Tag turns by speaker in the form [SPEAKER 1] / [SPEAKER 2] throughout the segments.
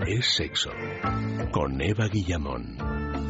[SPEAKER 1] es sexo. Con Eva Guillamón.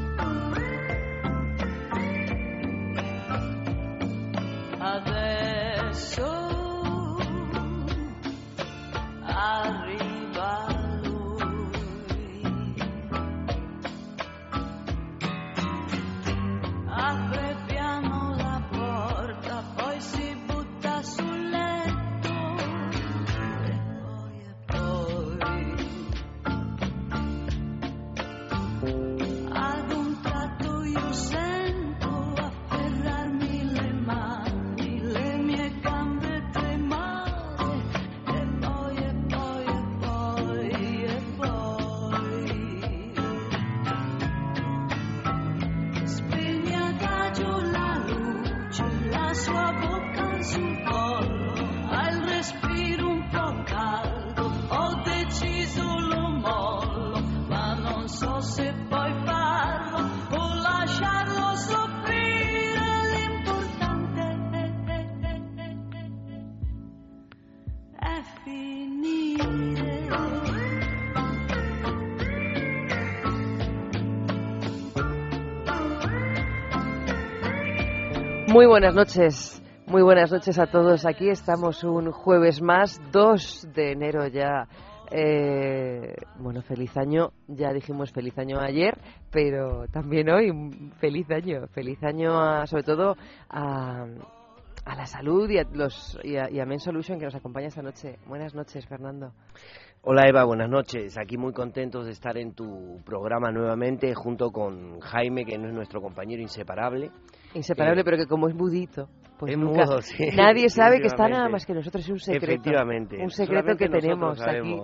[SPEAKER 2] Muy buenas noches a todos. Aquí estamos un jueves más, 2 de enero ya. Bueno, feliz año. Ya dijimos feliz año ayer, pero también hoy feliz año sobre todo a la salud y a Men Solution, que nos acompaña esta noche. Buenas noches, Fernando.
[SPEAKER 3] Hola Eva, buenas noches. Aquí muy contentos de estar en tu programa nuevamente junto con Jaime, que no es nuestro compañero inseparable.
[SPEAKER 2] Pero que como es mudito, pues
[SPEAKER 3] es
[SPEAKER 2] nunca,
[SPEAKER 3] mudo, sí,
[SPEAKER 2] nadie sabe que está nada más que nosotros. Es un secreto.
[SPEAKER 3] Efectivamente.
[SPEAKER 2] Un secreto que tenemos aquí.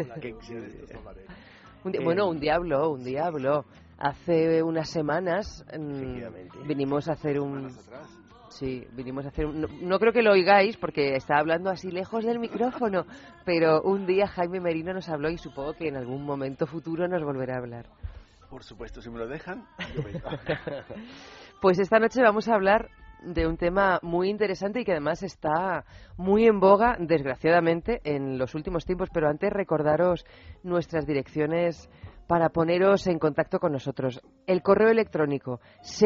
[SPEAKER 2] Un diablo. Hace unas semanas vinimos a hacer un... Sí, vinimos a hacer no creo que lo oigáis porque está hablando así lejos del micrófono, pero un día Jaime Merino nos habló y supongo que en algún momento futuro nos volverá a hablar.
[SPEAKER 4] Por supuesto, si me lo dejan, yo vengo.
[SPEAKER 2] Pues esta noche vamos a hablar de un tema muy interesante y que además está muy en boga, desgraciadamente, en los últimos tiempos. Pero antes recordaros nuestras direcciones para poneros en contacto con nosotros. El correo electrónico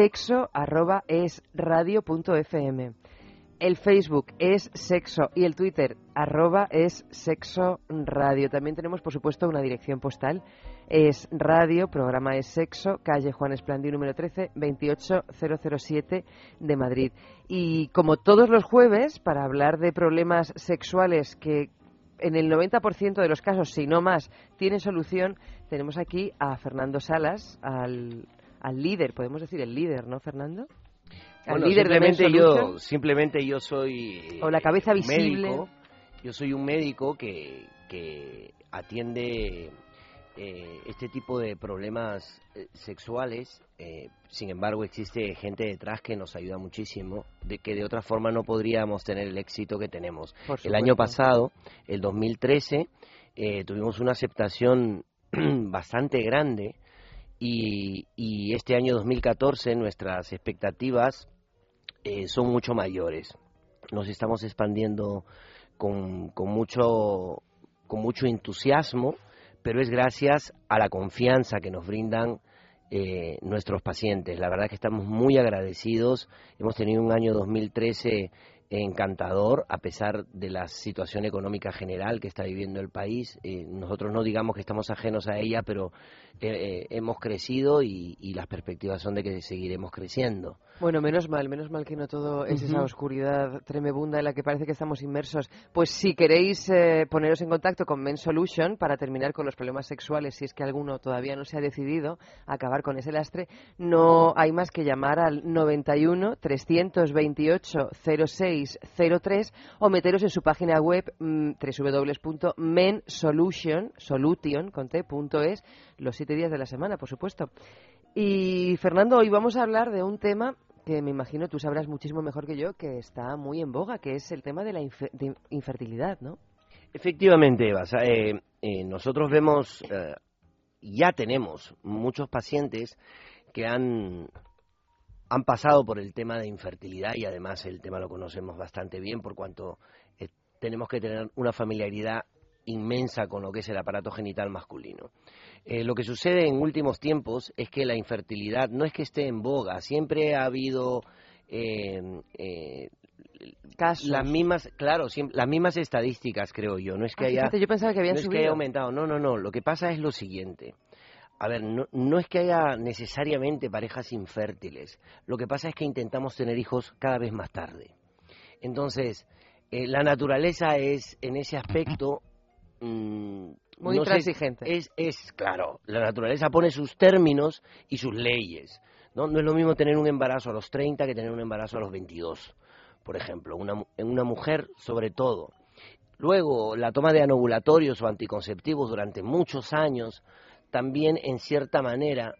[SPEAKER 2] sexo@esradio.fm. El Facebook es Sexo y el Twitter @es Sexo Radio. También tenemos, por supuesto, una dirección postal. Es Radio, programa es Sexo, calle Juan Esplandí, número 13, 28007 de Madrid. Y como todos los jueves, para hablar de problemas sexuales que en el 90% de los casos, si no más, tienen solución, tenemos aquí a Fernando Salas, al líder, podemos decir el líder, ¿no, Fernando?
[SPEAKER 3] Bueno,
[SPEAKER 2] líder
[SPEAKER 3] simplemente yo soy
[SPEAKER 2] o la cabeza visible.
[SPEAKER 3] Médico. Yo soy un médico que atiende este tipo de problemas sexuales. Sin embargo, existe gente detrás que nos ayuda muchísimo, que de otra forma no podríamos tener el éxito que tenemos. El año pasado, el 2013, tuvimos una aceptación bastante grande y este año 2014 nuestras expectativas son mucho mayores. Nos estamos expandiendo con mucho entusiasmo, pero es gracias a la confianza que nos brindan nuestros pacientes. La verdad que estamos muy agradecidos. Hemos tenido un año 2013 encantador, a pesar de la situación económica general que está viviendo el país. Nosotros no digamos que estamos ajenos a ella, pero hemos crecido y las perspectivas son de que seguiremos creciendo.
[SPEAKER 2] Bueno, menos mal que no todo es esa oscuridad tremebunda en la que parece que estamos inmersos. Pues si queréis poneros en contacto con Men Solution para terminar con los problemas sexuales, si es que alguno todavía no se ha decidido a acabar con ese lastre, no hay más que llamar al 91 328 0603 o meteros en su página web www.mensolution.es los 7 días de la semana, por supuesto. Y Fernando, hoy vamos a hablar de un tema que me imagino tú sabrás muchísimo mejor que yo, que está muy en boga, que es el tema de la infertilidad, ¿no?
[SPEAKER 3] Efectivamente, Eva. Nosotros vemos, ya tenemos muchos pacientes que han pasado por el tema de infertilidad y además el tema lo conocemos bastante bien por cuanto tenemos que tener una familiaridad inmensa con lo que es el aparato genital masculino. Lo que sucede en últimos tiempos es que la infertilidad no es que esté en boga, siempre ha habido
[SPEAKER 2] casos.
[SPEAKER 3] Las mismas, claro, las mismas estadísticas, creo yo. No es que haya,
[SPEAKER 2] fíjate, yo pensaba que habían subido.
[SPEAKER 3] Es que haya aumentado. No. Lo que pasa es lo siguiente. A ver, no es que haya necesariamente parejas infértiles. Lo que pasa es que intentamos tener hijos cada vez más tarde. Entonces, la naturaleza es, en ese aspecto,
[SPEAKER 2] muy intransigente.
[SPEAKER 3] Claro, la naturaleza pone sus términos y sus leyes. No es lo mismo tener un embarazo a los 30 que tener un embarazo a los 22, por ejemplo, en una mujer sobre todo. Luego, la toma de anovulatorios o anticonceptivos durante muchos años también en cierta manera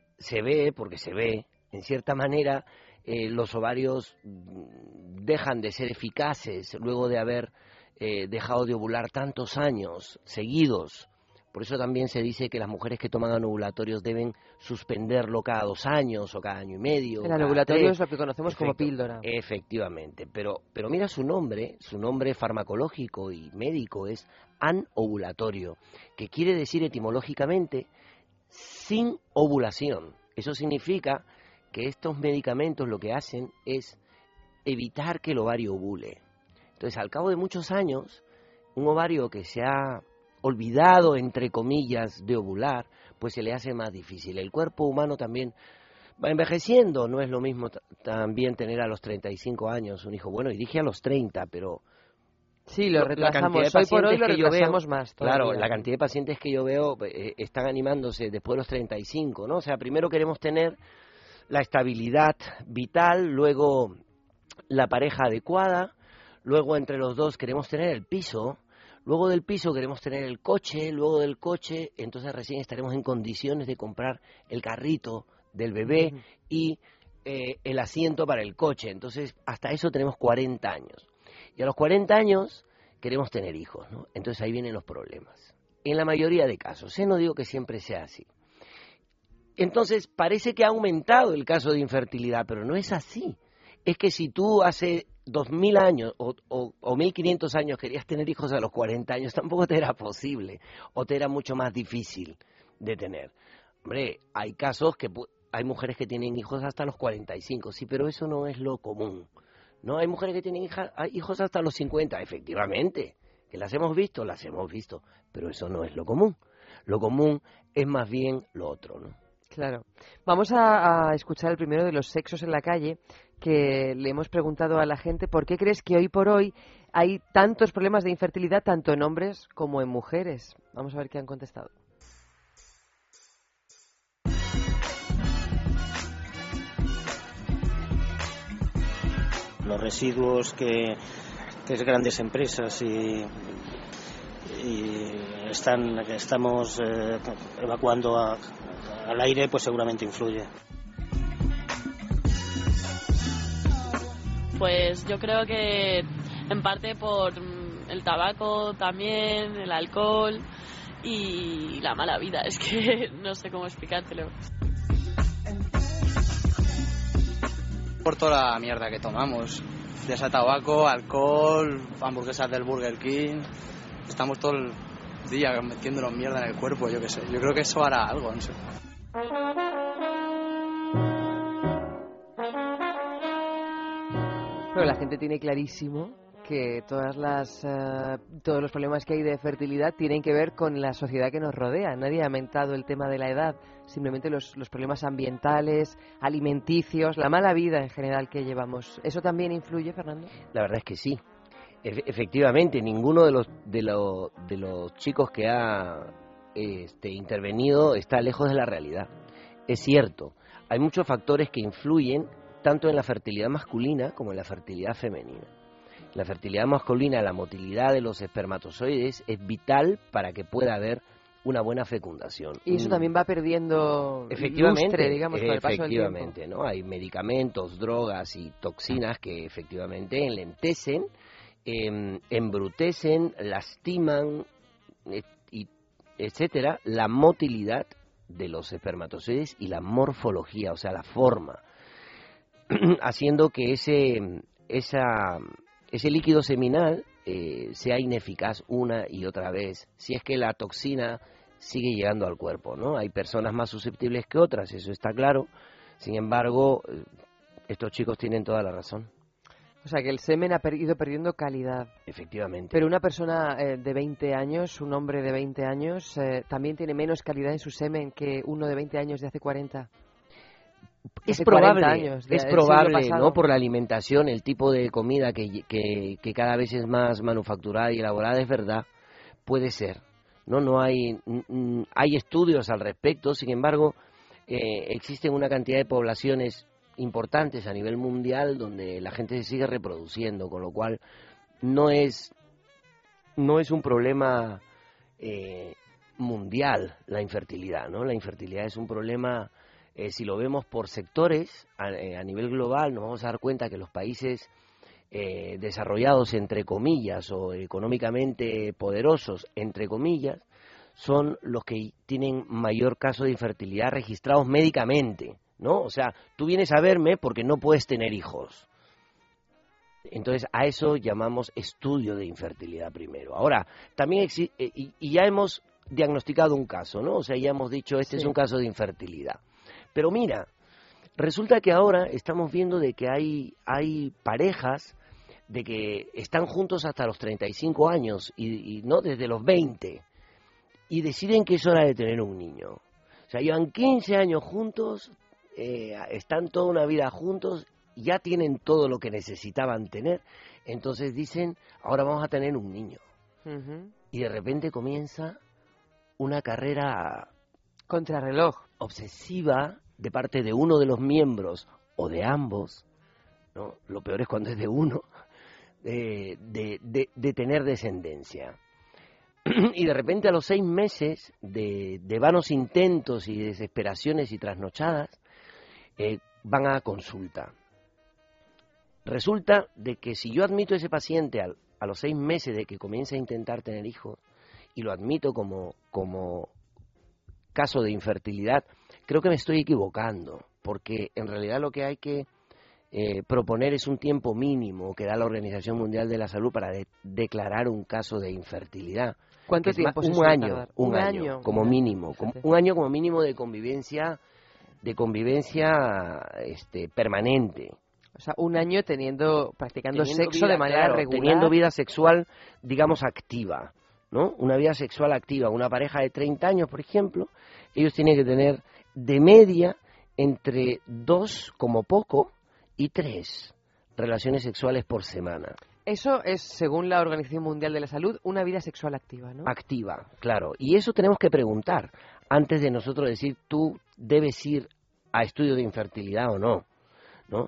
[SPEAKER 3] en cierta manera los ovarios dejan de ser eficaces luego de haber dejado de ovular tantos años seguidos. Por eso también se dice que las mujeres que toman anovulatorios deben suspenderlo cada 2 años o cada año y medio.
[SPEAKER 2] El anovulatorio es lo que conocemos como píldora.
[SPEAKER 3] Efectivamente, pero mira su nombre farmacológico y médico es anovulatorio, que quiere decir etimológicamente sin ovulación. Eso significa que estos medicamentos lo que hacen es evitar que el ovario ovule. Entonces, al cabo de muchos años, un ovario que se ha olvidado, entre comillas, de ovular, pues se le hace más difícil. El cuerpo humano también va envejeciendo. No es lo mismo también tener a los 35 años un hijo. Bueno, y dije a los 30, pero...
[SPEAKER 2] Sí, lo retrasamos. Hoy por hoy lo retrasamos más todavía.
[SPEAKER 3] Claro, la cantidad de pacientes que yo veo están animándose después de los 35, ¿no? O sea, primero queremos tener la estabilidad vital, luego la pareja adecuada, luego entre los dos queremos tener el piso, luego del piso queremos tener el coche, luego del coche, entonces recién estaremos en condiciones de comprar el carrito del bebé y el asiento para el coche. Entonces, hasta eso tenemos 40 años. Y a los 40 años queremos tener hijos, ¿no? Entonces ahí vienen los problemas. En la mayoría de casos, no digo que siempre sea así. Entonces parece que ha aumentado el caso de infertilidad, pero no es así. Es que si tú hace 2000 años o 1500 años querías tener hijos a los 40 años, tampoco te era posible o te era mucho más difícil de tener. Hombre, hay casos que hay mujeres que tienen hijos hasta los 45, sí, pero eso no es lo común. No, hay mujeres que tienen hijos hasta los 50, efectivamente, que las hemos visto, pero eso no es lo común. Lo común es más bien lo otro, ¿no?
[SPEAKER 2] Claro. Vamos a escuchar el primero de los sexos en la calle, que le hemos preguntado a la gente por qué crees que hoy por hoy hay tantos problemas de infertilidad tanto en hombres como en mujeres. Vamos a ver qué han contestado.
[SPEAKER 5] Los residuos que grandes empresas y estamos evacuando al aire, pues seguramente influye.
[SPEAKER 6] Pues yo creo que en parte por el tabaco también, el alcohol y la mala vida. Es que no sé cómo explicártelo.
[SPEAKER 7] Por toda la mierda que tomamos, ya sea tabaco, alcohol, hamburguesas del Burger King, estamos todo el día metiéndonos mierda en el cuerpo, yo qué sé, yo creo que eso hará algo, no sé.
[SPEAKER 2] Pero la gente tiene clarísimo que todos los problemas que hay de fertilidad tienen que ver con la sociedad que nos rodea. Nadie ha aumentado el tema de la edad, simplemente los problemas ambientales, alimenticios, la mala vida en general que llevamos. ¿Eso también influye, Fernando?
[SPEAKER 3] La verdad es que sí. Efectivamente, ninguno de los chicos que ha intervenido está lejos de la realidad. Es cierto, hay muchos factores que influyen tanto en la fertilidad masculina como en la fertilidad femenina. La fertilidad masculina, la motilidad de los espermatozoides es vital para que pueda haber una buena fecundación.
[SPEAKER 2] Y eso también va perdiendo lustre, digamos, con el paso del tiempo.
[SPEAKER 3] Efectivamente, ¿no? Hay medicamentos, drogas y toxinas que efectivamente enlentecen, embrutecen, lastiman, etcétera, la motilidad de los espermatozoides y la morfología, o sea, la forma, haciendo que ese líquido seminal sea ineficaz una y otra vez, si es que la toxina sigue llegando al cuerpo, ¿no? Hay personas más susceptibles que otras, eso está claro. Sin embargo, estos chicos tienen toda la razón.
[SPEAKER 2] O sea, que el semen ha ido perdiendo calidad.
[SPEAKER 3] Efectivamente.
[SPEAKER 2] Pero una persona de 20 años, un hombre de 20 años, también tiene menos calidad en su semen que uno de 20 años de hace 40.
[SPEAKER 3] Es
[SPEAKER 2] hace
[SPEAKER 3] probable,
[SPEAKER 2] 40 años,
[SPEAKER 3] es probable, ¿no? Por la alimentación, el tipo de comida que cada vez es más manufacturada y elaborada, es verdad, puede ser. No hay estudios al respecto, sin embargo, existen una cantidad de poblaciones importantes a nivel mundial donde la gente se sigue reproduciendo, con lo cual no es un problema mundial la infertilidad, ¿no? La infertilidad es un problema, si lo vemos por sectores, a nivel global, nos vamos a dar cuenta que los países desarrollados, entre comillas, o económicamente poderosos, entre comillas, son los que tienen mayor caso de infertilidad registrados médicamente, ¿no? O sea, tú vienes a verme porque no puedes tener hijos. Entonces, a eso llamamos estudio de infertilidad primero. Ahora, también y ya hemos diagnosticado un caso, ¿no? O sea, ya hemos dicho, este es un caso de infertilidad. Pero mira, resulta que ahora estamos viendo de que hay parejas de que están juntos hasta los 35 años y no desde los 20 y deciden que es hora de tener un niño. O sea, llevan 15 años juntos, están toda una vida juntos, ya tienen todo lo que necesitaban tener, entonces dicen, ahora vamos a tener un niño.
[SPEAKER 2] Uh-huh.
[SPEAKER 3] Y de repente comienza una carrera
[SPEAKER 2] contrarreloj,
[SPEAKER 3] obsesiva de parte de uno de los miembros o de ambos, ¿no? Lo peor es cuando es de uno, de tener descendencia. Y de repente a los 6 meses de vanos intentos y desesperaciones y trasnochadas, van a consulta. Resulta de que si yo admito a ese paciente a los 6 meses de que comienza a intentar tener hijos, y lo admito como caso de infertilidad, creo que me estoy equivocando, porque en realidad lo que hay que proponer es un tiempo mínimo que da la Organización Mundial de la Salud para declarar un caso de infertilidad.
[SPEAKER 2] ¿Cuánto tiempo?
[SPEAKER 3] Un año como mínimo, un año como mínimo de convivencia permanente.
[SPEAKER 2] O sea, un año practicando sexo de manera regular.
[SPEAKER 3] Teniendo vida sexual, digamos, activa, ¿no? Una vida sexual activa. Una pareja de 30 años, por ejemplo, ellos tienen que tener de media entre 2, como poco, y 3 relaciones sexuales por semana.
[SPEAKER 2] Eso es, según la Organización Mundial de la Salud, una vida sexual activa, ¿no?
[SPEAKER 3] Activa, claro. Y eso tenemos que preguntar antes de nosotros decir, tú debes ir a estudio de infertilidad o no, ¿no?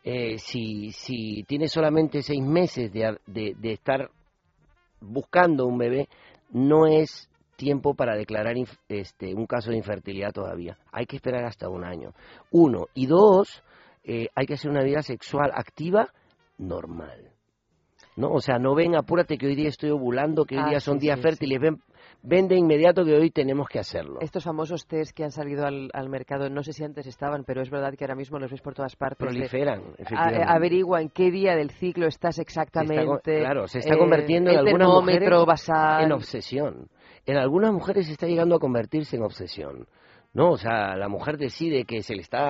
[SPEAKER 3] Si tienes solamente 6 meses de estar buscando un bebé, no es tiempo para declarar un caso de infertilidad todavía. Hay que esperar hasta un año. 1. Y 2, hay que hacer una vida sexual activa normal, ¿no? O sea, no ven, apúrate que hoy día estoy ovulando, que hoy día son días fértiles, ven de inmediato que hoy tenemos que hacerlo.
[SPEAKER 2] Estos famosos test que han salido al mercado, no sé si antes estaban, pero es verdad que ahora mismo los ves por todas partes.
[SPEAKER 3] Proliferan, efectivamente.
[SPEAKER 2] Averigua en qué día del ciclo estás exactamente.
[SPEAKER 3] Se está convirtiendo en algunas mujeres
[SPEAKER 2] basal.
[SPEAKER 3] en obsesión. En algunas mujeres se está llegando a convertirse en obsesión, ¿no? O sea, la mujer decide que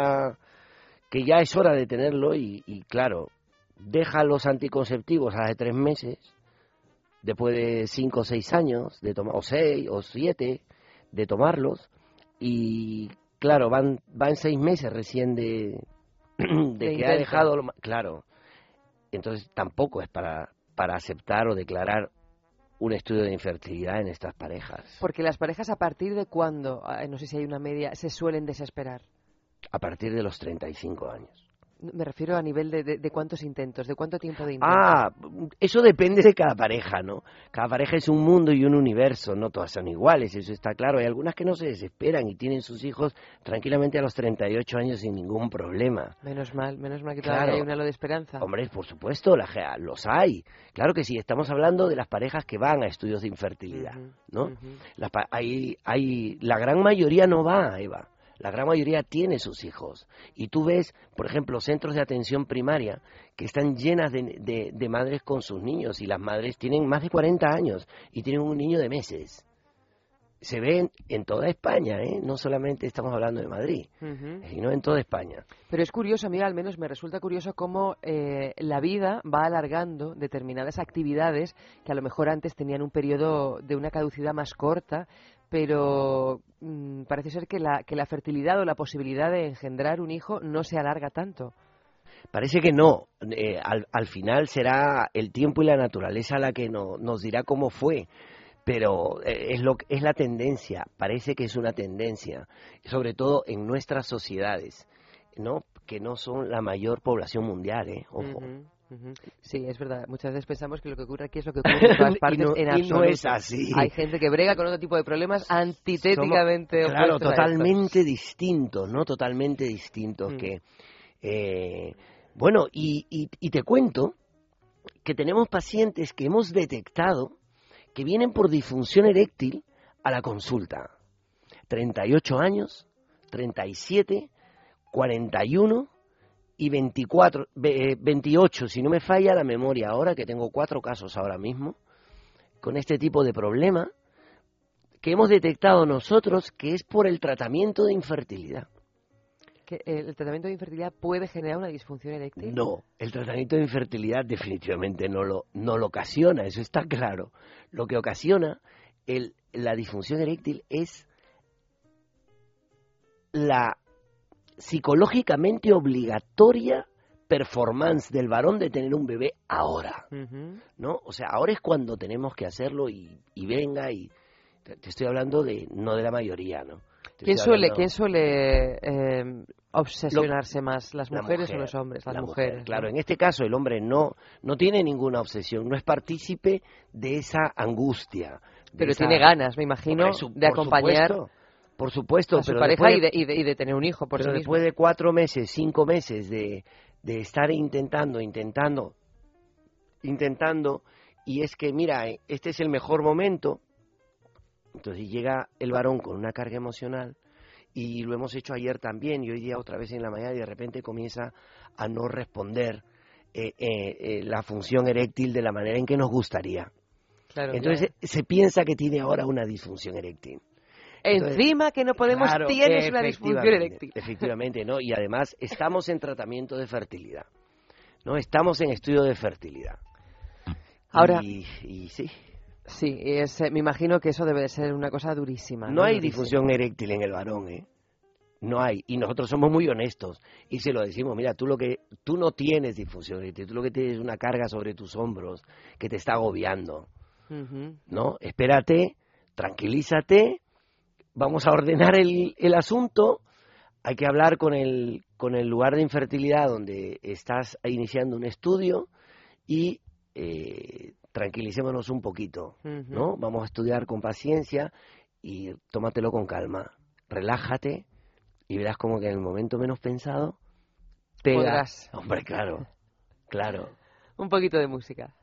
[SPEAKER 3] que ya es hora de tenerlo y claro, deja los anticonceptivos a de 3 meses, después de 5 o 6 años, o 6 o 7 de tomarlos, y claro, van 6 meses recién de que ha dejado, claro, entonces tampoco es para aceptar o declarar un estudio de infertilidad en estas parejas.
[SPEAKER 2] Porque las parejas, ¿a partir de cuándo, no sé si hay una media, se suelen desesperar?
[SPEAKER 3] A partir de los 35 años.
[SPEAKER 2] Me refiero a nivel de cuántos intentos, de cuánto tiempo de intentos.
[SPEAKER 3] Eso depende de cada pareja, ¿no? Cada pareja es un mundo y un universo, no todas son iguales, eso está claro. Hay algunas que no se desesperan y tienen sus hijos tranquilamente a los 38 años sin ningún problema.
[SPEAKER 2] Menos mal que todavía hay un halo de esperanza.
[SPEAKER 3] Hombre, por supuesto, los hay. Claro que sí, estamos hablando de las parejas que van a estudios de infertilidad, ¿no? La gran mayoría no va, Eva. La gran mayoría tiene sus hijos. Y tú ves, por ejemplo, centros de atención primaria que están llenas de madres con sus niños, y las madres tienen más de 40 años y tienen un niño de meses. Se ven en toda España, ¿eh? No solamente estamos hablando de Madrid, sino en toda España.
[SPEAKER 2] Pero es curioso, a mí al menos me resulta curioso cómo la vida va alargando determinadas actividades que a lo mejor antes tenían un periodo de una caducidad más corta, pero parece ser que la fertilidad o la posibilidad de engendrar un hijo no se alarga tanto.
[SPEAKER 3] Parece que no. Al final será el tiempo y la naturaleza la que nos dirá cómo fue. Pero es la tendencia, parece que es una tendencia, sobre todo en nuestras sociedades, ¿no? Que no son la mayor población mundial, ojo.
[SPEAKER 2] Sí, es verdad. Muchas veces pensamos que lo que ocurre aquí es lo que ocurre en todas partes, en absoluto.
[SPEAKER 3] No es así.
[SPEAKER 2] Hay gente que brega con otro tipo de problemas antitéticamente opuestos.
[SPEAKER 3] Claro, totalmente distintos, ¿no? Totalmente distintos. Bueno, y te cuento que tenemos pacientes que hemos detectado que vienen por disfunción eréctil a la consulta. 38 años, 37, 41 y 28, si no me falla la memoria ahora, que tengo 4 casos ahora mismo, con este tipo de problema, que hemos detectado nosotros que es por el tratamiento de infertilidad.
[SPEAKER 2] ¿Que el tratamiento de infertilidad puede generar una disfunción eréctil?
[SPEAKER 3] No, el tratamiento de infertilidad definitivamente no lo ocasiona, eso está claro. Lo que ocasiona la disfunción eréctil es la psicológicamente obligatoria performance del varón de tener un bebé ahora, ¿no? O sea, ahora es cuando tenemos que hacerlo y venga, y te estoy hablando no de la mayoría, ¿no?
[SPEAKER 2] ¿Quién suele obsesionarse más, las mujeres o los hombres? Las mujeres.
[SPEAKER 3] Claro,
[SPEAKER 2] ¿no?
[SPEAKER 3] En este caso el hombre no tiene ninguna obsesión, no es partícipe de esa angustia.
[SPEAKER 2] Pero tiene ganas, me imagino, de acompañar
[SPEAKER 3] por supuesto,
[SPEAKER 2] a su pareja y de tener un hijo por sí mismo.
[SPEAKER 3] Después de 4 meses, 5 meses de estar intentando, y es que, mira, este es el mejor momento. Entonces llega el varón con una carga emocional, y lo hemos hecho ayer también, y hoy día otra vez en la mañana, y de repente comienza a no responder la función eréctil de la manera en que nos gustaría.
[SPEAKER 2] Claro,
[SPEAKER 3] entonces se piensa que tiene ahora una disfunción eréctil. Entonces,
[SPEAKER 2] encima que no podemos, tienes una disfunción eréctil.
[SPEAKER 3] Efectivamente, ¿no? Y además estamos en tratamiento de fertilidad, ¿no? Estamos en estudio de fertilidad.
[SPEAKER 2] Ahora,
[SPEAKER 3] y sí.
[SPEAKER 2] Sí, me imagino que eso debe de ser una cosa durísima.
[SPEAKER 3] No hay disfunción eréctil en el varón, No hay. Y nosotros somos muy honestos y se lo decimos, mira, tú no tienes disfunción eréctil, tú lo que tienes es una carga sobre tus hombros que te está agobiando, ¿no? Espérate, tranquilízate, vamos a ordenar el asunto, hay que hablar con el lugar de infertilidad donde estás iniciando un estudio y tranquilicémonos un poquito, ¿no? Vamos a estudiar con paciencia y tómatelo con calma. Relájate y verás como que en el momento menos pensado
[SPEAKER 2] podrás.
[SPEAKER 3] Hombre, claro.
[SPEAKER 2] Un poquito de música.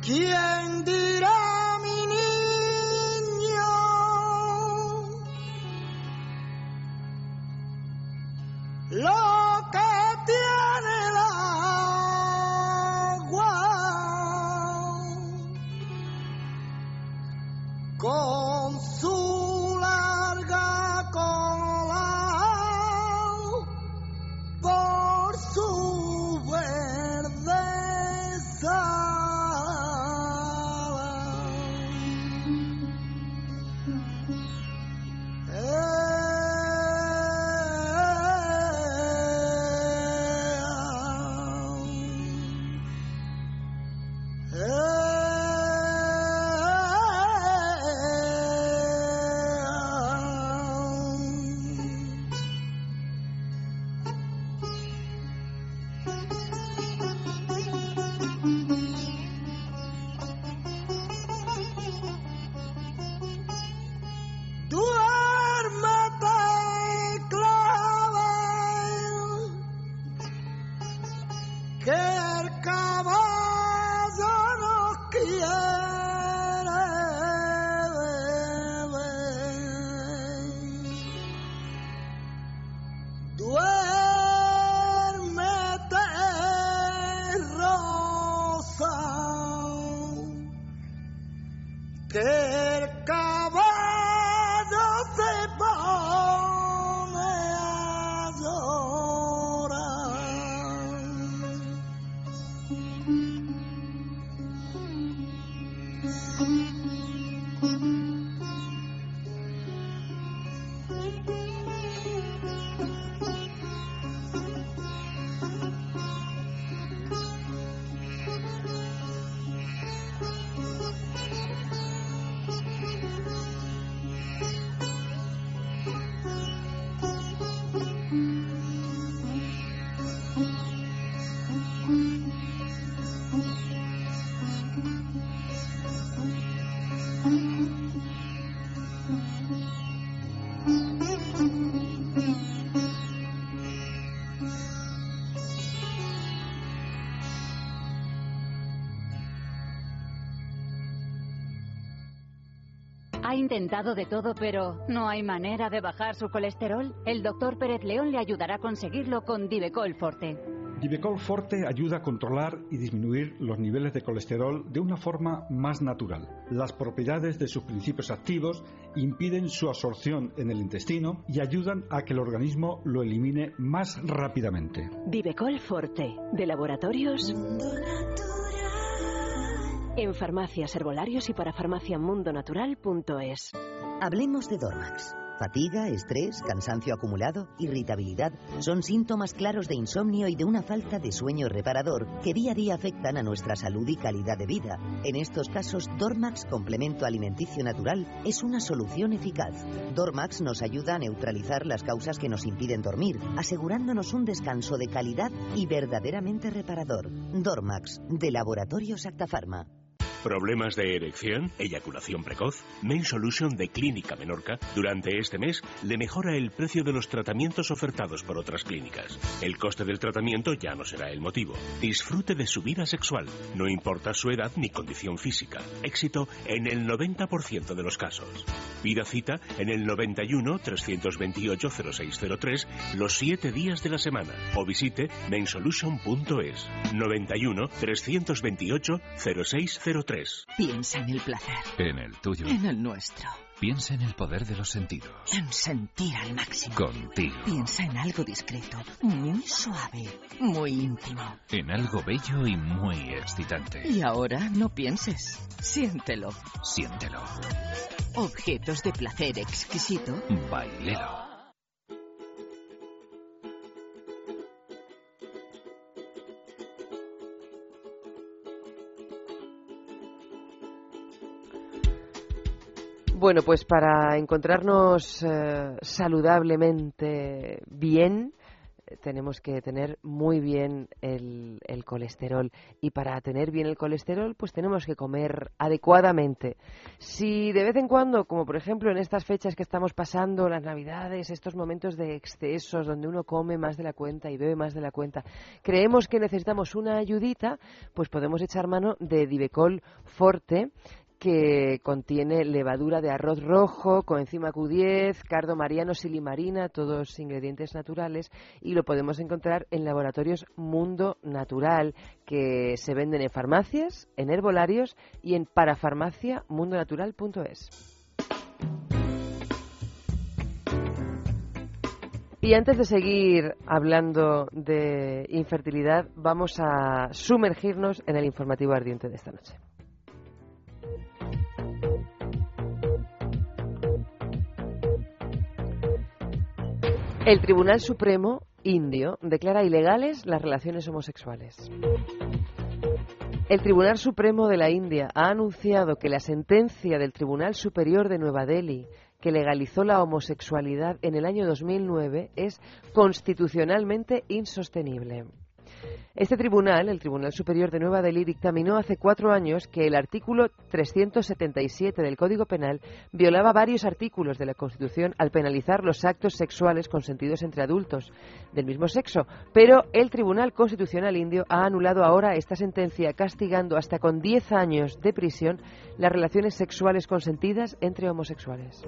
[SPEAKER 8] ¿Quién dirá, mi niño, lo que tiene el agua con su larga cola por su verdeza?
[SPEAKER 9] Ha intentado de todo, pero ¿no hay manera de bajar su colesterol? El doctor Pérez León le ayudará a conseguirlo con Divecol Forte.
[SPEAKER 10] Divecol Forte ayuda a controlar y disminuir los niveles de colesterol de una forma más natural. Las propiedades de sus principios activos impiden su absorción en el intestino y ayudan a que el organismo lo elimine más rápidamente.
[SPEAKER 11] Divecol Forte, de Laboratorios en farmacias, herbolarios y para farmaciamundonatural.es.
[SPEAKER 12] Hablemos de Dormax. Fatiga, estrés, cansancio acumulado, irritabilidad son síntomas claros de insomnio y de una falta de sueño reparador que día a día afectan a nuestra salud y calidad de vida. En estos casos, Dormax, complemento alimenticio natural, es una solución eficaz. Dormax nos ayuda a neutralizar las causas que nos impiden dormir, asegurándonos un descanso de calidad y verdaderamente reparador. Dormax, de Laboratorios Actafarma.
[SPEAKER 1] ¿Problemas de erección? ¿Eyaculación precoz? Main Solution de Clínica Menorca durante este mes le mejora el precio de los tratamientos ofertados por otras clínicas. El coste del tratamiento ya no será el motivo. Disfrute de su vida sexual, no importa su edad ni condición física. Éxito en el 90% de los casos. Pida cita en el 91 328 0603 los 7 días de la semana o visite mainsolution.es. 91 328 0603.
[SPEAKER 13] Piensa en el placer.
[SPEAKER 14] En el tuyo.
[SPEAKER 13] En el nuestro.
[SPEAKER 14] Piensa en el poder de los sentidos.
[SPEAKER 13] En sentir al máximo.
[SPEAKER 14] Contigo.
[SPEAKER 13] Piensa en algo discreto, muy suave, muy íntimo.
[SPEAKER 14] En algo bello y muy excitante.
[SPEAKER 13] Y ahora no pienses. Siéntelo.
[SPEAKER 14] Siéntelo.
[SPEAKER 13] Objetos de placer exquisito.
[SPEAKER 14] Bailelo.
[SPEAKER 2] Bueno, pues para encontrarnos saludablemente bien, tenemos que tener muy bien el colesterol. Y para tener bien el colesterol, pues tenemos que comer adecuadamente. Si de vez en cuando, como por ejemplo en estas fechas que estamos pasando, las Navidades, estos momentos de excesos donde uno come más de la cuenta y bebe más de la cuenta, creemos que necesitamos una ayudita, pues podemos echar mano de Divecol Forte, que contiene levadura de arroz rojo, coenzima Q10, cardo mariano, silimarina, todos ingredientes naturales, y lo podemos encontrar en laboratorios Mundo Natural, que se venden en farmacias, en herbolarios y en parafarmaciamundonatural.es. Y antes de seguir hablando de infertilidad, vamos a sumergirnos en el informativo ardiente de esta noche. El Tribunal Supremo indio declara ilegales las relaciones homosexuales. El Tribunal Supremo de la India ha anunciado que la sentencia del Tribunal Superior de Nueva Delhi, que legalizó la homosexualidad en el año 2009, es constitucionalmente insostenible. Este tribunal, el Tribunal Superior de Nueva Delhi, dictaminó hace 4 años que el artículo 377 del Código Penal violaba varios artículos de la Constitución al penalizar los actos sexuales consentidos entre adultos del mismo sexo, pero el Tribunal Constitucional indio ha anulado ahora esta sentencia, castigando hasta con 10 años de prisión las relaciones sexuales consentidas entre homosexuales.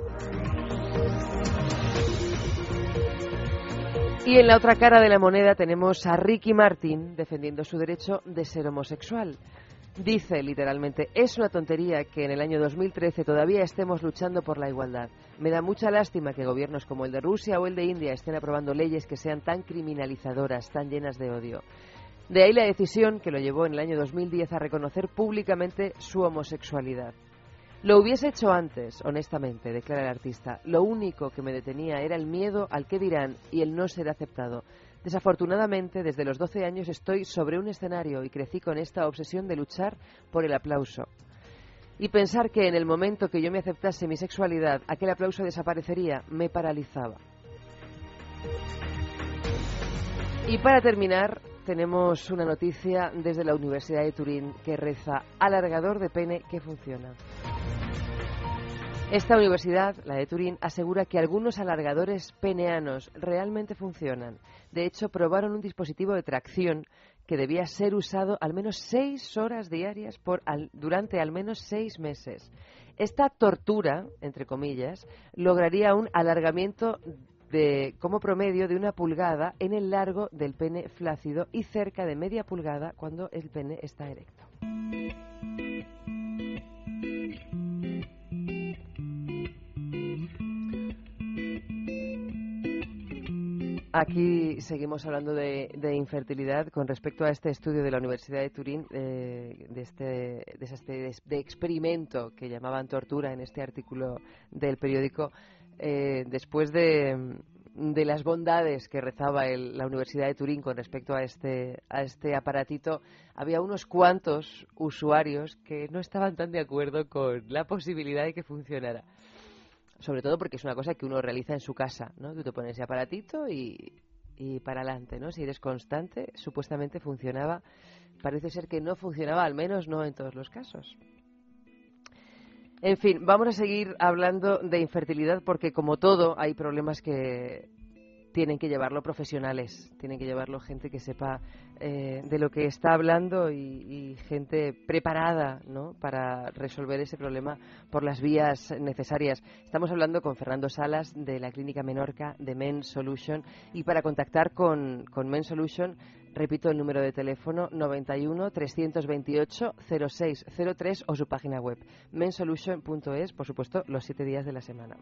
[SPEAKER 2] Y en la otra cara de la moneda tenemos a Ricky Martin defendiendo su derecho de ser homosexual. Dice literalmente: es una tontería que en el año 2013 todavía estemos luchando por la igualdad. Me da mucha lástima que gobiernos como el de Rusia o el de India estén aprobando leyes que sean tan criminalizadoras, tan llenas de odio. De ahí la decisión que lo llevó en el año 2010 a reconocer públicamente su homosexualidad. Lo hubiese hecho antes, honestamente, declara el artista. Lo único que me detenía era el miedo al qué dirán y el no ser aceptado. Desafortunadamente, desde los 12 años estoy sobre un escenario y crecí con esta obsesión de luchar por el aplauso. Y pensar que en el momento que yo me aceptase mi sexualidad, aquel aplauso desaparecería, me paralizaba. Y para terminar, tenemos una noticia desde la Universidad de Turín que reza: alargador de pene que funciona. Esta universidad, la de Turín, asegura que algunos alargadores peneanos realmente funcionan. De hecho, probaron un dispositivo de tracción que debía ser usado al menos 6 horas diarias durante al menos 6 meses. Esta tortura, entre comillas, lograría un alargamiento como promedio de 1 pulgada en el largo del pene flácido y cerca de media pulgada cuando el pene está erecto. Aquí seguimos hablando de infertilidad con respecto a este estudio de la Universidad de Turín, de experimento que llamaban tortura en este artículo del periódico, después de las bondades que rezaba la Universidad de Turín con respecto a este aparatito. Había unos cuantos usuarios que no estaban tan de acuerdo con la posibilidad de que funcionara. Sobre todo porque es una cosa que uno realiza en su casa, ¿no? Tú te pones ese aparatito y para adelante, ¿no? Si eres constante, supuestamente funcionaba. Parece ser que no funcionaba, al menos no en todos los casos. En fin, vamos a seguir hablando de infertilidad porque, como todo, hay problemas que tienen que llevarlo profesionales, tienen que llevarlo gente que sepa de lo que está hablando y gente preparada, ¿no?, para resolver ese problema por las vías necesarias. Estamos hablando con Fernando Salas de la Clínica Menorca de Men Solution, y para contactar con Men Solution, repito el número de teléfono: 91 328 0603 o su página web mensolution.es, por supuesto, los 7 días de la semana.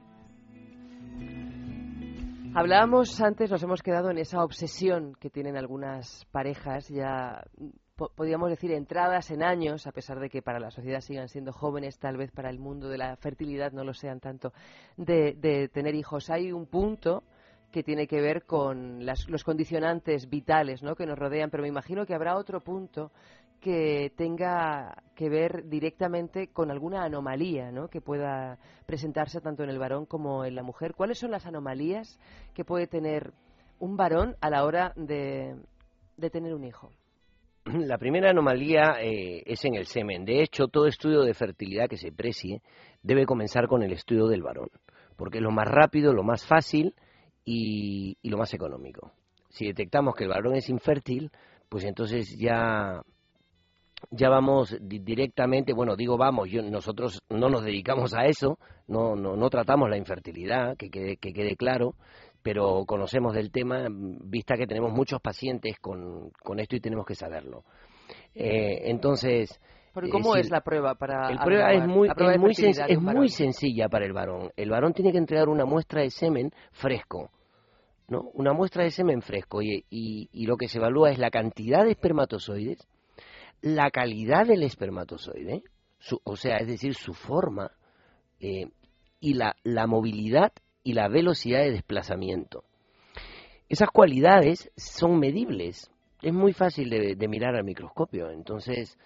[SPEAKER 2] Hablábamos antes, nos hemos quedado en esa obsesión que tienen algunas parejas, ya podríamos decir entradas en años, a pesar de que para la sociedad sigan siendo jóvenes, tal vez para el mundo de la fertilidad no lo sean tanto, de tener hijos. Hay un punto que tiene que ver con los condicionantes vitales, ¿no?, que nos rodean, pero me imagino que habrá otro punto que tenga que ver directamente con alguna anomalía, ¿no?, que pueda presentarse tanto en el varón como en la mujer. ¿Cuáles son las anomalías que puede tener un varón a la hora de tener un hijo?
[SPEAKER 3] La primera anomalía es en el semen. De hecho, todo estudio de fertilidad que se precie debe comenzar con el estudio del varón, porque es lo más rápido, lo más fácil y lo más económico. Si detectamos que el varón es infértil, pues entonces ya vamos directamente, bueno, digo vamos, nosotros no nos dedicamos a eso, no tratamos la infertilidad, que quede claro, pero conocemos del tema, vista que tenemos muchos pacientes con esto y tenemos que saberlo. Entonces...
[SPEAKER 2] ¿Pero cómo es la prueba para...?
[SPEAKER 3] La prueba es muy sencilla para el varón. El varón tiene que entregar una muestra de semen fresco, ¿no? Una muestra de semen fresco y lo que se evalúa es la cantidad de espermatozoides, la calidad del espermatozoide, o sea, es decir, su forma y la movilidad y la velocidad de desplazamiento. Esas cualidades son medibles. Es muy fácil de mirar al microscopio. Entonces,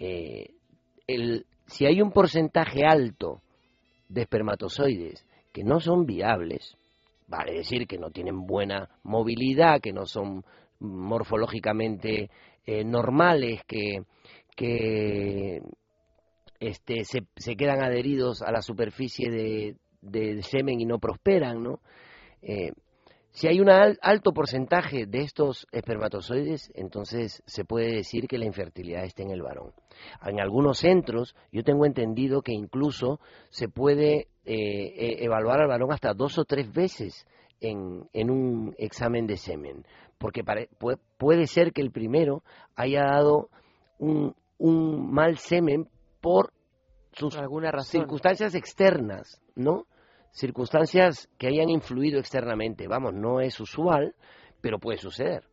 [SPEAKER 3] si hay un porcentaje alto de espermatozoides que no son viables, vale decir que no tienen buena movilidad, que no son morfológicamente normales, que se quedan adheridos a la superficie del semen y no prosperan, ¿no? Si hay un alto porcentaje de estos espermatozoides, entonces se puede decir que la infertilidad está en el varón. En algunos centros, yo tengo entendido que incluso se puede evaluar al varón hasta 2 o 3 veces en un examen de semen, porque puede ser que el primero haya dado un mal semen por sus circunstancias externas, ¿no? Circunstancias que hayan influido externamente. Vamos, no es usual, pero puede suceder.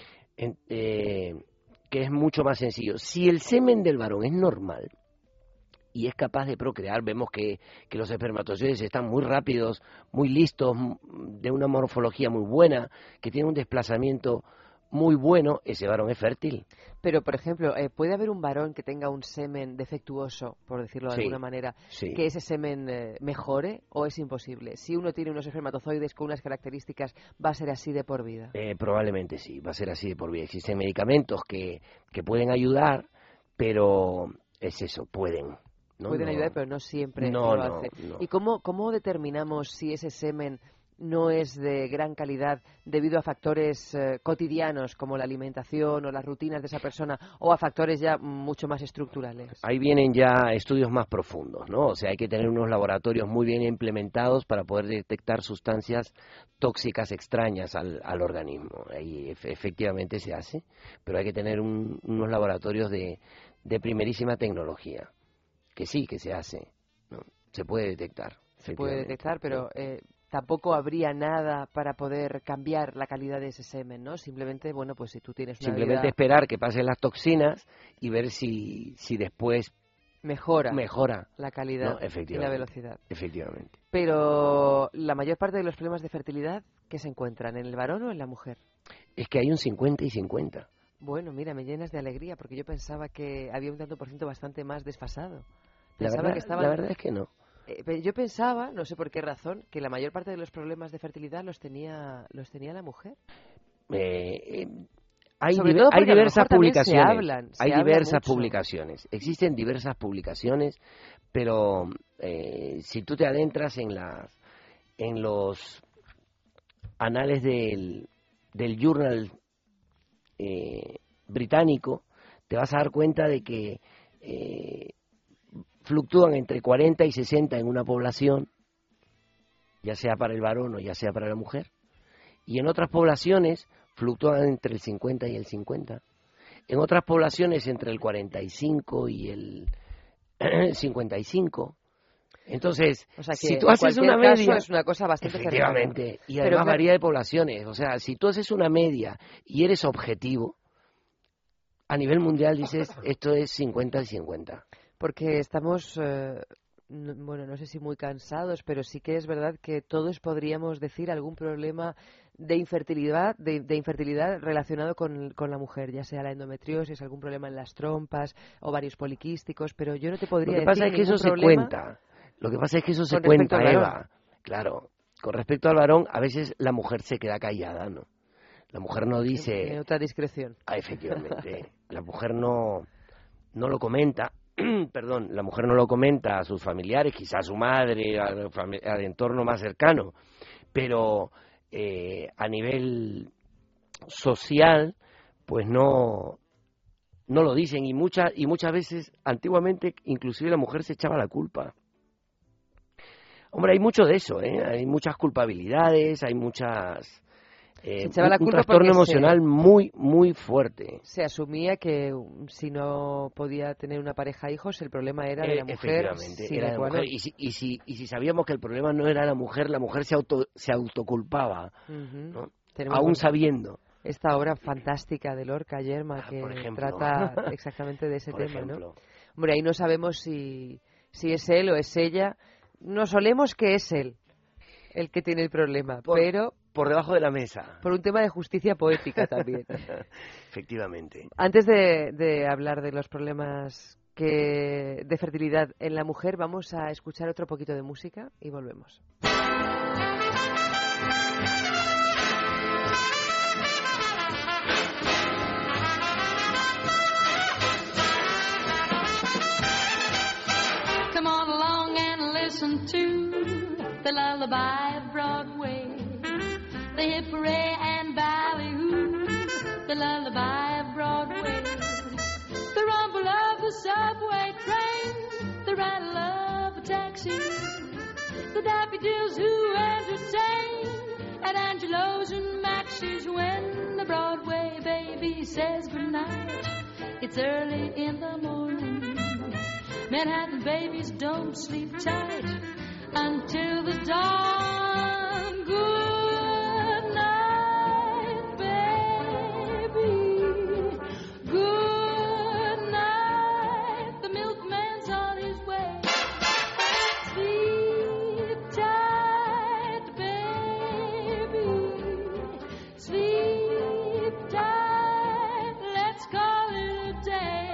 [SPEAKER 3] Que es mucho más sencillo. Si el semen del varón es normal y es capaz de procrear, vemos que los espermatozoides están muy rápidos, muy listos, de una morfología muy buena, que tiene un desplazamiento muy bueno, ese varón es fértil.
[SPEAKER 2] Pero, por ejemplo, ¿puede haber un varón que tenga un semen defectuoso, por decirlo de alguna manera, que ese semen mejore, o es imposible? Si uno tiene unos espermatozoides con unas características, ¿va a ser así de por vida?
[SPEAKER 3] Probablemente sí, va a ser así de por vida. Existen medicamentos que pueden ayudar, pero es eso, pueden.
[SPEAKER 2] Pueden ayudar, pero no siempre lo hacen.
[SPEAKER 3] No.
[SPEAKER 2] ¿Y cómo determinamos si ese semen no es de gran calidad debido a factores cotidianos como la alimentación o las rutinas de esa persona, o a factores ya mucho más estructurales?
[SPEAKER 3] Ahí vienen ya estudios más profundos, ¿no? O sea, hay que tener unos laboratorios muy bien implementados para poder detectar sustancias tóxicas extrañas al organismo. Ahí efectivamente se hace, pero hay que tener unos laboratorios de primerísima tecnología, que sí que se hace, ¿no? Se puede detectar.
[SPEAKER 2] Se puede detectar, pero... tampoco habría nada para poder cambiar la calidad de ese semen, ¿no? Simplemente, bueno, pues si tú tienes una
[SPEAKER 3] Simplemente esperar que pasen las toxinas y ver si después mejora
[SPEAKER 2] la calidad y la velocidad.
[SPEAKER 3] Efectivamente.
[SPEAKER 2] Pero la mayor parte de los problemas de fertilidad, ¿qué se encuentran? ¿En el varón o en la mujer?
[SPEAKER 3] Es que hay un 50 y 50.
[SPEAKER 2] Bueno, mira, me llenas de alegría, porque yo pensaba que había un tanto por ciento bastante más desfasado.
[SPEAKER 3] La verdad es que no.
[SPEAKER 2] Yo pensaba, no sé por qué razón, que la mayor parte de los problemas de fertilidad los tenía la mujer.
[SPEAKER 3] Hay diversas publicaciones. Hay diversas publicaciones. Existen diversas publicaciones, pero si tú te adentras en los anales del journal británico, te vas a dar cuenta de que fluctúan entre 40 y 60 en una población, ya sea para el varón o ya sea para la mujer, y en otras poblaciones fluctúan entre el 50 y el 50, en otras poblaciones entre el 45 y el 55. Entonces,
[SPEAKER 2] o sea que
[SPEAKER 3] si tú haces una media,
[SPEAKER 2] es una cosa bastante
[SPEAKER 3] efectivamente, y además varía de poblaciones. O sea, si tú haces una media y eres objetivo, a nivel mundial dices, esto es 50 y 50.
[SPEAKER 2] Porque estamos, bueno, no sé si muy cansados, pero sí que es verdad que todos podríamos decir algún problema de infertilidad, de infertilidad relacionado con la mujer, ya sea la endometriosis, algún problema en las trompas, ovarios poliquísticos, pero yo no te podría decir.
[SPEAKER 3] Lo que pasa es que eso se cuenta. Lo que pasa es que eso se cuenta, Eva. Claro, con respecto al varón, a veces la mujer se queda callada, ¿no? La mujer no dice...
[SPEAKER 2] En otra discreción.
[SPEAKER 3] Efectivamente. La mujer no lo comenta. Perdón, la mujer no lo comenta a sus familiares, quizás a su madre, al entorno más cercano. Pero a nivel social, pues no lo dicen. Y muchas veces, antiguamente, inclusive la mujer se echaba la culpa. Hombre, hay mucho de eso, hay muchas culpabilidades, hay muchas...
[SPEAKER 2] se echaba la culpa,
[SPEAKER 3] un trastorno emocional muy, muy fuerte.
[SPEAKER 2] Se asumía que si no podía tener una pareja hijos, el problema era de la mujer.
[SPEAKER 3] Efectivamente, era de la mujer. Y si sabíamos que el problema no era la mujer se autoculpaba, ¿no? Aún sabiendo.
[SPEAKER 2] Esta obra fantástica de Lorca, Yerma, que trata exactamente de ese tema, ¿no? Hombre, ahí no sabemos si es él o es ella. Nos solemos que es él el que tiene el problema, pero...
[SPEAKER 3] Por debajo de la mesa.
[SPEAKER 2] Por un tema de justicia poética también.
[SPEAKER 3] Efectivamente.
[SPEAKER 2] Antes de hablar de los problemas de fertilidad en la mujer, vamos a escuchar otro poquito de música y volvemos.
[SPEAKER 15] Come on along and listen to the lullaby of Broadway. The hip hooray and ballyhoo, the lullaby of Broadway. The rumble of the subway train, the rattle of a taxi. The daffodils who entertain at Angelo's and Max's when the Broadway baby says goodnight. It's early in the morning. Manhattan babies don't sleep tight until the dawn. Good night, baby. Good night. The milkman's on his way. Sleep tight, baby. Sleep tight. Let's call it a day.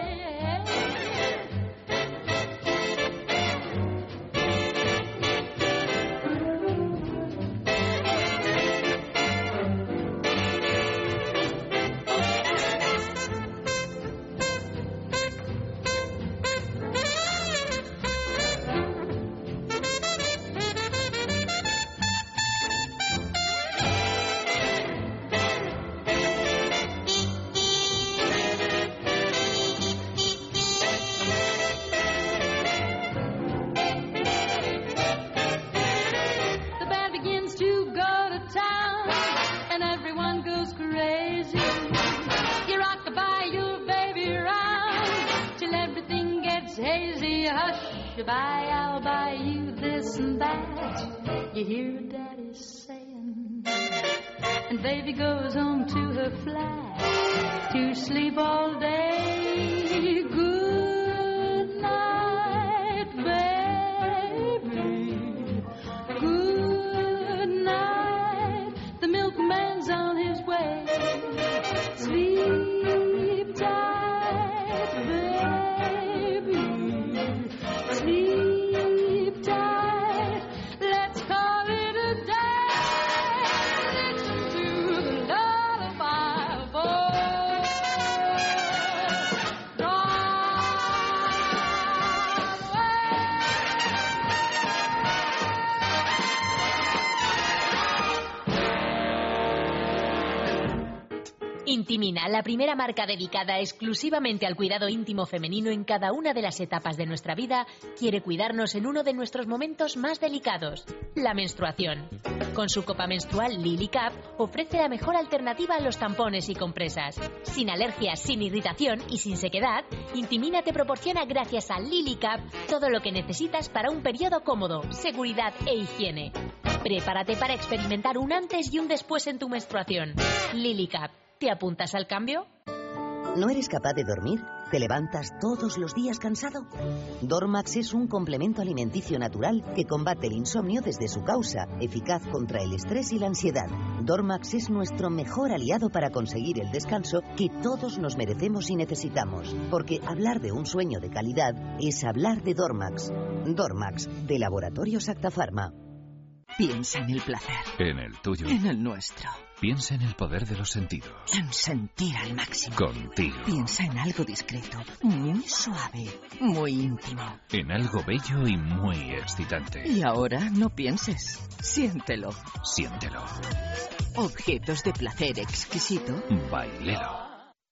[SPEAKER 15] Goodbye, I'll buy you this and that. You hear Daddy saying, and baby goes home to her flat to sleep all day. Good night, baby. Good night. The milkman's on his way. Sleep tight, baby. Sleep tight, let's call it a day. Listen to the lullaby of old
[SPEAKER 16] Intimina, la primera marca dedicada exclusivamente al cuidado íntimo femenino en cada una de las etapas de nuestra vida, quiere cuidarnos en uno de nuestros momentos más delicados, la menstruación. Con su copa menstrual Lily Cup ofrece la mejor alternativa a los tampones y compresas. Sin alergias, sin irritación y sin sequedad, Intimina te proporciona gracias a Lily Cup todo lo que necesitas para un periodo cómodo, seguridad e higiene. Prepárate para experimentar un antes y un después en tu menstruación. Lily Cup. ¿Te apuntas al cambio?
[SPEAKER 12] ¿No eres capaz de dormir? ¿Te levantas todos los días cansado? Dormax es un complemento alimenticio natural que combate el insomnio desde su causa, eficaz contra el estrés y la ansiedad. Dormax es nuestro mejor aliado para conseguir el descanso que todos nos merecemos y necesitamos. Porque hablar de un sueño de calidad es hablar de Dormax. Dormax, de Laboratorios Acta Pharma.
[SPEAKER 13] Piensa en el placer.
[SPEAKER 14] En el tuyo.
[SPEAKER 13] En el nuestro.
[SPEAKER 14] Piensa en el poder de los sentidos.
[SPEAKER 13] En sentir al máximo.
[SPEAKER 14] Contigo.
[SPEAKER 13] Piensa en algo discreto, muy suave, muy íntimo.
[SPEAKER 14] En algo bello y muy excitante.
[SPEAKER 13] Y ahora no pienses. Siéntelo.
[SPEAKER 14] Siéntelo.
[SPEAKER 13] Objetos de placer exquisito.
[SPEAKER 14] Bailelo.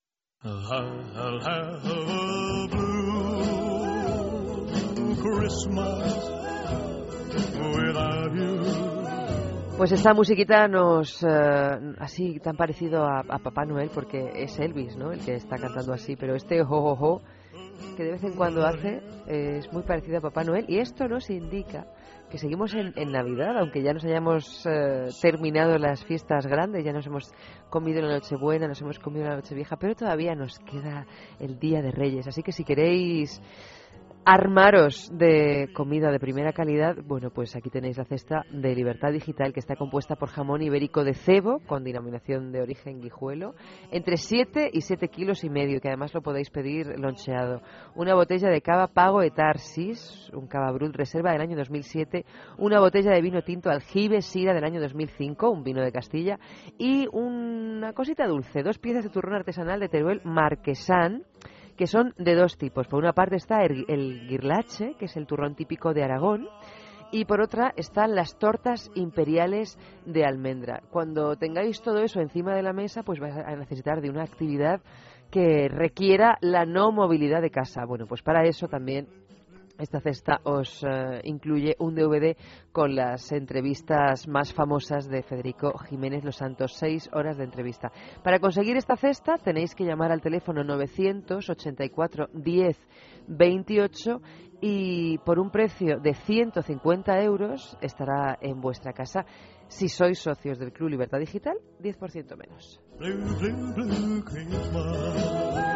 [SPEAKER 2] Pues esta musiquita nos así tan parecido a Papá Noel, porque es Elvis, ¿no?, el que está cantando así, pero este jo que de vez en cuando hace es muy parecido a Papá Noel, y esto nos indica que seguimos en Navidad, aunque ya nos hayamos terminado las fiestas grandes, ya nos hemos comido la Nochebuena, nos hemos comido la Nochevieja, pero todavía nos queda el Día de Reyes, así que si queréis armaros de comida de primera calidad, bueno, pues aquí tenéis la cesta de Libertad Digital, que está compuesta por jamón ibérico de cebo, con denominación de origen Guijuelo, entre 7 y 7,5 kilos, que además lo podéis pedir loncheado. Una botella de cava Pago de Tarsis, un cava brut reserva del año 2007, una botella de vino tinto Aljibe Sira del año 2005, un vino de Castilla, y una cosita dulce, 2 piezas de turrón artesanal de Teruel Marquesán, que son de 2 tipos. Por una parte está el guirlache, que es el turrón típico de Aragón, y por otra están las tortas imperiales de almendra. Cuando tengáis todo eso encima de la mesa, pues vais a necesitar de una actividad que requiera la no movilidad de casa. Bueno, pues para eso también esta cesta os incluye un DVD con las entrevistas más famosas de Federico Jiménez Los Santos, 6 horas de entrevista. Para conseguir esta cesta tenéis que llamar al teléfono 984 10 28 y por un precio de 150 euros estará en vuestra casa. Si sois socios del Club Libertad Digital, 10% menos.
[SPEAKER 17] Blue, blue, blue Christmas.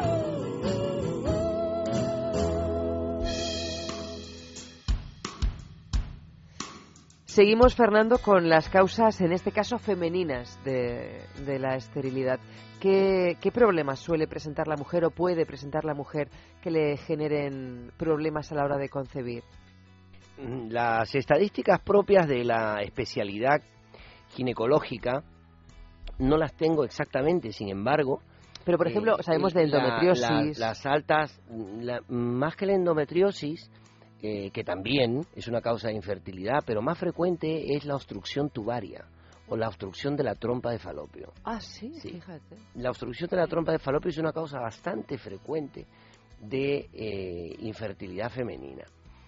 [SPEAKER 2] Seguimos, Fernando, con las causas, en este caso femeninas, de la esterilidad. ¿Qué problemas suele presentar la mujer o puede presentar la mujer que le generen problemas a la hora de concebir?
[SPEAKER 3] Las estadísticas propias de la especialidad ginecológica no las tengo exactamente, sin embargo.
[SPEAKER 2] Pero, por ejemplo, sabemos de endometriosis.
[SPEAKER 3] Las altas, más que la endometriosis, que también es una causa de infertilidad, pero más frecuente es la obstrucción tubaria o la obstrucción de la trompa de falopio.
[SPEAKER 2] Ah, sí, fíjate.
[SPEAKER 3] La obstrucción de la trompa de falopio es una causa bastante frecuente de infertilidad femenina.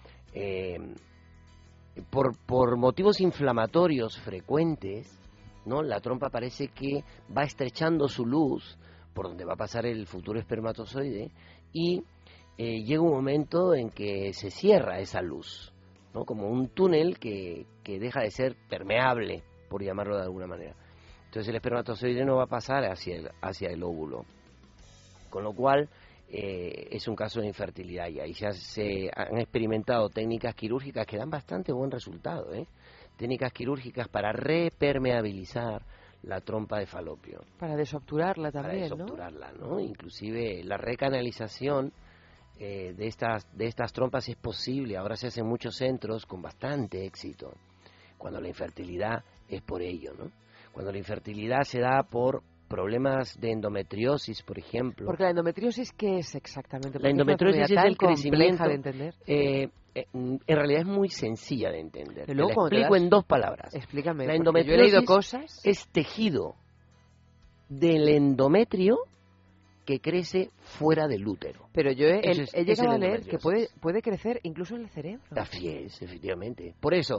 [SPEAKER 3] Por motivos inflamatorios frecuentes, ¿no?, la trompa parece que va estrechando su luz por donde va a pasar el futuro espermatozoide y llega un momento en que se cierra esa luz, ¿no?, como un túnel que deja de ser permeable, por llamarlo de alguna manera. Entonces el espermatozoide no va a pasar hacia el óvulo, con lo cual es un caso de infertilidad, y ahí se han experimentado técnicas quirúrgicas que dan bastante buen resultado, técnicas quirúrgicas para repermeabilizar la trompa de falopio.
[SPEAKER 2] Para desobturarla también,
[SPEAKER 3] para desobturarla, ¿no? Inclusive la recanalización de estas trompas es posible. Ahora se hace en muchos centros con bastante éxito, cuando la infertilidad es por ello, ¿no? Cuando la infertilidad se da por problemas de endometriosis, por ejemplo.
[SPEAKER 2] Porque la endometriosis, ¿qué es exactamente?
[SPEAKER 3] La endometriosis es el crecimiento
[SPEAKER 2] de entender.
[SPEAKER 3] En realidad es muy sencilla de entender. Te
[SPEAKER 2] lo
[SPEAKER 3] explico en 2 palabras.
[SPEAKER 2] Explícame.
[SPEAKER 3] La endometriosis,
[SPEAKER 2] yo he leído cosas,
[SPEAKER 3] es tejido del endometrio que crece fuera del útero.
[SPEAKER 2] Pero yo he llegado a leer que puede crecer incluso en el cerebro.
[SPEAKER 3] Así es, efectivamente. Por eso,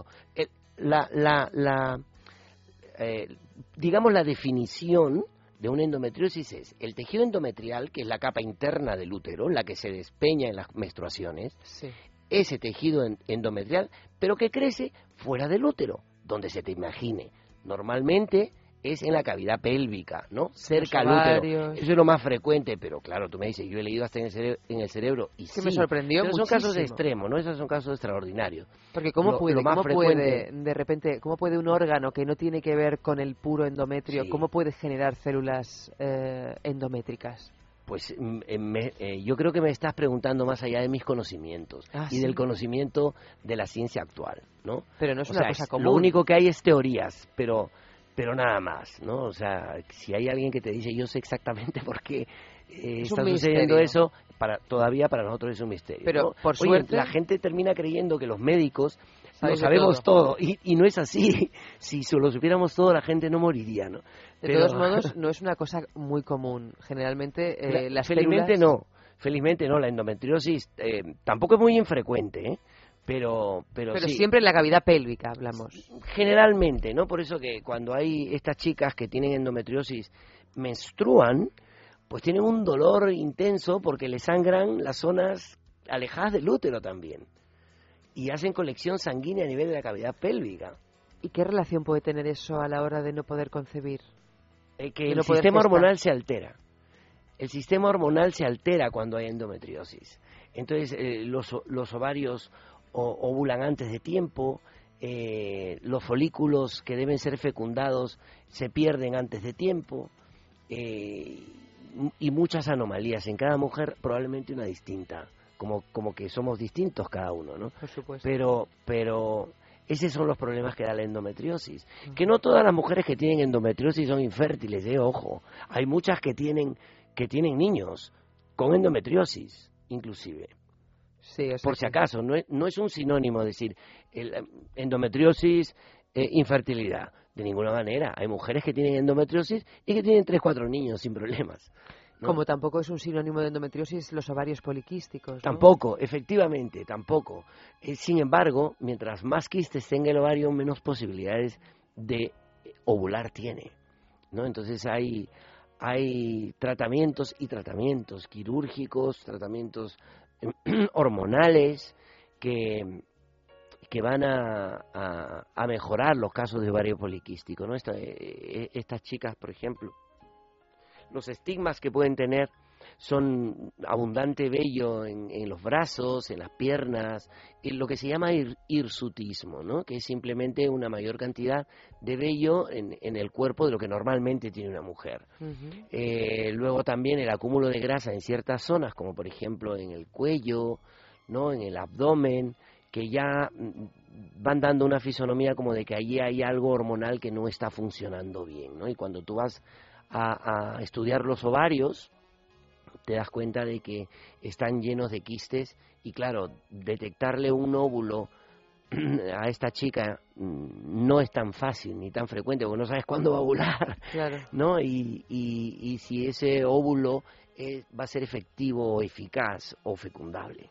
[SPEAKER 3] digamos, la definición de una endometriosis es el tejido endometrial, que es la capa interna del útero, la que se despeña en las menstruaciones,
[SPEAKER 2] sí,
[SPEAKER 3] ese tejido endometrial, pero que crece fuera del útero, donde se te imagine. Normalmente es en la cavidad pélvica, ¿no? Cerca al útero. Eso es lo más frecuente, pero claro, tú me dices, yo he leído hasta en el cerebro, y sí,
[SPEAKER 2] me sorprendió
[SPEAKER 3] pero
[SPEAKER 2] muchísimo.
[SPEAKER 3] Son casos extremos, ¿no? Esos son casos extraordinarios.
[SPEAKER 2] Porque ¿cómo puede de repente, cómo puede un órgano que no tiene que ver con el puro endometrio,
[SPEAKER 3] sí,
[SPEAKER 2] cómo puede generar células endométricas?
[SPEAKER 3] Pues yo creo que me estás preguntando más allá de mis conocimientos y del conocimiento de la ciencia actual, ¿no?
[SPEAKER 2] Pero no es una cosa común.
[SPEAKER 3] Lo único que hay es teorías, pero nada más, ¿no? O sea, si hay alguien que te dice yo sé exactamente por qué está sucediendo eso, todavía para nosotros es un misterio.
[SPEAKER 2] Pero
[SPEAKER 3] ¿no?
[SPEAKER 2] por suerte
[SPEAKER 3] la gente termina creyendo que los médicos lo sabemos todo y no es así. Si lo supiéramos todo, la gente no moriría, ¿no?
[SPEAKER 2] De todos modos, no es una cosa muy común. Generalmente las
[SPEAKER 3] felizmente
[SPEAKER 2] células...
[SPEAKER 3] Felizmente no, la endometriosis tampoco es muy infrecuente, ¿eh? Pero sí.
[SPEAKER 2] Siempre en la cavidad pélvica hablamos.
[SPEAKER 3] Generalmente, ¿no? Por eso que cuando hay estas chicas que tienen endometriosis menstruan, pues tienen un dolor intenso porque les sangran las zonas alejadas del útero también. Y hacen colección sanguínea a nivel de la cavidad pélvica.
[SPEAKER 2] ¿Y qué relación puede tener eso a la hora de no poder concebir?
[SPEAKER 3] Que el sistema hormonal se altera. El sistema hormonal se altera cuando hay endometriosis. Entonces los ovarios ovulan antes de tiempo, los folículos que deben ser fecundados se pierden antes de tiempo, y muchas anomalías. En cada mujer probablemente una distinta, como que somos distintos cada uno, ¿no?
[SPEAKER 2] Por supuesto.
[SPEAKER 3] Pero esos son los problemas que da la endometriosis. Que no todas las mujeres que tienen endometriosis son infértiles, ojo. Hay muchas que tienen niños con endometriosis, inclusive.
[SPEAKER 2] Sí,
[SPEAKER 3] por si acaso, no es un sinónimo decir endometriosis, infertilidad. De ninguna manera. Hay mujeres que tienen endometriosis y que tienen 3-4 niños sin problemas, ¿no?
[SPEAKER 2] Como tampoco es un sinónimo de endometriosis los ovarios poliquísticos, ¿no?
[SPEAKER 3] Tampoco, efectivamente, tampoco. Sin embargo, mientras más quistes tenga el ovario, menos posibilidades de ovular tiene, ¿no? Entonces hay tratamientos y tratamientos quirúrgicos, tratamientos hormonales que van a mejorar los casos de ovario poliquístico, ¿no? Estas chicas, por ejemplo, los estigmas que pueden tener son abundante vello en los brazos, en las piernas, en lo que se llama hirsutismo, ¿no? Que es simplemente una mayor cantidad de vello en el cuerpo de lo que normalmente tiene una mujer. Luego también el acúmulo de grasa en ciertas zonas, como por ejemplo en el cuello, ¿no? En el abdomen, que ya van dando una fisonomía como de que allí hay algo hormonal que no está funcionando bien, ¿no? Y cuando tú vas a estudiar los ovarios, te das cuenta de que están llenos de quistes y claro, detectarle un óvulo a esta chica no es tan fácil ni tan frecuente porque no sabes cuándo va a ovular,
[SPEAKER 2] claro,
[SPEAKER 3] ¿no? Y si ese óvulo va a ser efectivo o eficaz o fecundable.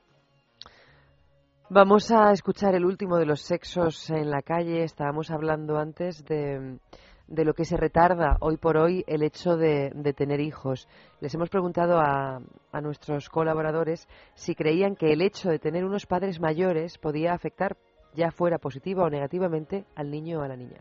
[SPEAKER 2] Vamos a escuchar el último de los sexos en la calle. Estábamos hablando antes de lo que se retarda hoy por hoy el hecho de tener hijos. Les hemos preguntado a nuestros colaboradores si creían que el hecho de tener unos padres mayores podía afectar, ya fuera positiva o negativamente, al niño o a la niña.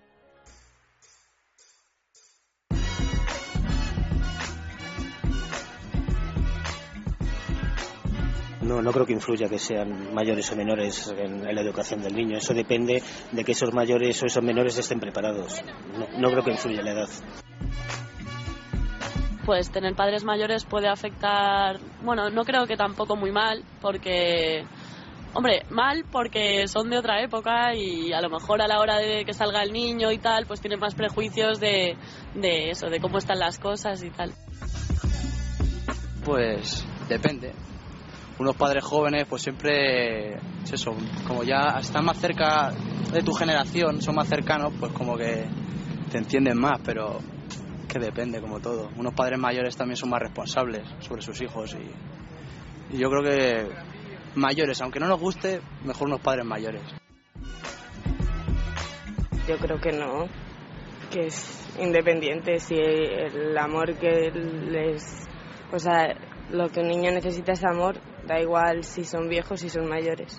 [SPEAKER 5] No creo que influya que sean mayores o menores en la educación del niño. Eso depende de que esos mayores o esos menores estén preparados. No creo que influya la edad.
[SPEAKER 6] Pues tener padres mayores puede afectar, bueno, no creo que tampoco muy mal, porque, hombre, mal porque son de otra época y a lo mejor a la hora de que salga el niño y tal, pues tienen más prejuicios de eso, de cómo están las cosas y tal.
[SPEAKER 7] Pues depende. Unos padres jóvenes pues siempre es eso, como ya están más cerca de tu generación, son más cercanos, pues como que te entienden más, pero que depende como todo. Unos padres mayores también son más responsables sobre sus hijos y yo creo que mayores, aunque no nos guste, mejor unos padres mayores.
[SPEAKER 18] Yo creo que no, que es independiente, si el amor que les, o sea, lo que un niño necesita es amor, da igual si son viejos, si son mayores.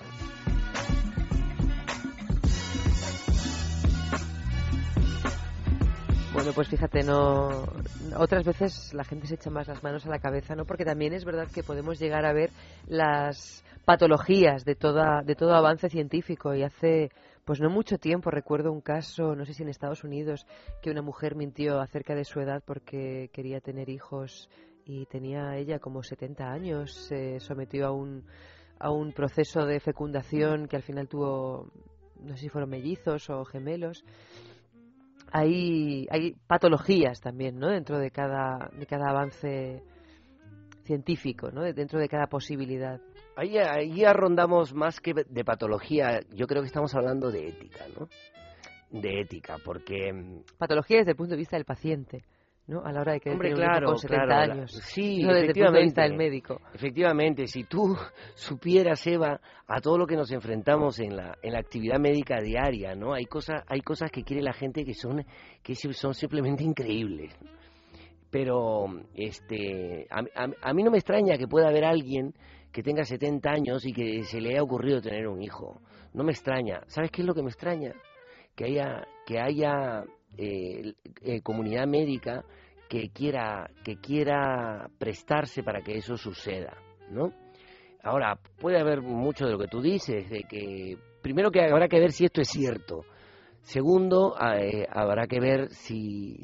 [SPEAKER 2] Bueno, pues fíjate, otras veces la gente se echa más las manos a la cabeza, ¿no? Porque también es verdad que podemos llegar a ver las patologías de todo avance científico y hace pues no mucho tiempo recuerdo un caso, no sé si en Estados Unidos, que una mujer mintió acerca de su edad porque quería tener hijos y tenía ella como 70 años, se sometió a un proceso de fecundación que al final tuvo, no sé si fueron mellizos o gemelos. Hay patologías también, ¿no? Dentro de cada avance científico, ¿no? Dentro de cada posibilidad.
[SPEAKER 3] Ahí arrondamos más que de patología, yo creo que estamos hablando de ética, ¿no? De ética, porque...
[SPEAKER 2] Patología desde el punto de vista del paciente, ¿no? A la hora de que
[SPEAKER 3] Hombre,
[SPEAKER 2] tener un hijo con 70 años.
[SPEAKER 3] Sí,
[SPEAKER 2] no desde el punto de vista del médico.
[SPEAKER 3] Efectivamente, si tú supieras, Eva, a todo lo que nos enfrentamos en la actividad médica diaria, ¿no? Hay cosas que quiere la gente que son simplemente increíbles. Pero a mí no me extraña que pueda haber alguien que tenga 70 años y que se le haya ocurrido tener un hijo. No me extraña. ¿Sabes qué es lo que me extraña? Que haya comunidad médica que quiera prestarse para que eso suceda, ¿no? Ahora, puede haber mucho de lo que tú dices, de que primero que habrá que ver si esto es cierto. Segundo, habrá que ver si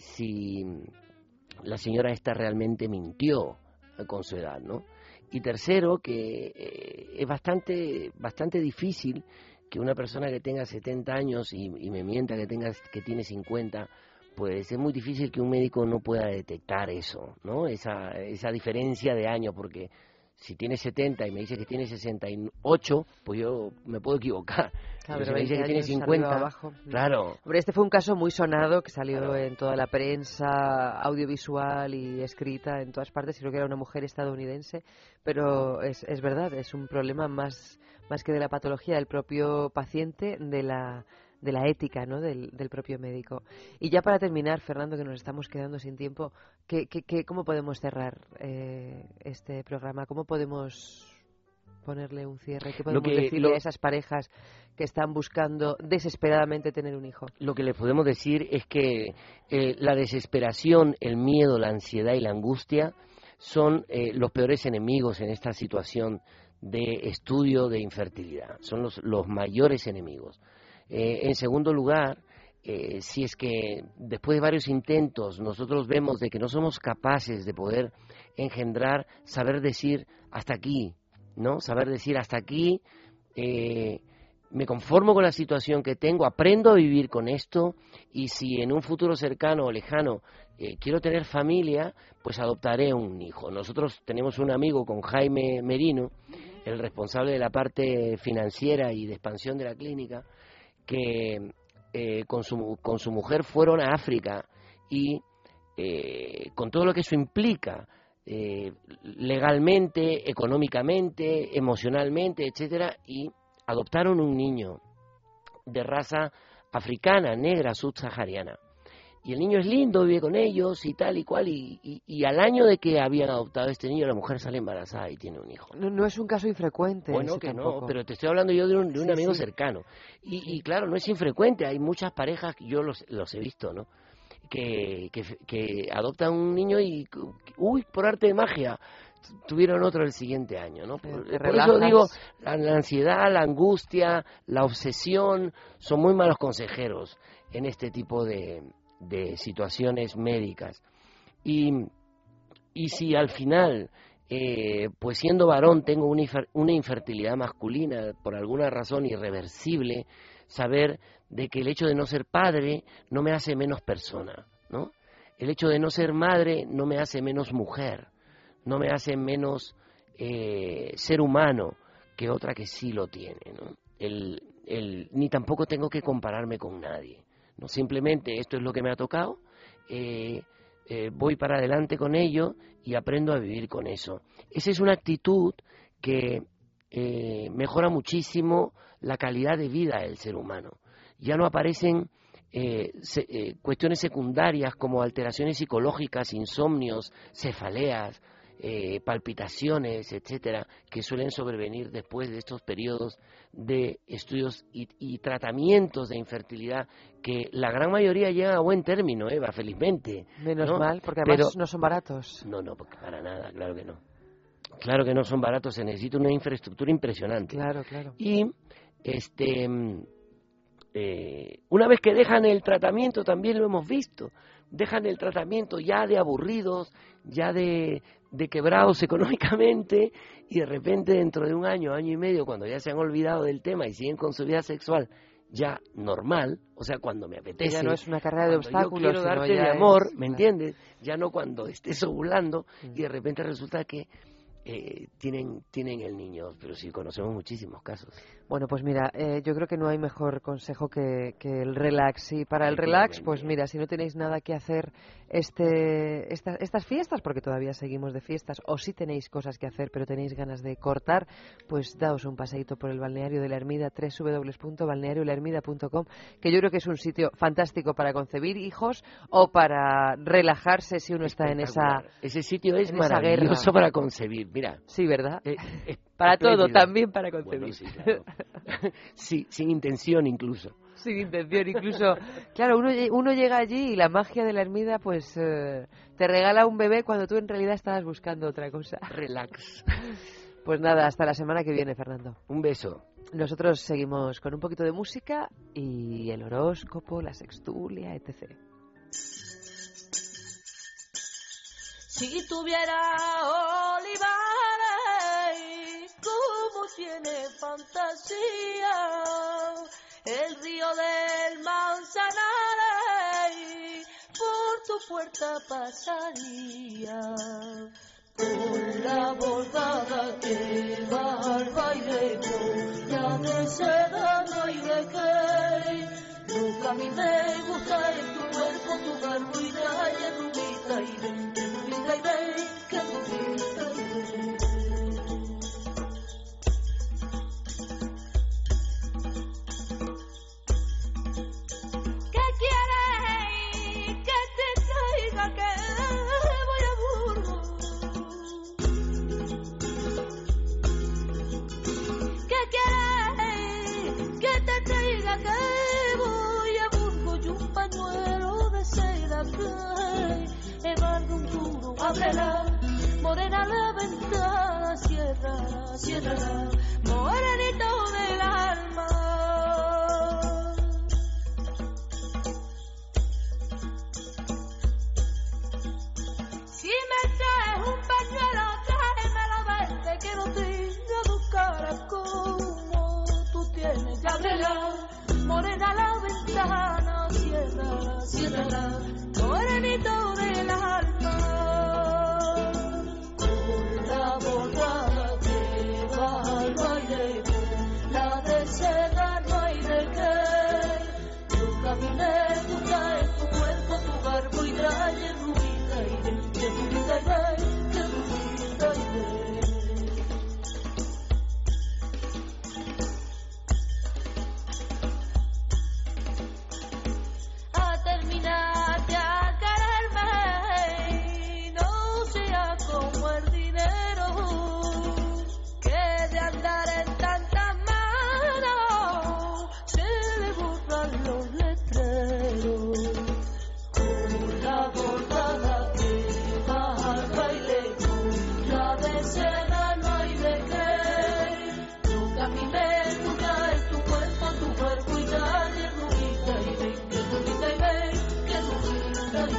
[SPEAKER 3] la señora esta realmente mintió con su edad, ¿no? Y tercero, que es bastante difícil que una persona que tenga 70 años y me mienta que tiene 50, pues es muy difícil que un médico no pueda detectar eso, ¿no? Esa diferencia de años, porque si tiene 70 y me dice que tiene 68, pues yo me puedo equivocar.
[SPEAKER 2] Claro,
[SPEAKER 3] pero si me dice que tiene 50,
[SPEAKER 2] abajo.
[SPEAKER 3] Claro.
[SPEAKER 2] Hombre, este fue un caso muy sonado que salió en toda la prensa audiovisual y escrita en todas partes. Creo que era una mujer estadounidense, pero es verdad, es un problema más que de la patología del propio paciente, de la ética, ¿no? del propio médico. Y ya para terminar, Fernando, que nos estamos quedando sin tiempo, ¿cómo podemos cerrar este programa? ¿Cómo podemos ponerle un cierre? ¿Qué podemos decirle a esas parejas que están buscando desesperadamente tener un hijo?
[SPEAKER 3] Lo que les podemos decir es que la desesperación, el miedo, la ansiedad y la angustia son los peores enemigos en esta situación de estudio de infertilidad. Son los mayores enemigos. En segundo lugar, si es que después de varios intentos nosotros vemos de que no somos capaces de poder engendrar, saber decir hasta aquí, ¿no? Saber decir hasta aquí, me conformo con la situación que tengo, aprendo a vivir con esto, y si en un futuro cercano o lejano quiero tener familia, pues adoptaré un hijo. Nosotros tenemos un amigo con Jaime Merino, el responsable de la parte financiera y de expansión de la clínica, que con su mujer fueron a África y con todo lo que eso implica, legalmente, económicamente, emocionalmente, etcétera, y adoptaron un niño de raza africana, negra, subsahariana. Y el niño es lindo, vive con ellos y tal y cual, y al año de que habían adoptado a este niño, la mujer sale embarazada y tiene un hijo.
[SPEAKER 2] No es un caso infrecuente.
[SPEAKER 3] Bueno, que
[SPEAKER 2] tampoco.
[SPEAKER 3] no, pero te estoy hablando yo de un amigo cercano. Y claro, no es infrecuente, hay muchas parejas, yo los he visto, ¿no? Que adoptan un niño y, por arte de magia, tuvieron otro el siguiente año, ¿no? Por eso digo, la ansiedad, la angustia, la obsesión, son muy malos consejeros en este tipo de situaciones médicas. Y si al final, pues siendo varón, tengo una infertilidad masculina por alguna razón irreversible, saber de que el hecho de no ser padre no me hace menos persona, ¿no? El hecho de no ser madre no me hace menos mujer, no me hace menos ser humano que otra que sí lo tiene, ¿no? Ni tampoco tengo que compararme con nadie, ¿no? Simplemente esto es lo que me ha tocado, voy para adelante con ello y aprendo a vivir con eso. Esa es una actitud que mejora muchísimo la calidad de vida del ser humano. Ya no aparecen cuestiones secundarias como alteraciones psicológicas, insomnios, cefaleas, palpitaciones, etcétera, que suelen sobrevenir después de estos periodos de estudios y tratamientos de infertilidad, que la gran mayoría llegan a buen término, Eva, felizmente.
[SPEAKER 2] Menos
[SPEAKER 3] ¿no?
[SPEAKER 2] mal, porque además no son baratos.
[SPEAKER 3] No, porque para nada, claro que no. Claro que no son baratos, se necesita una infraestructura impresionante.
[SPEAKER 2] Claro.
[SPEAKER 3] Y una vez que dejan el tratamiento, también lo hemos visto, dejan el tratamiento ya de aburridos, ya de quebrados económicamente, y de repente dentro de un año, año y medio, cuando ya se han olvidado del tema y siguen con su vida sexual ya normal, o sea, cuando me apetece,
[SPEAKER 2] ya no es una carrera de obstáculos,
[SPEAKER 3] yo quiero
[SPEAKER 2] sino
[SPEAKER 3] darte
[SPEAKER 2] ya
[SPEAKER 3] de amor,
[SPEAKER 2] es,
[SPEAKER 3] ¿me entiendes? Ya no cuando estés ovulando y de repente resulta que tienen el niño, pero sí conocemos muchísimos casos.
[SPEAKER 2] Bueno, pues mira, yo creo que no hay mejor consejo que el relax. Y para el relax, pues mira, si no tenéis nada que hacer estas fiestas, porque todavía seguimos de fiestas, o si tenéis cosas que hacer pero tenéis ganas de cortar, pues daos un paseíto por el balneario de la Ermida, www.balneariolahermida.com, que yo creo que es un sitio fantástico para concebir hijos o para relajarse si uno está en esa
[SPEAKER 3] Ese sitio es
[SPEAKER 2] en esa
[SPEAKER 3] maravilloso
[SPEAKER 2] guerra.
[SPEAKER 3] para concebir, mira.
[SPEAKER 2] Sí, ¿verdad?
[SPEAKER 3] Es
[SPEAKER 2] para todo,
[SPEAKER 3] espléndido.
[SPEAKER 2] también para concebir.
[SPEAKER 3] Bueno, sí, claro. Sí, sin intención incluso.
[SPEAKER 2] Sin intención, incluso. Claro, uno llega allí y la magia de la Ermida, pues te regala un bebé cuando tú en realidad estabas buscando otra cosa.
[SPEAKER 3] Relax.
[SPEAKER 2] Pues nada, hasta la semana que viene, Fernando.
[SPEAKER 3] Un beso.
[SPEAKER 2] Nosotros seguimos con un poquito de música y el horóscopo, la sextulia, etc.
[SPEAKER 15] Si tuviera olivares, como tiene fantasía, el río del Manzanares por tu puerta pasaría, con la bordada que va al baile, con la de seda no hay de qué. Nunca a mí me gusta en tu cuerpo, tu barbo y calle, rubita y ven, que rubita y ven, que rubita y ven. ¿Qué quieres que te traiga, que voy a Burgos? ¿Qué quieres que te traiga, que voy a Burgos? Y un pañuelo de seda que embarga un duro, ábrela, morena la ventana, ciérrala, ciérrala, morenito del alma. Si me traes un pañuelo, tráemelo verde, que no tenga tu cara como tú tienes. Y ábrela, morena la ventana, ciérrala, ciérrala, morenito del alma. Con la bordada que va al baile, la de seda no hay de qué. Yo caminé, tú traes tu cuerpo, tu barbo y traje rubita y ven, que rubita y ven, que rubita y ven. A terminar de quererme, no sea como el dinero, que de andar en tantas manos se le borran los letreros. Con la bordada que va al baile, con la de seda no hay de qué. Tú caminé, tú traes tu cuerpo, tu cuerpo y calle, rubita y ven, que rubita y ven, que rubita y ven.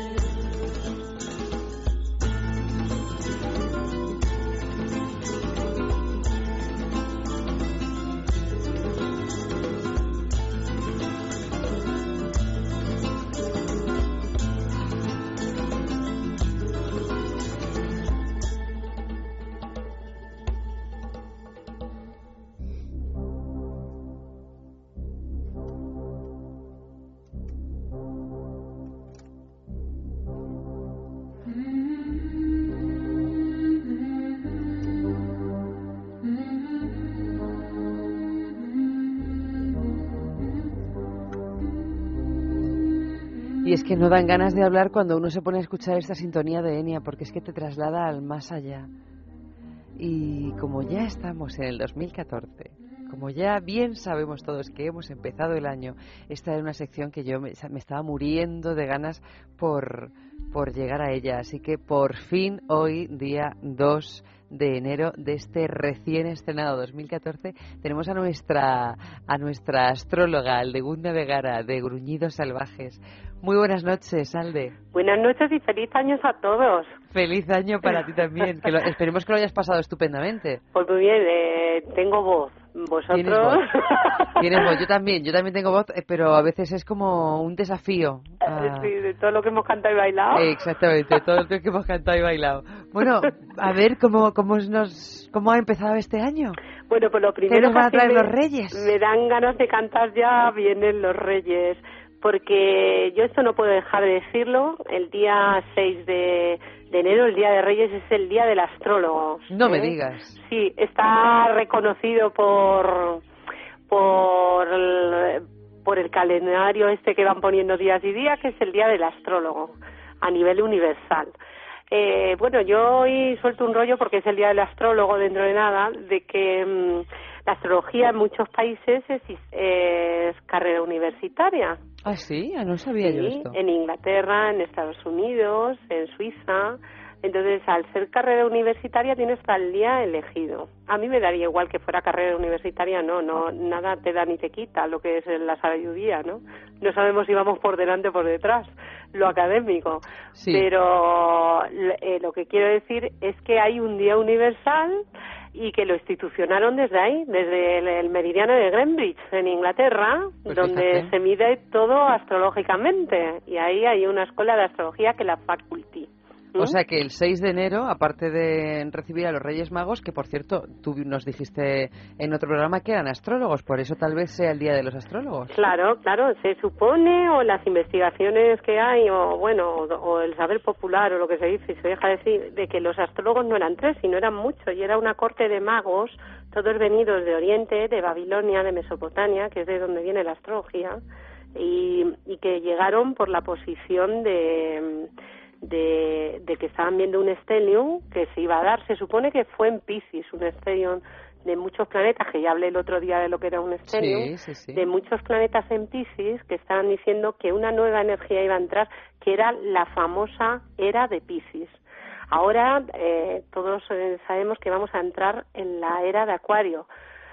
[SPEAKER 2] Y es que no dan ganas de hablar cuando uno se pone a escuchar esta sintonía de Enya, porque es que te traslada al más allá. Y como ya estamos en el 2014, como ya bien sabemos todos que hemos empezado el año, esta era una sección que yo me estaba muriendo de ganas por llegar a ella. Así que por fin hoy, día 2 de enero de este recién estrenado 2014, tenemos a nuestra astróloga, Aldegunda Vegara, de Gruñidos Salvajes. Muy buenas noches, Alde.
[SPEAKER 19] Buenas noches y feliz año a todos.
[SPEAKER 2] Feliz año para ti también. Esperemos que lo hayas pasado estupendamente.
[SPEAKER 19] Pues muy bien, tengo voz. ¿Vosotros?
[SPEAKER 2] ¿Tienes voz? Yo también tengo voz, pero a veces es como un desafío.
[SPEAKER 19] Sí, de todo lo que hemos cantado y bailado.
[SPEAKER 2] Exactamente, todo lo que hemos cantado y bailado. Bueno, a ver, ¿cómo ha empezado este año?
[SPEAKER 19] Bueno, pues lo primero
[SPEAKER 2] ¿Qué nos van a traer los Reyes?
[SPEAKER 19] Me dan ganas de cantar ya, vienen los Reyes, porque yo esto no puedo dejar de decirlo. El día 6 de enero, el Día de Reyes, es el Día del Astrólogo.
[SPEAKER 2] No me digas.
[SPEAKER 19] Sí, está reconocido por el calendario este que van poniendo días y días, que es el Día del Astrólogo, a nivel universal. Bueno, yo hoy suelto un rollo porque es el Día del Astrólogo dentro de nada, de que la astrología en muchos países es carrera universitaria.
[SPEAKER 2] ¿Ah, sí? No sabía yo esto.
[SPEAKER 19] En Inglaterra, en Estados Unidos, en Suiza. Entonces, al ser carrera universitaria tienes tal día elegido. A mí me daría igual que fuera carrera universitaria, no, nada te da ni te quita lo que es la sabiduría, ¿no? No sabemos si vamos por delante o por detrás, lo académico. Sí. Pero lo que quiero decir es que hay un día universal y que lo institucionaron desde ahí, desde el meridiano de Greenwich, en Inglaterra, pues donde se mide todo astrológicamente. Y ahí hay una escuela de astrología que es la Faculty.
[SPEAKER 2] O sea que el 6 de enero, aparte de recibir a los Reyes Magos, que por cierto tú nos dijiste en otro programa que eran astrólogos, por eso tal vez sea el Día de los Astrólogos.
[SPEAKER 19] Claro, se supone, o las investigaciones que hay, o el saber popular, o lo que se dice y se deja decir, de que los astrólogos no eran 3, sino eran muchos, y era una corte de magos, todos venidos de Oriente, de Babilonia, de Mesopotamia, que es de donde viene la astrología, y que llegaron por la posición de que estaban viendo un stellium que se iba a dar. Se supone que fue en Piscis, un stellium de muchos planetas, que ya hablé el otro día de lo que era un stellium, de muchos planetas en Piscis que estaban diciendo que una nueva energía iba a entrar, que era la famosa era de Piscis. Ahora todos sabemos que vamos a entrar en la era de Acuario,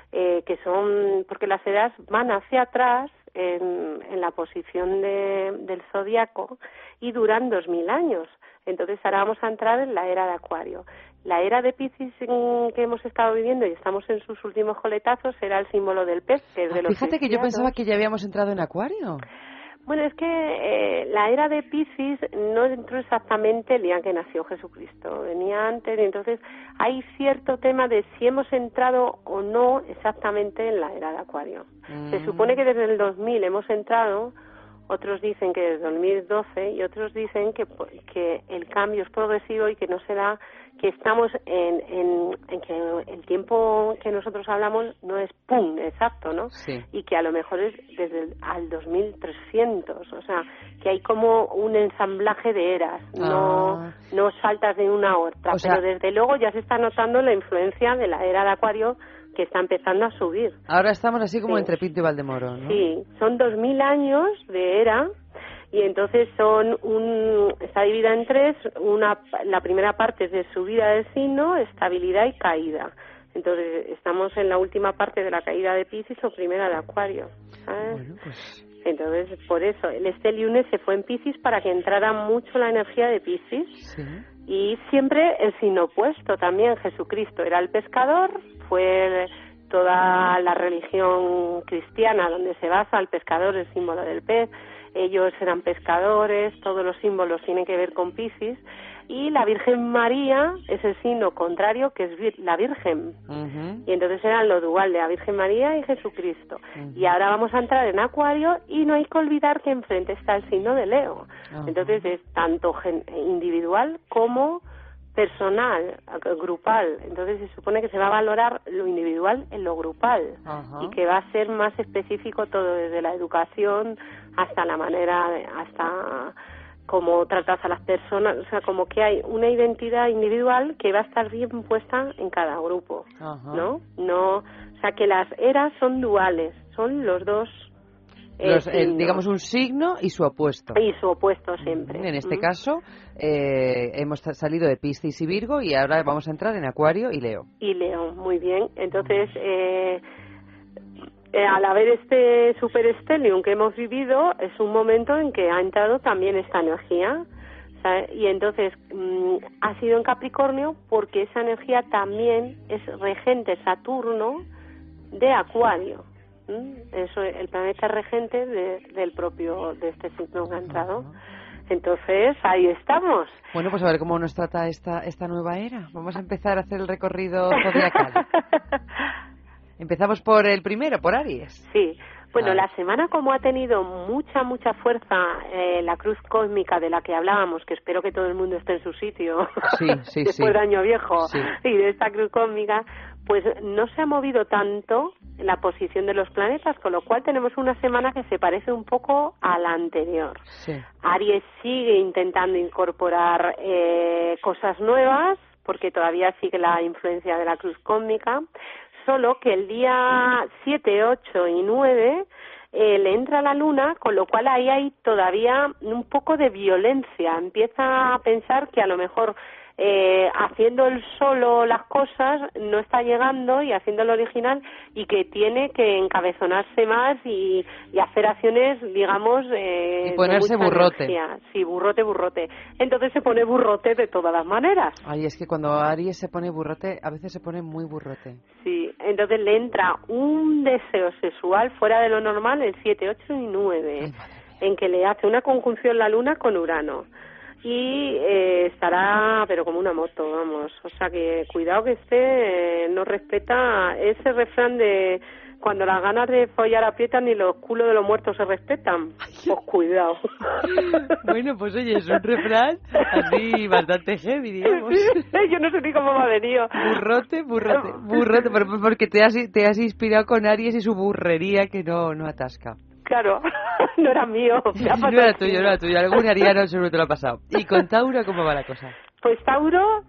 [SPEAKER 19] porque las eras van hacia atrás en la posición del zodiaco y duran 2000 años. Entonces ahora vamos a entrar en la era de Acuario. La era de Piscis que hemos estado viviendo y estamos en sus últimos coletazos era el símbolo del pez, que es de los
[SPEAKER 2] Fíjate que yo pensaba que ya habíamos entrado en Acuario.
[SPEAKER 19] Bueno, es que la era de Piscis no entró exactamente el día que nació Jesucristo, venía antes, y entonces hay cierto tema de si hemos entrado o no exactamente en la era de Acuario. Se supone que desde el 2000 hemos entrado, otros dicen que desde el 2012 y otros dicen que el cambio es progresivo y que no será, que estamos en que el tiempo que nosotros hablamos no es pum, exacto, ¿no?
[SPEAKER 2] Sí.
[SPEAKER 19] Y que a lo mejor es desde al 2300, o sea, que hay como un ensamblaje de eras, no saltas de una a otra, pero desde luego ya se está notando la influencia de la era de Acuario, que está empezando a subir.
[SPEAKER 2] Ahora estamos así como entre Pinto y Valdemoro, ¿no?
[SPEAKER 19] Sí, son 2000 años de era, y entonces está dividida en 3, la primera parte es de subida del signo, estabilidad y caída. Entonces estamos en la última parte de la caída de Piscis o primera de Acuario, ¿sabes?
[SPEAKER 2] Bueno, pues...
[SPEAKER 19] Entonces, por eso, el stellium se fue en Piscis para que entrara mucho la energía de Piscis.
[SPEAKER 2] Sí.
[SPEAKER 19] Y siempre el signo opuesto también. Jesucristo era el pescador, fue toda la religión cristiana donde se basa el pescador, el símbolo del pez. Ellos eran pescadores, todos los símbolos tienen que ver con Piscis. Y la Virgen María es el signo contrario, que es la Virgen. Y entonces eran lo dual de la Virgen María y Jesucristo. Y ahora vamos a entrar en Acuario y no hay que olvidar que enfrente está el signo de Leo. Entonces es tanto individual como personal, grupal. Entonces se supone que se va a valorar lo individual en lo grupal y que va a ser más específico todo, desde la educación hasta la manera, hasta cómo tratas a las personas, o sea, como que hay una identidad individual que va a estar bien puesta en cada grupo, ¿no? O sea, que las eras son duales, son los dos
[SPEAKER 2] digamos un signo y su opuesto.
[SPEAKER 19] Y su opuesto siempre.
[SPEAKER 2] En este caso, hemos salido de Piscis y Virgo y ahora vamos a entrar en Acuario y Leo.
[SPEAKER 19] Y Leo, muy bien. Entonces, al haber este superestelium que hemos vivido, es un momento en que ha entrado también esta energía, ¿sabes? Y entonces ha sido en Capricornio porque esa energía también es regente Saturno de Acuario. Eso, el planeta regente de este signo que ha entrado. Entonces, ahí estamos.
[SPEAKER 2] Bueno, pues a ver cómo nos trata esta nueva era. Vamos a empezar a hacer el recorrido zodiacal. Empezamos por el primero, por Aries.
[SPEAKER 19] Sí. Bueno, la semana, como ha tenido mucha fuerza la cruz cósmica de la que hablábamos, que espero que todo el mundo esté en su sitio después de Año Viejo y de esta cruz cósmica, pues no se ha movido tanto la posición de los planetas, con lo cual tenemos una semana que se parece un poco a la anterior. Sí. Aries sigue intentando incorporar cosas nuevas, porque todavía sigue la influencia de la cruz cósmica, solo que el día 7, 8 y 9 le entra la luna, con lo cual ahí hay todavía un poco de violencia. Empieza a pensar que a lo mejor haciendo él solo las cosas no está llegando, y haciendo lo original, y que tiene que encabezonarse más y hacer acciones, digamos,
[SPEAKER 2] y ponerse burrote.
[SPEAKER 19] Energía. Sí, burrote. Entonces se pone burrote de todas las maneras.
[SPEAKER 2] Ay, es que cuando Aries se pone burrote, a veces se pone muy burrote.
[SPEAKER 19] Sí, entonces le entra un deseo sexual fuera de lo normal el 7, 8 y 9, en que le hace una conjunción la luna con Urano. Y estará, pero como una moto, vamos. O sea que cuidado que no respeta ese refrán de cuando las ganas de follar aprietan y los culos de los muertos se respetan. Pues cuidado.
[SPEAKER 2] Bueno, pues oye, es un refrán así bastante heavy, digamos.
[SPEAKER 19] Yo no sé ni cómo me ha venido.
[SPEAKER 2] Burrote, porque te has inspirado con Aries y su burrería que no atasca.
[SPEAKER 19] Claro, no era mío.
[SPEAKER 2] No era tuyo. Algún ariano seguro te lo ha pasado. ¿Y con Tauro cómo va la cosa?
[SPEAKER 19] Pues Tauro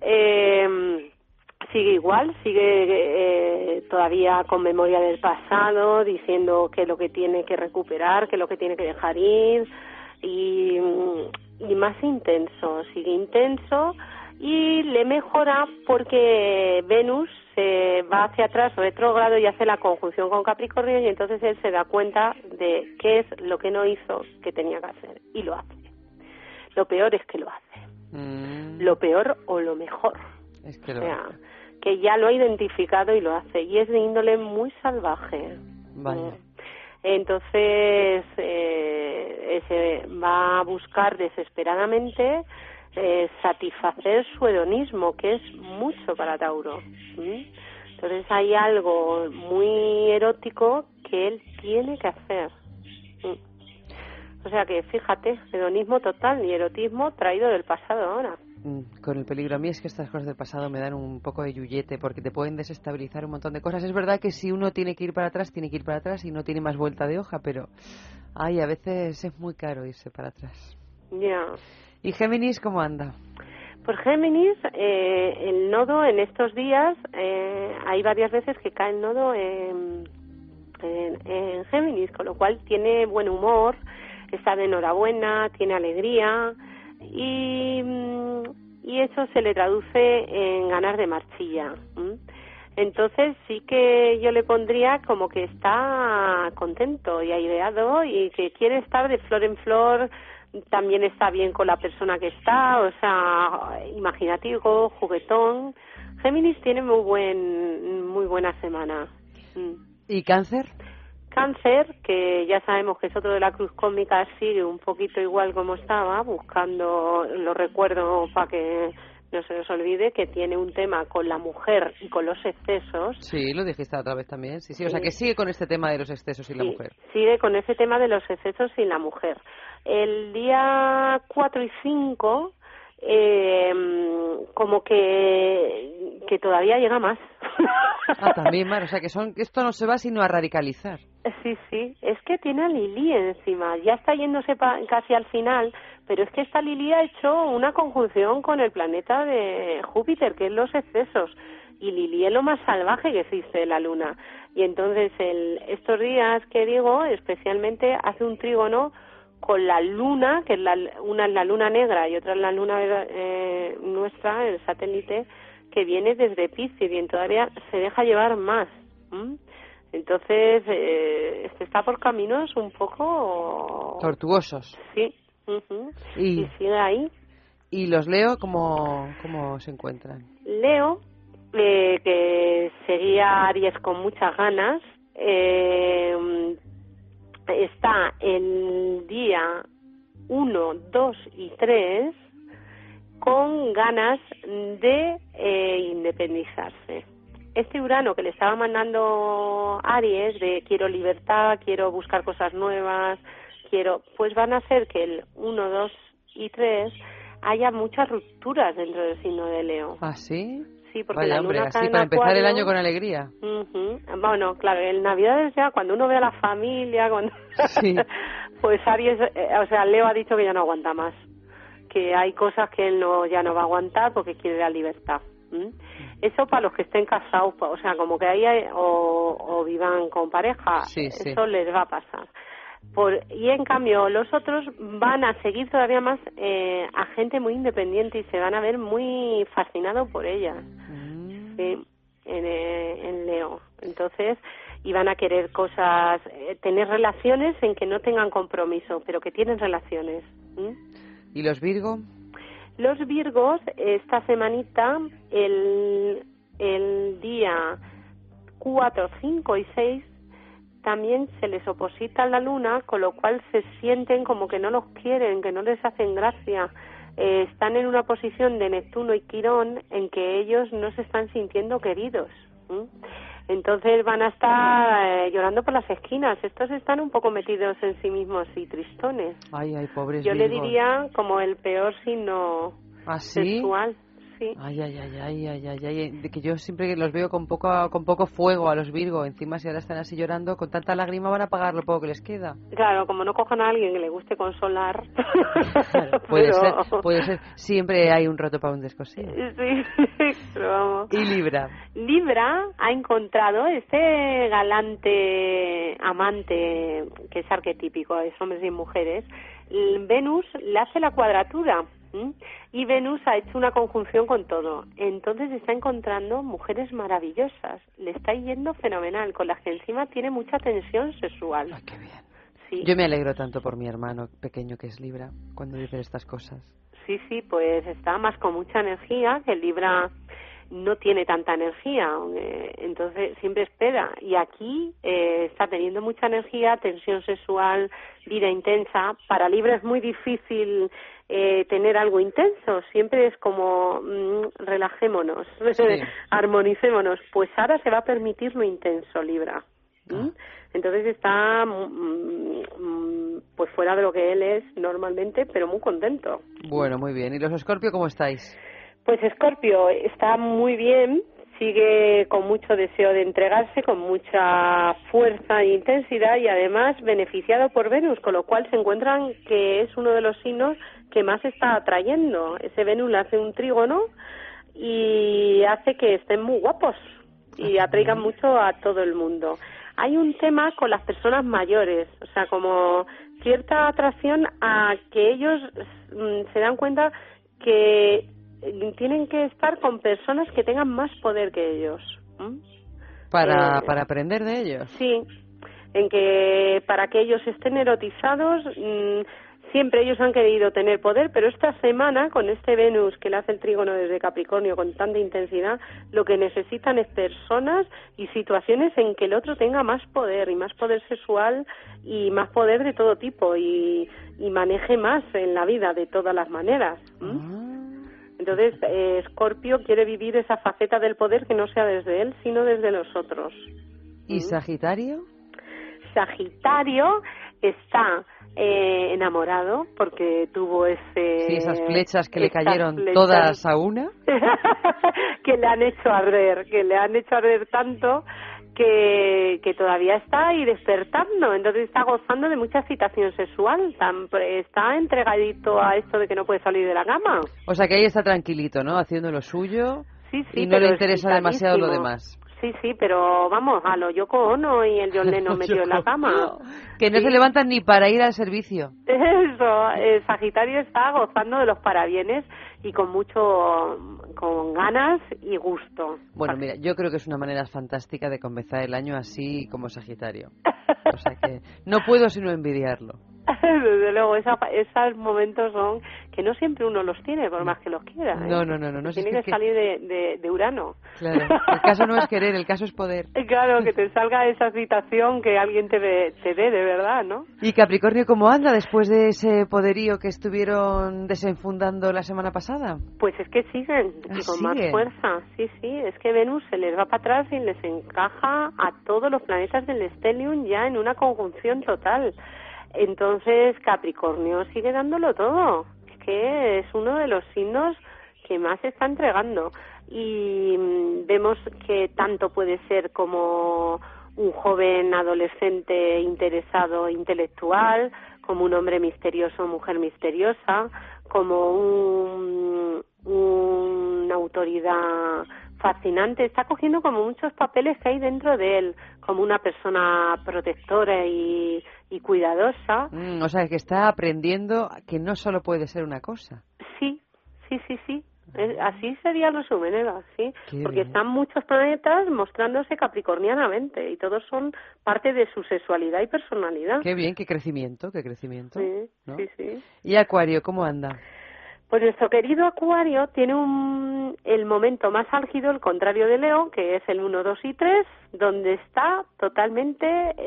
[SPEAKER 19] sigue igual, sigue todavía con memoria del pasado, diciendo que lo que tiene que recuperar, que lo que tiene que dejar ir, y más intenso, sigue intenso, y le mejora porque Venus se va hacia atrás, retrógrado, y hace la conjunción con Capricornio, y entonces él se da cuenta de qué es lo que no hizo que tenía que hacer, y lo hace. Lo peor es que lo hace. Lo peor o lo mejor.
[SPEAKER 2] Es que lo hace.
[SPEAKER 19] Que ya lo ha identificado y lo hace, y es de índole muy salvaje.
[SPEAKER 2] Vale.
[SPEAKER 19] Entonces se va a buscar desesperadamente satisfacer su hedonismo, que es mucho para Tauro. Entonces hay algo muy erótico que él tiene que hacer. O sea que fíjate, hedonismo total y erotismo traído del pasado ahora.
[SPEAKER 2] Con el peligro. A mí es que estas cosas del pasado me dan un poco de yuyete, porque te pueden desestabilizar un montón de cosas. Es verdad que si uno tiene que ir para atrás, tiene que ir para atrás y no tiene más vuelta de hoja, pero a veces es muy caro irse para atrás.
[SPEAKER 19] Ya.
[SPEAKER 2] ¿Y Géminis cómo anda?
[SPEAKER 19] Pues Géminis, el nodo en estos días, hay varias veces que cae el nodo en Géminis, con lo cual tiene buen humor, está de enhorabuena, tiene alegría, y eso se le traduce en ganas de marchilla. Entonces sí que yo le pondría como que está contento y aireado y que quiere estar de flor en flor. También está bien con la persona que está, o sea, imaginativo, juguetón. Géminis tiene muy buena semana.
[SPEAKER 2] ¿Y Cáncer?
[SPEAKER 19] Cáncer, que ya sabemos que es otro de la cruz cósmica, sigue un poquito igual como estaba, buscando, lo recuerdo para que no se nos olvide, que tiene un tema con la mujer y con los excesos.
[SPEAKER 2] Sí, lo dijiste otra vez también, sí, o sea que sigue con este tema de los excesos y la mujer.
[SPEAKER 19] Sigue con ese tema de los excesos y la mujer. El día 4 y 5, como que todavía llega más.
[SPEAKER 2] También, Mar, o sea que esto no se va sino a radicalizar.
[SPEAKER 19] Sí, es que tiene a Lili encima, ya está yéndose casi al final, pero es que esta Lili ha hecho una conjunción con el planeta de Júpiter, que es los excesos, y Lili es lo más salvaje que existe de la Luna, y entonces estos días que digo, especialmente hace un trígono con la Luna, que es una es la Luna negra y otra es la Luna nuestra, el satélite, que viene desde Piscis, y todavía se deja llevar más. Entonces, está por caminos un poco...
[SPEAKER 2] tortuosos.
[SPEAKER 19] Sí. Y sigue ahí.
[SPEAKER 2] ¿Y los Leo cómo se encuentran?
[SPEAKER 19] Leo, que seguía Aries con muchas ganas, está el día 1, 2 y 3 con ganas de independizarse. Este Urano que le estaba mandando Aries de quiero libertad, quiero buscar cosas nuevas, pues van a hacer que el 1, 2 y 3 haya muchas rupturas dentro del signo de Leo.
[SPEAKER 2] ¿Ah, sí?
[SPEAKER 19] Sí, porque
[SPEAKER 2] vaya,
[SPEAKER 19] la luna
[SPEAKER 2] hombre,
[SPEAKER 19] cae
[SPEAKER 2] así
[SPEAKER 19] en
[SPEAKER 2] para empezar
[SPEAKER 19] Acuario.
[SPEAKER 2] el año con alegría.
[SPEAKER 19] Bueno, claro, en Navidades ya, cuando uno ve a la familia,
[SPEAKER 2] Sí.
[SPEAKER 19] pues Aries, Leo ha dicho que ya no aguanta más, que hay cosas que él ya no va a aguantar porque quiere la libertad. Eso para los que estén casados, o sea, como que ahí o vivan con pareja, eso les va a pasar. Y en cambio los otros van a seguir todavía más a gente muy independiente y se van a ver muy fascinados por ella. Sí, en Leo. Entonces, y van a querer cosas, tener relaciones en que no tengan compromiso, pero que tienen relaciones.
[SPEAKER 2] ¿Y los Virgo?
[SPEAKER 19] Los Virgos, esta semanita, el día 4, 5 y 6, también se les oposita la luna, con lo cual se sienten como que no los quieren, que no les hacen gracia. Están en una posición de Neptuno y Quirón en que ellos no se están sintiendo queridos. Entonces van a estar llorando por las esquinas. Estos están un poco metidos en sí mismos y tristones.
[SPEAKER 2] Ay, pobres
[SPEAKER 19] Yo
[SPEAKER 2] Virgos.
[SPEAKER 19] le diría como el peor signo sexual. Sí.
[SPEAKER 2] Ay, de que yo siempre los veo con poco fuego a los Virgo. Encima, si ahora están así llorando, con tanta lágrima van a pagar lo poco que les queda.
[SPEAKER 19] Claro, como no cojan a alguien que le guste consolar.
[SPEAKER 2] Claro, puede ser. Siempre hay un roto para un descosido.
[SPEAKER 19] Sí, pero vamos.
[SPEAKER 2] ¿Y Libra?
[SPEAKER 19] Libra ha encontrado este galante amante, que es arquetípico, es hombres y mujeres. Venus le hace la cuadratura. Y Venus ha hecho una conjunción con todo. Entonces está encontrando mujeres maravillosas. Le está yendo fenomenal, con las que encima tiene mucha tensión sexual.
[SPEAKER 2] Ay, qué bien.
[SPEAKER 19] Sí.
[SPEAKER 2] Yo me alegro tanto por mi hermano pequeño que es Libra cuando dice estas cosas.
[SPEAKER 19] Sí, pues está más con mucha energía, que el Libra no tiene tanta energía, entonces siempre espera. Y aquí está teniendo mucha energía, tensión sexual, vida intensa. Para Libra es muy difícil tener algo intenso, siempre es como relajémonos, armonicémonos. Pues ahora se va a permitir lo intenso, Libra. Entonces está pues fuera de lo que él es normalmente, pero muy contento.
[SPEAKER 2] Bueno, muy bien. ¿Y los Escorpio cómo estáis?
[SPEAKER 19] Pues Escorpio está muy bien, sigue con mucho deseo de entregarse, con mucha fuerza e intensidad y además beneficiado por Venus, con lo cual se encuentran que es uno de los signos que más está atrayendo. Ese Venus le hace un trígono y hace que estén muy guapos y atraigan mucho a todo el mundo. Hay un tema con las personas mayores, o sea, como cierta atracción a que ellos se dan cuenta que tienen que estar con personas que tengan más poder que ellos.
[SPEAKER 2] Para aprender de ellos.
[SPEAKER 19] Sí, en que para que ellos estén erotizados, siempre ellos han querido tener poder, pero esta semana, con este Venus que le hace el trígono desde Capricornio con tanta intensidad, lo que necesitan es personas y situaciones en que el otro tenga más poder, y más poder sexual, y más poder de todo tipo, y maneje más en la vida de todas las maneras. Entonces, Escorpio quiere vivir esa faceta del poder que no sea desde él, sino desde los otros.
[SPEAKER 2] ¿Y Sagitario?
[SPEAKER 19] Sagitario está enamorado porque tuvo
[SPEAKER 2] esas flechas que le cayeron todas a una.
[SPEAKER 19] que le han hecho arder tanto que todavía está ahí despertando, entonces está gozando de mucha excitación sexual, está entregadito a esto de que no puede salir de la cama.
[SPEAKER 2] O sea que ahí está tranquilito, ¿no? Haciendo lo suyo
[SPEAKER 19] sí,
[SPEAKER 2] y no le interesa demasiado lo demás.
[SPEAKER 19] Sí, pero vamos, a lo Yoko Ono y el John Lennon metido en la cama.
[SPEAKER 2] Que no se levantan ni para ir al servicio.
[SPEAKER 19] Eso, Sagitario está gozando de los parabienes y con ganas y gusto.
[SPEAKER 2] Bueno, mira, yo creo que es una manera fantástica de comenzar el año así como Sagitario. O sea que no puedo sino envidiarlo.
[SPEAKER 19] Desde luego, esos momentos son que no siempre uno los tiene, por más que los quiera.
[SPEAKER 2] No.
[SPEAKER 19] Tiene que salir de Urano.
[SPEAKER 2] Claro, el caso no es querer, el caso es poder.
[SPEAKER 19] Claro, que te salga esa excitación que alguien te dé de verdad, ¿no?
[SPEAKER 2] ¿Y Capricornio cómo anda después de ese poderío que estuvieron desenfundando la semana pasada?
[SPEAKER 19] Pues es que siguen, y con más fuerza. Sí, es que Venus se les va para atrás y les encaja a todos los planetas del stellium ya en una conjunción total. Entonces Capricornio sigue dándolo todo. Es que es uno de los signos que más se está entregando. Y vemos que tanto puede ser como un joven adolescente interesado intelectual, como un hombre misterioso, mujer misteriosa, como una autoridad fascinante. Está cogiendo como muchos papeles que hay dentro de él, como una persona protectora y cuidadosa.
[SPEAKER 2] O sea, que está aprendiendo que no solo puede ser una cosa.
[SPEAKER 19] Sí. Así sería el resumen, Eva, sí.
[SPEAKER 2] Qué
[SPEAKER 19] porque
[SPEAKER 2] bien.
[SPEAKER 19] Están muchos planetas mostrándose capricornianamente y todos son parte de su sexualidad y personalidad.
[SPEAKER 2] Qué bien, qué crecimiento.
[SPEAKER 19] Sí,
[SPEAKER 2] ¿no?
[SPEAKER 19] sí.
[SPEAKER 2] ¿Y Acuario cómo anda?
[SPEAKER 19] Pues nuestro querido Acuario tiene el momento más álgido, el contrario de Leo, que es el 1, 2 y 3, donde está totalmente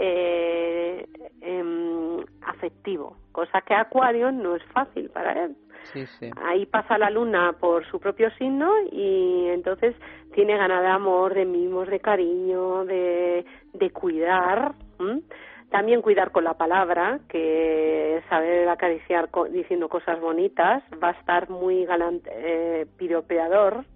[SPEAKER 19] afectivo, cosa que Acuario no es fácil para él.
[SPEAKER 2] Sí.
[SPEAKER 19] Ahí pasa la luna por su propio signo y entonces tiene ganas de amor, de mimos, de cariño, de cuidar. También cuidar con la palabra, que saber acariciar diciendo cosas bonitas. Va a estar muy galante, piropeador.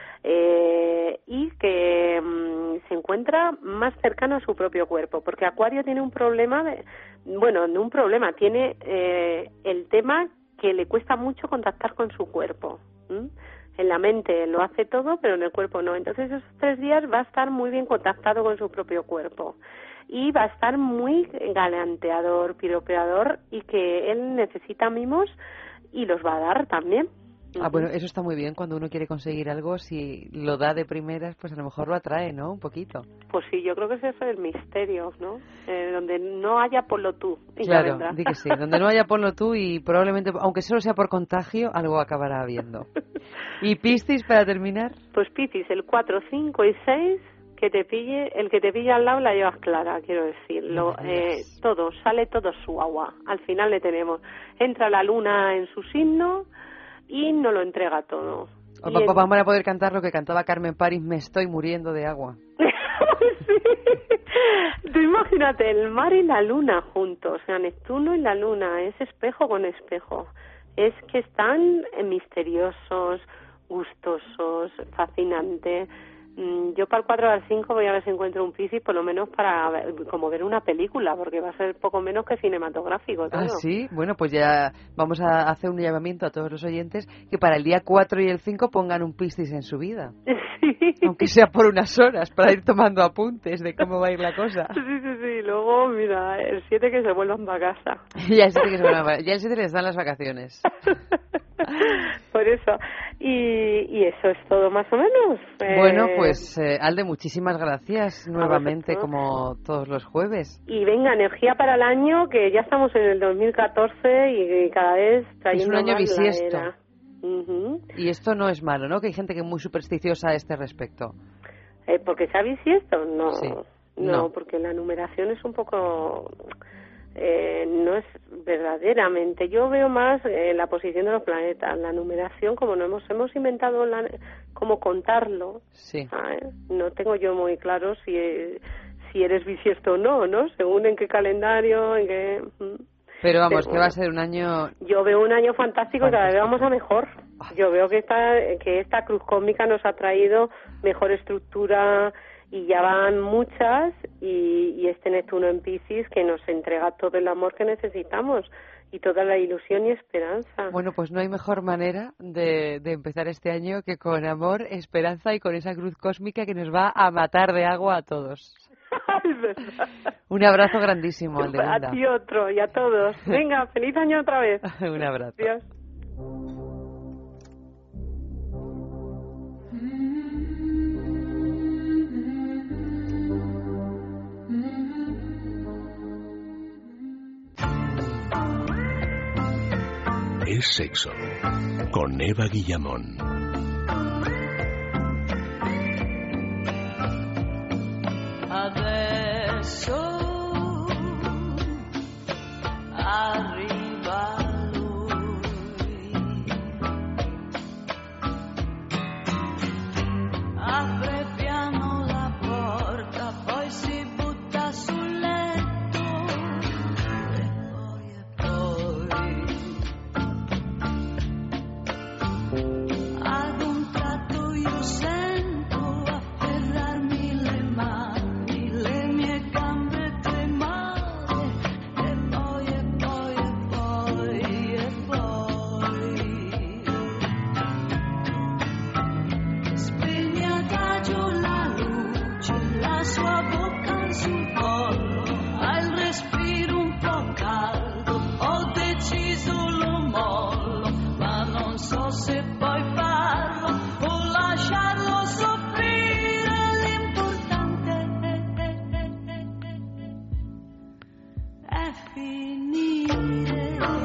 [SPEAKER 19] Y que se encuentra más cercano a su propio cuerpo, porque Acuario tiene un problema, tiene el tema que le cuesta mucho contactar con su cuerpo. En la mente lo hace todo, pero en el cuerpo no. Entonces esos 3 días va a estar muy bien contactado con su propio cuerpo y va a estar muy galanteador, piropeador, y que él necesita mimos y los va a dar también.
[SPEAKER 2] Bueno, eso está muy bien cuando uno quiere conseguir algo, si lo da de primeras, pues a lo mejor lo atrae, ¿no? Un poquito.
[SPEAKER 19] Pues sí, yo creo que ese es el misterio, ¿no? Donde no haya ponlo tú.
[SPEAKER 2] Claro, di que sí, donde no haya ponlo tú y probablemente, aunque solo sea por contagio, algo acabará habiendo. ¿Y Piscis, para terminar?
[SPEAKER 19] Pues Piscis, el 4, 5 y 6, el que te pilla al lado la llevas clara, quiero decirlo. Sale todo su agua. Al final le tenemos. Entra la luna en su signo y nos lo entrega todo.
[SPEAKER 2] Vamos a poder cantar lo que cantaba Carmen París, me estoy muriendo de agua.
[SPEAKER 19] Sí. Tú imagínate, el mar y la luna juntos, o sea, Neptuno y la luna, es espejo con espejo. Es que están misteriosos, gustosos, fascinantes. Yo para el 4 al 5 voy a ver si encuentro un Piscis, por lo menos para ver una película, porque va a ser poco menos que cinematográfico todo.
[SPEAKER 2] Ah, sí, bueno, pues ya vamos a hacer un llamamiento a todos los oyentes que para el día 4 y el 5 pongan un Piscis en su vida.
[SPEAKER 19] Sí.
[SPEAKER 2] Aunque sea por unas horas, para ir tomando apuntes de cómo va a ir la cosa.
[SPEAKER 19] Sí, luego, mira, el 7 que se vuelvan para casa.
[SPEAKER 2] Ya el 7 les dan las vacaciones.
[SPEAKER 19] Por eso. Y eso es todo más o menos.
[SPEAKER 2] Bueno, pues Alde, muchísimas gracias nuevamente, como todos los jueves.
[SPEAKER 19] Y venga, energía para el año, que ya estamos en el 2014 y cada vez trayendo
[SPEAKER 2] es un año
[SPEAKER 19] más
[SPEAKER 2] bisiesto.
[SPEAKER 19] la era.
[SPEAKER 2] Y esto no es malo, ¿no? Que hay gente que es muy supersticiosa a este respecto.
[SPEAKER 19] ¿Porque sea bisiesto? No.
[SPEAKER 2] Sí.
[SPEAKER 19] No, porque la numeración es un poco... no es verdaderamente. Yo veo más la posición de los planetas. La numeración, como no hemos inventado cómo contarlo,
[SPEAKER 2] sí.
[SPEAKER 19] No tengo yo muy claro si eres bisiesto o no, ¿no? Según en qué calendario, en qué...
[SPEAKER 2] Pero vamos, que va a ser un año...
[SPEAKER 19] Yo veo un año fantástico y cada vez vamos a mejor. Yo veo que esta cruz cósmica nos ha traído mejor estructura y ya van muchas y este Neptuno en Piscis que nos entrega todo el amor que necesitamos y toda la ilusión y esperanza.
[SPEAKER 2] Bueno, pues no hay mejor manera de empezar este año que con amor, esperanza y con esa cruz cósmica que nos va a matar de agua a todos.
[SPEAKER 19] Es verdad.
[SPEAKER 2] Un abrazo grandísimo, Aldegunda.
[SPEAKER 19] A ti otro y a todos. Venga, feliz año otra vez.
[SPEAKER 2] Un abrazo.
[SPEAKER 19] Adiós.
[SPEAKER 1] Es sexo. Con Eva Guillamón.
[SPEAKER 15] Adesso arriva lui, apre piano la porta, poi si butta sul letto e poi ad un tratto io sento afferrarmi le mani, le mie gambe tremare e poi spegne adagio la luce, la sua bocca sul collo, ha il respiro un po' caldo, ho deciso lo mollo, ma non so se poi farlo o lasciarlo soffrire, l'importante è finire.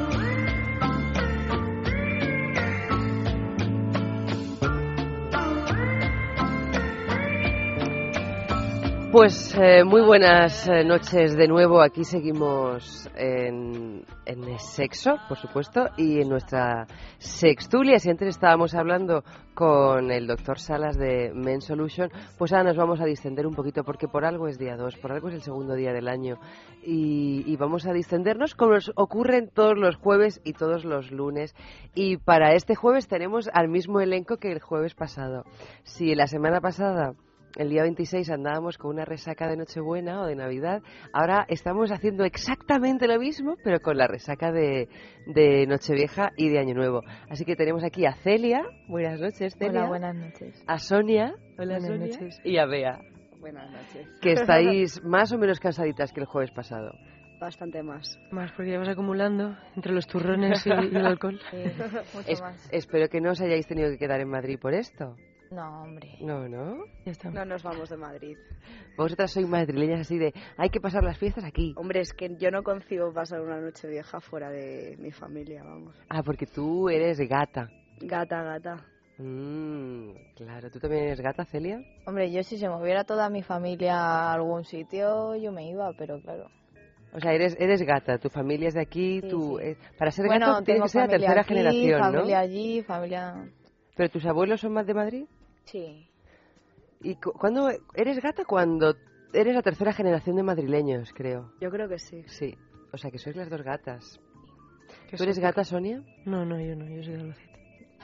[SPEAKER 2] Pues muy buenas noches de nuevo. Aquí seguimos en sexo, por supuesto, y en nuestra sextulia. Si antes estábamos hablando con el doctor Salas de Men Solution, pues ahora nos vamos a distender un poquito, porque por algo es día 2, por algo es el segundo día del año, y vamos a distendernos como nos ocurren todos los jueves y todos los lunes. Y para este jueves tenemos al mismo elenco que el jueves pasado. Si la semana pasada, el día 26, andábamos con una resaca de Nochebuena o de Navidad, ahora estamos haciendo exactamente lo mismo, pero con la resaca de Nochevieja y de Año Nuevo. Así que tenemos aquí a Celia. Buenas noches, Celia.
[SPEAKER 20] Hola, buenas noches.
[SPEAKER 2] A Sonia.
[SPEAKER 20] Hola,
[SPEAKER 2] buenas
[SPEAKER 20] Sonia.
[SPEAKER 2] noches. Y a Bea.
[SPEAKER 20] Buenas noches.
[SPEAKER 2] Que estáis más o menos cansaditas que el jueves pasado.
[SPEAKER 20] Bastante más.
[SPEAKER 21] Más, porque ya vas acumulando entre los turrones y el alcohol.
[SPEAKER 20] Sí, mucho más.
[SPEAKER 2] Espero que no os hayáis tenido que quedar en Madrid por esto.
[SPEAKER 20] No, hombre.
[SPEAKER 2] No, ¿no?
[SPEAKER 21] Ya está.
[SPEAKER 20] No nos vamos de Madrid.
[SPEAKER 2] Vosotras sois madrileñas así de, hay que pasar las fiestas aquí.
[SPEAKER 20] Hombre, es que yo no concibo pasar una noche vieja fuera de mi familia, vamos.
[SPEAKER 2] Ah, porque tú eres gata.
[SPEAKER 20] Gata.
[SPEAKER 2] Claro, ¿tú también eres gata, Celia?
[SPEAKER 20] Hombre, yo si se moviera toda mi familia a algún sitio, yo me iba, pero claro.
[SPEAKER 2] O sea, eres gata, tu familia es de aquí,
[SPEAKER 20] Sí,
[SPEAKER 2] tú...
[SPEAKER 20] sí.
[SPEAKER 2] Para ser
[SPEAKER 20] Bueno,
[SPEAKER 2] gato tiene que ser la tercera
[SPEAKER 20] aquí,
[SPEAKER 2] generación, ¿no?
[SPEAKER 20] familia allí, familia...
[SPEAKER 2] ¿Pero tus abuelos son más de Madrid?
[SPEAKER 20] Sí.
[SPEAKER 2] ¿Y cuándo eres gata? Cuando eres la tercera generación de madrileños, creo.
[SPEAKER 20] Yo creo que sí.
[SPEAKER 2] Sí, o sea que sois las dos gatas.
[SPEAKER 21] ¿Qué
[SPEAKER 2] ¿Tú eres
[SPEAKER 21] suerte?
[SPEAKER 2] gata, Sonia?
[SPEAKER 21] No, yo no, yo soy de Albacete.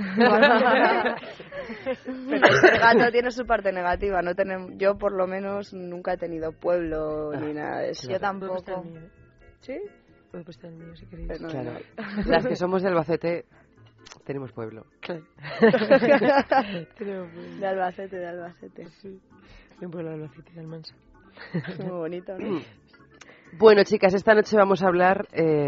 [SPEAKER 20] Pero el gato tiene su parte negativa. No tenemos, yo por lo menos nunca he tenido pueblo ni nada de eso.
[SPEAKER 21] Claro.
[SPEAKER 20] Yo tampoco.
[SPEAKER 21] Puede prestar el mío, ¿eh?
[SPEAKER 20] ¿Sí?
[SPEAKER 21] Puede prestar el mío si queréis.
[SPEAKER 20] Pero no,
[SPEAKER 2] Claro.
[SPEAKER 20] no.
[SPEAKER 2] Las que somos de Albacete tenemos pueblo.
[SPEAKER 21] Claro. Tenemos pueblo.
[SPEAKER 20] De Albacete.
[SPEAKER 21] Sí. De un pueblo de Albacete, de Almansa.
[SPEAKER 20] Muy bonito, ¿no?
[SPEAKER 2] Bueno, chicas, esta noche vamos a hablar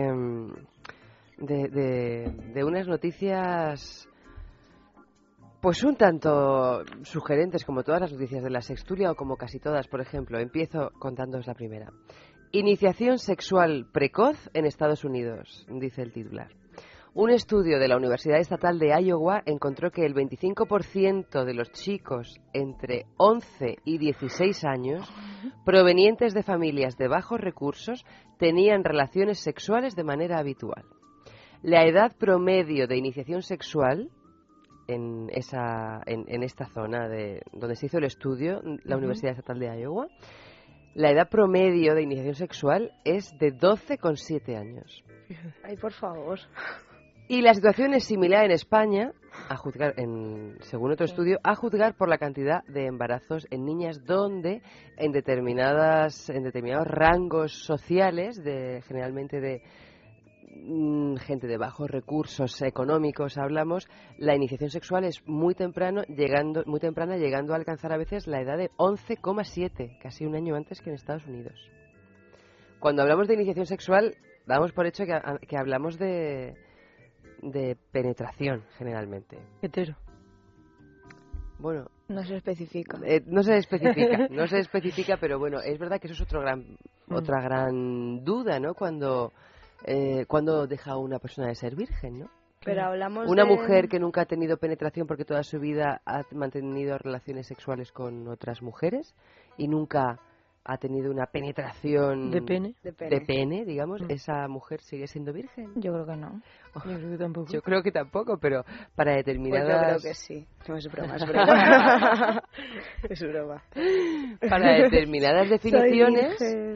[SPEAKER 2] de unas noticias pues un tanto sugerentes, como todas las noticias de la sextulia o como casi todas. Por ejemplo, empiezo contándoos la primera. Iniciación sexual precoz en Estados Unidos, dice el titular. Un estudio de la Universidad Estatal de Iowa encontró que el 25% de los chicos entre 11 y 16 años, provenientes de familias de bajos recursos, tenían relaciones sexuales de manera habitual. La edad promedio de iniciación sexual en esta zona donde se hizo el estudio, la Universidad Estatal de Iowa, la edad promedio de iniciación sexual es de 12,7 años.
[SPEAKER 20] Ay, por favor.
[SPEAKER 2] Y la situación es similar en España, según otro estudio, a juzgar por la cantidad de embarazos en niñas donde en determinados rangos sociales, generalmente gente de bajos recursos económicos hablamos, la iniciación sexual es muy temprana, llegando a alcanzar a veces la edad de 11,7, casi un año antes que en Estados Unidos. Cuando hablamos de iniciación sexual, damos por hecho que hablamos de penetración, generalmente.
[SPEAKER 21] Hetero.
[SPEAKER 2] Bueno,
[SPEAKER 20] no se especifica.
[SPEAKER 2] No se especifica, pero bueno, es verdad que eso es otra gran duda, ¿no? Cuando deja a una persona de ser virgen, ¿no?
[SPEAKER 20] Pero hablamos
[SPEAKER 2] una mujer que nunca ha tenido penetración porque toda su vida ha mantenido relaciones sexuales con otras mujeres y nunca ha tenido una penetración
[SPEAKER 21] de pene,
[SPEAKER 2] digamos, ¿esa mujer sigue siendo virgen?
[SPEAKER 20] Yo creo que no.
[SPEAKER 21] Yo creo que tampoco.
[SPEAKER 2] Yo creo que tampoco, pero para determinadas...
[SPEAKER 20] Pues yo creo que sí. No, es broma, es broma. Es broma.
[SPEAKER 2] Para determinadas definiciones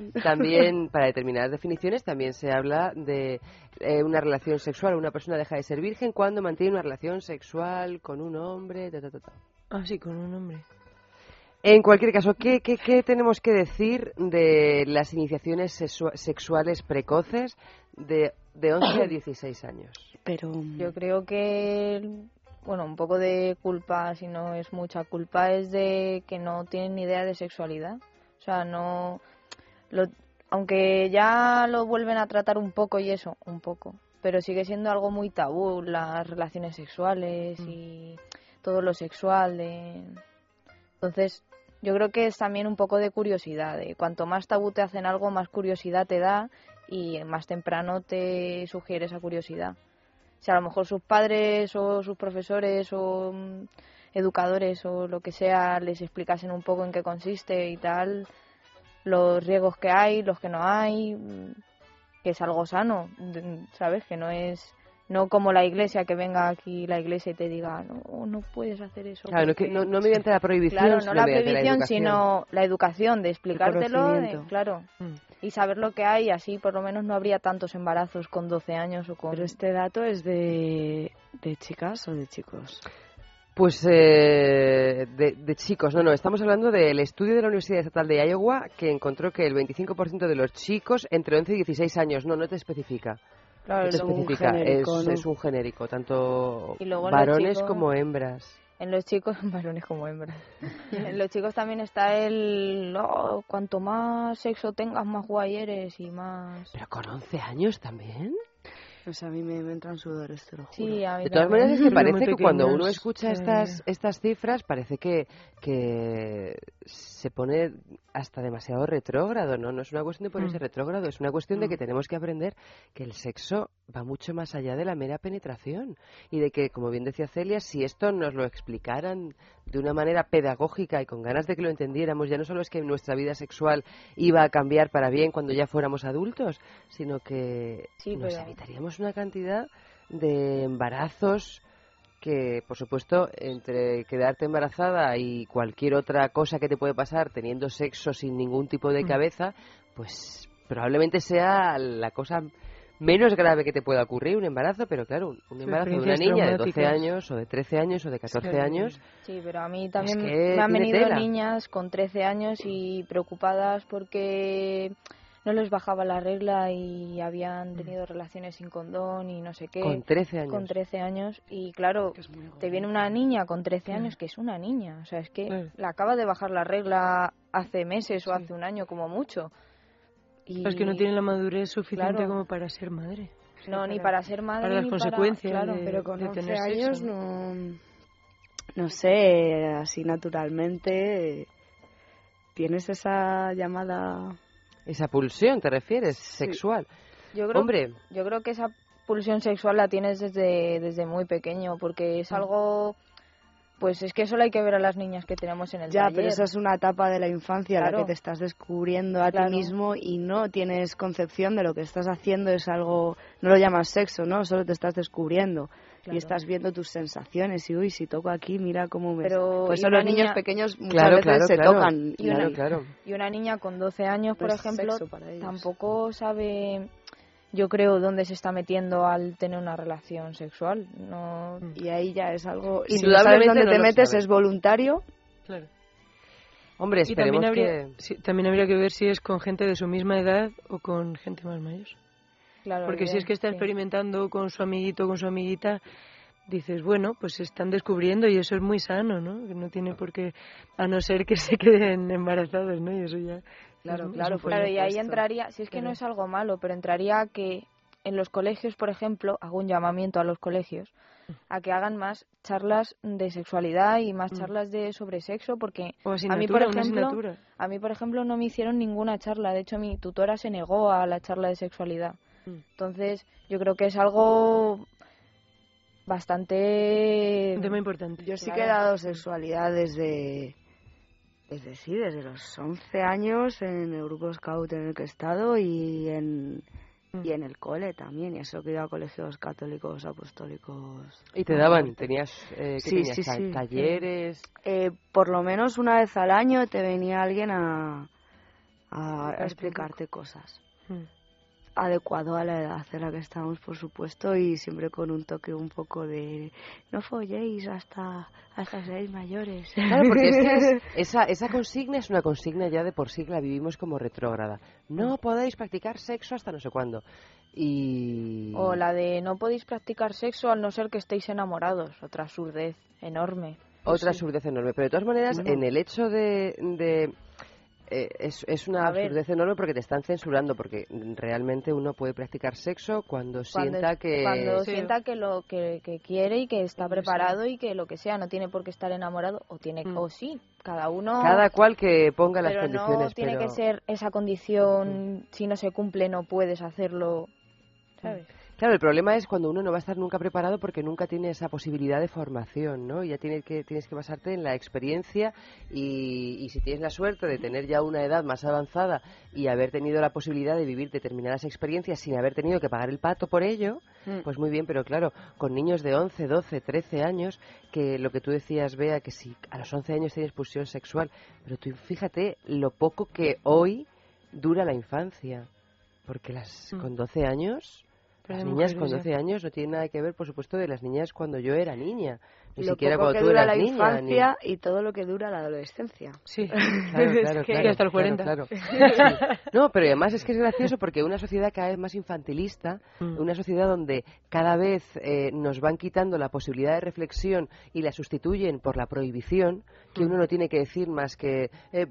[SPEAKER 2] también se habla de una relación sexual. Una persona deja de ser virgen cuando mantiene una relación sexual con un hombre.
[SPEAKER 21] Ah, sí, con un hombre.
[SPEAKER 2] En cualquier caso, ¿qué tenemos que decir de las iniciaciones sexuales precoces de 11 a 16 años?
[SPEAKER 20] Pero yo creo que, bueno, un poco de culpa, si no es mucha culpa, es de que no tienen ni idea de sexualidad. O sea, aunque ya lo vuelven a tratar un poco, pero sigue siendo algo muy tabú, las relaciones sexuales y todo lo sexual. Entonces, yo creo que es también un poco de curiosidad. Cuanto más tabú te hacen algo, más curiosidad te da y más temprano te sugiere esa curiosidad. Si a lo mejor sus padres o sus profesores o educadores o lo que sea les explicasen un poco en qué consiste y tal, los riesgos que hay, los que no hay, que es algo sano, ¿sabes? Que no es... No como la iglesia, que venga aquí la iglesia y te diga, no puedes hacer eso.
[SPEAKER 2] Claro,
[SPEAKER 20] porque...
[SPEAKER 2] no mediante la prohibición,
[SPEAKER 20] claro, no la prohibición, sino la educación, de explicártelo, y saber lo que hay, así por lo menos no habría tantos embarazos con 12 años o con...
[SPEAKER 21] ¿Pero este dato es de chicas o de chicos?
[SPEAKER 2] Pues de chicos, no, estamos hablando del estudio de la Universidad Estatal de Iowa que encontró que el 25% de los chicos entre 11 y 16 años, no te especifica.
[SPEAKER 20] Claro,
[SPEAKER 2] no te especifica, es un genérico, tanto varones como hembras.
[SPEAKER 20] En los chicos, varones como hembras. En los chicos también está cuanto más sexo tengas, más guay eres y más...
[SPEAKER 2] ¿Pero con 11 años también?
[SPEAKER 21] Pues a mí me entran sudores, te lo juro.
[SPEAKER 20] Sí, a mí
[SPEAKER 2] de todas maneras, es que parece que cuando uno escucha
[SPEAKER 21] sí.
[SPEAKER 2] estas cifras, parece que se pone hasta demasiado retrógrado, ¿no? No es una cuestión de ponerse retrógrado, es una cuestión de que tenemos que aprender que el sexo va mucho más allá de la mera penetración. Y de que, como bien decía Celia, si esto nos lo explicaran de una manera pedagógica y con ganas de que lo entendiéramos, ya no solo es que nuestra vida sexual iba a cambiar para bien cuando ya fuéramos adultos, sino que nos evitaríamos una cantidad de embarazos que, por supuesto, entre quedarte embarazada y cualquier otra cosa que te puede pasar teniendo sexo sin ningún tipo de cabeza, pues probablemente sea la cosa menos grave que te pueda ocurrir, un embarazo, pero claro, un embarazo de una niña de 12 años o de 13 años o de 14 años...
[SPEAKER 20] Sí, pero a mí también me han venido niñas con 13 años y preocupadas porque no les bajaba la regla y habían tenido relaciones sin condón y no sé qué.
[SPEAKER 2] Con 13 años.
[SPEAKER 20] Con 13 años. Y claro, te viene una niña con 13 años que es una niña. O sea, es que le acaba de bajar la regla hace meses o hace un año como mucho.
[SPEAKER 21] Y es que no tiene la madurez suficiente como para ser madre.
[SPEAKER 20] No, ni para ser madre
[SPEAKER 21] para las
[SPEAKER 20] ni
[SPEAKER 21] consecuencias
[SPEAKER 20] para...
[SPEAKER 21] Claro,
[SPEAKER 20] pero
[SPEAKER 21] con
[SPEAKER 20] 11
[SPEAKER 21] años
[SPEAKER 20] no sé, así naturalmente tienes esa llamada...
[SPEAKER 2] Esa pulsión, ¿te refieres? Sexual.
[SPEAKER 20] Yo creo que esa pulsión sexual la tienes desde muy pequeño, porque es algo... Pues es que solo hay que ver a las niñas que tenemos en el taller.
[SPEAKER 21] Ya, pero esa es una etapa de la infancia, la que te estás descubriendo a ti mismo y no tienes concepción de lo que estás haciendo, es algo... No lo llamas sexo, ¿no? Solo te estás descubriendo. Y estás viendo tus sensaciones y, si toco aquí, mira cómo me...
[SPEAKER 20] Pero
[SPEAKER 21] pues los niños pequeños muchas veces se tocan.
[SPEAKER 20] Y una niña con 12 años, por ejemplo, tampoco sabe... Yo creo dónde se está metiendo al tener una relación sexual. No...
[SPEAKER 21] Y ahí ya es algo...
[SPEAKER 2] Indudablemente
[SPEAKER 21] si no sabes dónde te metes, es voluntario. Claro.
[SPEAKER 2] Hombre, esperemos
[SPEAKER 21] también habría que ver si es con gente de su misma edad o con gente más mayor.
[SPEAKER 4] Claro, porque si es que está experimentando con su amiguito o con su amiguita, dices, bueno, pues se están descubriendo y eso es muy sano, ¿no? Que no tiene por qué, a no ser que se queden embarazados, ¿no? Y eso ya...
[SPEAKER 20] Claro, y ahí entraría, si es que no es algo malo, pero entraría que en los colegios, por ejemplo, hago un llamamiento a los colegios a que hagan más charlas de sexualidad y más charlas sobre sexo, porque a mí, por ejemplo, no me hicieron ninguna charla. De hecho, mi tutora se negó a la charla de sexualidad. Entonces, yo creo que es algo bastante...
[SPEAKER 4] Un tema importante.
[SPEAKER 21] Yo sí que he dado sexualidad desde los 11 años en el grupo Scout en el que he estado y en el cole también, y eso que iba a colegios católicos, apostólicos.
[SPEAKER 2] ¿Y te daban? ¿Tenías,
[SPEAKER 21] sí.
[SPEAKER 2] talleres?
[SPEAKER 21] Por lo menos una vez al año te venía alguien a explicarte cosas. Adecuado a la edad en la que estamos, por supuesto, y siempre con un toque un poco de no folléis hasta seréis mayores.
[SPEAKER 2] Claro, porque es que esa consigna es una consigna ya de por sí que la vivimos como retrógrada. No podéis practicar sexo hasta no sé cuándo.
[SPEAKER 20] O la de no podéis practicar sexo al no ser que estéis enamorados. Otra absurdez enorme.
[SPEAKER 2] Absurdez enorme. Pero de todas maneras, en el hecho de es una absurdez enorme porque te están censurando, porque realmente uno puede practicar sexo cuando sienta que
[SPEAKER 20] lo que quiere y que está preparado y que lo que sea, no tiene por qué estar enamorado o sí, cada cual
[SPEAKER 2] que ponga las condiciones,
[SPEAKER 20] pero no tiene que ser esa condición. Si no se cumple no puedes hacerlo, ¿sabes?
[SPEAKER 2] Claro, el problema es cuando uno no va a estar nunca preparado porque nunca tiene esa posibilidad de formación, ¿no? Ya tienes que basarte en la experiencia y si tienes la suerte de tener ya una edad más avanzada y haber tenido la posibilidad de vivir determinadas experiencias sin haber tenido que pagar el pato por ello, pues muy bien, pero claro, con niños de 11, 12, 13 años, que lo que tú decías, Bea, que si a los 11 años tienes pulsión sexual, pero tú fíjate lo poco que hoy dura la infancia, porque con 12 años... Las niñas con 12 años no tienen nada que ver, por supuesto, de las niñas cuando yo era niña. Ni siquiera cuando tú eras niña.
[SPEAKER 21] Lo poco que dura la infancia y todo lo que dura la adolescencia.
[SPEAKER 4] Sí,
[SPEAKER 2] claro.
[SPEAKER 4] Hasta el 40.
[SPEAKER 2] Claro. Sí. No, pero además es que es gracioso porque una sociedad cada vez más infantilista, una sociedad donde cada vez nos van quitando la posibilidad de reflexión y la sustituyen por la prohibición, que uno no tiene que decir más que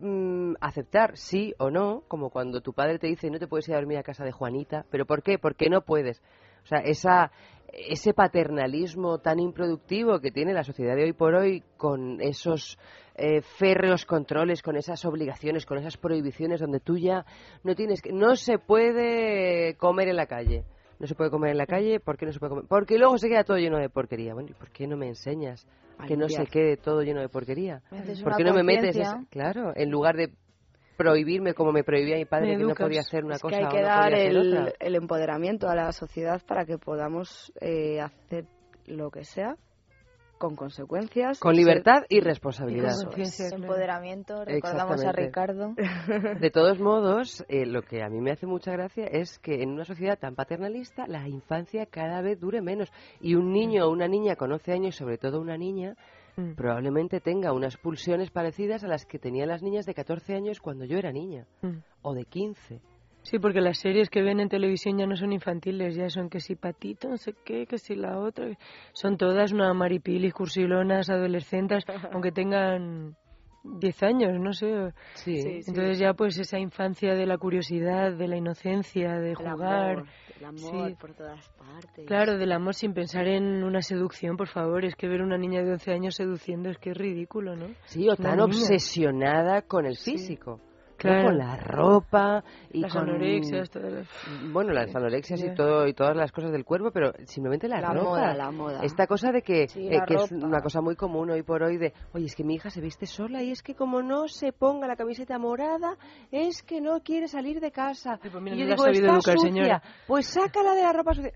[SPEAKER 2] aceptar sí o no, como cuando tu padre te dice no te puedes ir a dormir a casa de Juanita, ¿pero por qué? Porque no puedes. O sea, ese paternalismo tan improductivo que tiene la sociedad de hoy por hoy con esos férreos controles, con esas obligaciones, con esas prohibiciones donde tú ya no se puede comer en la calle. No se puede comer en la calle, ¿por qué no se puede comer? Porque luego se queda todo lleno de porquería. Bueno, ¿y por qué no me enseñas que no se quede todo lleno de porquería? ¿Por qué no me metes claro, en lugar de prohibirme como me prohibía mi padre que no podía hacer una cosa o no podía hacer otra?
[SPEAKER 21] Hay que dar el empoderamiento a la sociedad para que podamos hacer lo que sea con consecuencias.
[SPEAKER 2] Con libertad y responsabilidad.
[SPEAKER 20] Empoderamiento, recordamos a Ricardo.
[SPEAKER 2] De todos modos, lo que a mí me hace mucha gracia es que en una sociedad tan paternalista la infancia cada vez dure menos. Y un niño o una niña con 11 años, sobre todo una niña, probablemente tenga unas pulsiones parecidas a las que tenían las niñas de 14 años cuando yo era niña, o de 15.
[SPEAKER 4] Sí, porque las series que ven en televisión ya no son infantiles, ya son que si Patito, no sé qué, que si la otra. Son todas una maripilis, cursilonas, adolescentes, aunque tengan 10 años, no sé.
[SPEAKER 2] Sí.
[SPEAKER 4] Entonces ya pues esa infancia de la curiosidad, de la inocencia, de jugar.
[SPEAKER 21] El amor por todas partes.
[SPEAKER 4] Claro, del amor sin pensar en una seducción, por favor. Es que ver una niña de 11 años seduciendo es que es ridículo, ¿no?
[SPEAKER 2] Sí, o tan obsesionada con el físico. Claro. Con la ropa y
[SPEAKER 4] las anorexias,
[SPEAKER 2] bueno, las anorexias y todo y todas las cosas del cuerpo, pero simplemente la ropa.
[SPEAKER 21] La moda.
[SPEAKER 2] Esta cosa de que es una cosa muy común hoy por hoy de, oye, es que mi hija se viste sola y es que como no se ponga la camiseta morada, es que no quiere salir de casa.
[SPEAKER 4] Sí, pues mira,
[SPEAKER 2] y yo
[SPEAKER 4] no
[SPEAKER 2] digo,
[SPEAKER 4] sabido
[SPEAKER 2] está
[SPEAKER 4] educar,
[SPEAKER 2] sucia,
[SPEAKER 4] señora.
[SPEAKER 2] Pues sácala de la ropa sucia.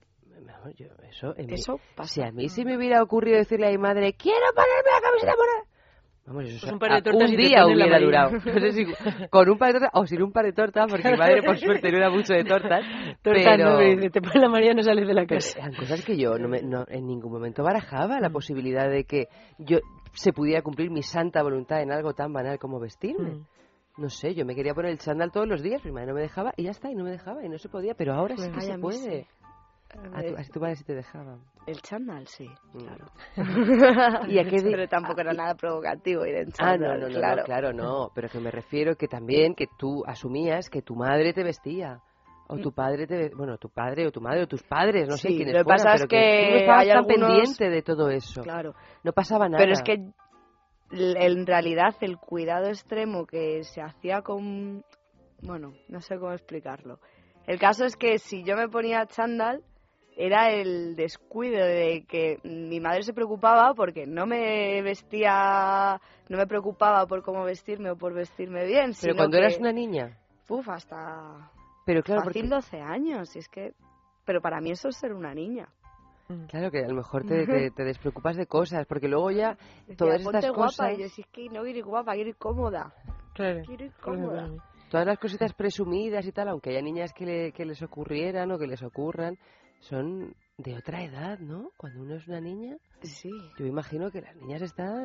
[SPEAKER 2] Pero, eso pasa. Si a mí se me hubiera ocurrido decirle a mi madre, quiero ponerme la camiseta morada. Vamos, eso
[SPEAKER 4] pues un par de tortas
[SPEAKER 2] un día hubiera durado. No sé si con un par de tortas o sin un par de tortas, porque mi madre por suerte no era mucho de tortas.
[SPEAKER 4] Pero no, te pones la María no sales de la casa.
[SPEAKER 2] Eran cosas que yo en ningún momento barajaba la posibilidad de que yo se pudiera cumplir mi santa voluntad en algo tan banal como vestirme. No sé, yo me quería poner el chándal todos los días, mi madre no me dejaba y ya está, y no me dejaba y no se podía, pero ahora sí que se puede. A tu padre sí te dejaba.
[SPEAKER 21] El chándal, sí, claro.
[SPEAKER 2] ¿Y a qué
[SPEAKER 21] Pero tampoco era nada provocativo ir en chándal,
[SPEAKER 2] claro, no, pero que me refiero que también que tú asumías que tu madre te vestía. O tu padre tu padre o tu madre o tus padres, no sé quiénes
[SPEAKER 21] fueran. Lo que pasa es que
[SPEAKER 2] tú no estabas
[SPEAKER 21] hay
[SPEAKER 2] tan
[SPEAKER 21] algunos...
[SPEAKER 2] pendiente de todo eso.
[SPEAKER 21] Claro.
[SPEAKER 2] No pasaba nada.
[SPEAKER 21] Pero es que en realidad el cuidado extremo que se hacía con... Bueno, no sé cómo explicarlo. El caso es que si yo me ponía chándal, era el descuido de que mi madre se preocupaba porque no me vestía, no me preocupaba por cómo vestirme o por vestirme bien.
[SPEAKER 2] Pero cuando eras una niña.
[SPEAKER 21] Hasta...
[SPEAKER 2] Pero claro,
[SPEAKER 21] fácil 12 años, y es que... Pero para mí eso es ser una niña.
[SPEAKER 2] Claro, que a lo mejor te despreocupas de cosas, porque luego ya todas estas cosas...
[SPEAKER 21] guapa, y yo sí, es que no quiero ir guapa, quiero ir cómoda.
[SPEAKER 2] Claro.
[SPEAKER 21] Quiero ir cómoda.
[SPEAKER 2] Todas las cositas presumidas y tal, aunque haya niñas que les ocurrieran o que les ocurran, son de otra edad, ¿no? Cuando uno es una niña...
[SPEAKER 21] Sí.
[SPEAKER 2] Yo me imagino que las niñas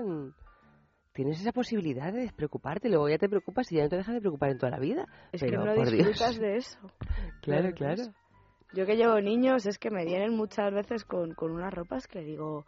[SPEAKER 2] tienes esa posibilidad de despreocuparte, luego ya te preocupas y ya no te dejas de preocupar en toda la vida.
[SPEAKER 21] Es
[SPEAKER 2] pero,
[SPEAKER 21] que no
[SPEAKER 2] por
[SPEAKER 21] disfrutas
[SPEAKER 2] Dios.
[SPEAKER 21] de eso.
[SPEAKER 2] Claro.
[SPEAKER 21] Yo que llevo niños, es que me vienen muchas veces con unas ropas que digo,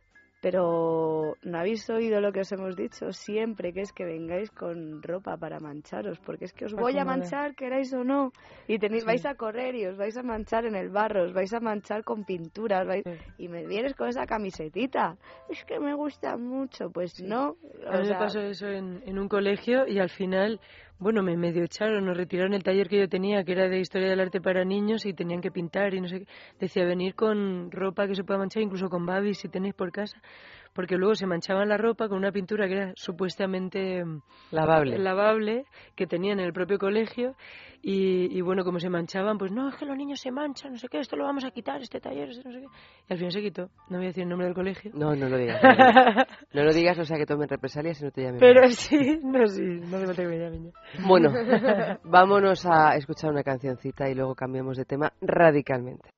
[SPEAKER 21] pero ¿no habéis oído lo que os hemos dicho siempre? Que es que vengáis con ropa para mancharos, porque es que os voy a manchar, queráis o no, y vais a correr y os vais a manchar en el barro, os vais a manchar con pinturas, y me vienes con esa camisetita, es que me gusta mucho, pues no.
[SPEAKER 4] A mí me pasó eso en un colegio y al final... Bueno, me medio echaron, nos retiraron el taller que yo tenía, que era de Historia del Arte para niños, y tenían que pintar y no sé qué. Decía, venir con ropa que se pueda manchar, incluso con babis si tenéis por casa, porque luego se manchaban la ropa con una pintura que era supuestamente lavable, que tenían en el propio colegio, y bueno, como se manchaban, pues no, es que los niños se manchan, no sé qué, esto lo vamos a quitar, este taller, no sé qué. Y al final se quitó. No voy a decir el nombre del colegio.
[SPEAKER 2] No lo digas. No lo digas, o sea que tomen represalias y no te llamen.
[SPEAKER 4] Pero sí, no hace falta que me llamen ya.
[SPEAKER 2] Bueno, vámonos a escuchar una cancioncita y luego cambiamos de tema radicalmente.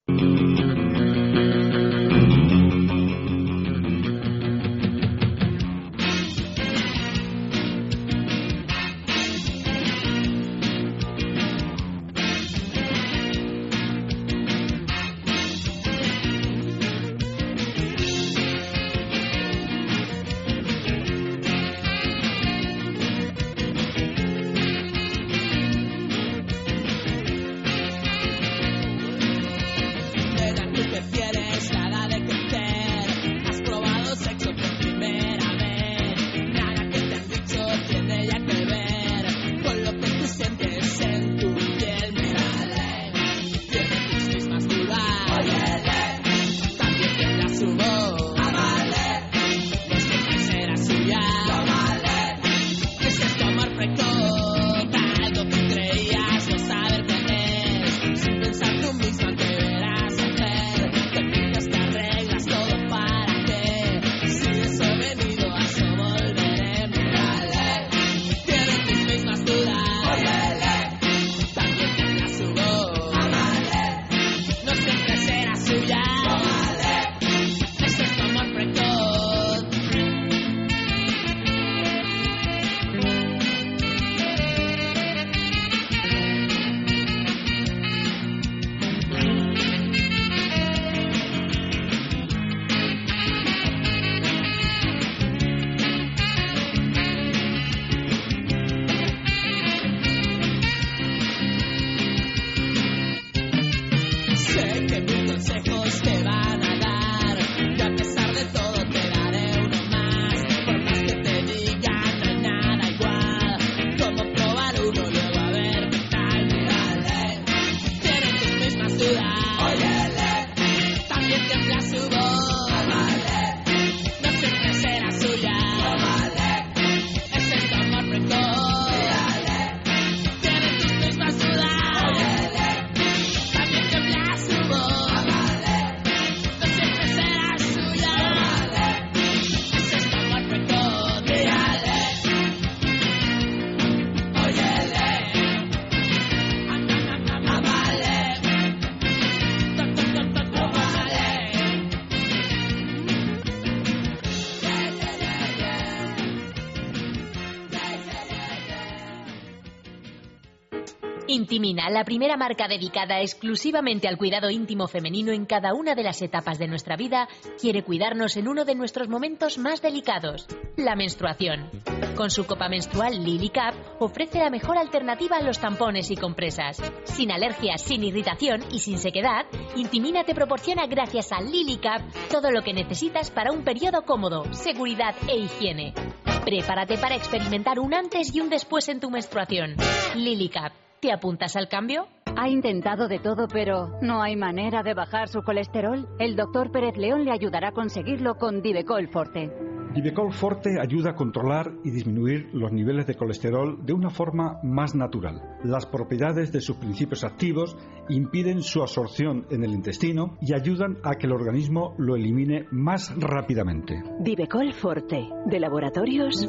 [SPEAKER 16] Intimina, la primera marca dedicada exclusivamente al cuidado íntimo femenino en cada una de las etapas de nuestra vida, quiere cuidarnos en uno de nuestros momentos más delicados, la menstruación. Con su copa menstrual LilyCap ofrece la mejor alternativa a los tampones y compresas. Sin alergias, sin irritación y sin sequedad, Intimina te proporciona gracias a LilyCap todo lo que necesitas para un periodo cómodo, seguridad e higiene. Prepárate para experimentar un antes y un después en tu menstruación. LilyCap. ¿Te apuntas al cambio?
[SPEAKER 9] Ha intentado de todo, pero ¿no hay manera de bajar su colesterol? El doctor Pérez León le ayudará a conseguirlo con Divecol Forte.
[SPEAKER 10] Divecol Forte ayuda a controlar y disminuir los niveles de colesterol de una forma más natural. Las propiedades de sus principios activos impiden su absorción en el intestino y ayudan a que el organismo lo elimine más rápidamente.
[SPEAKER 11] Divecol Forte, de Laboratorios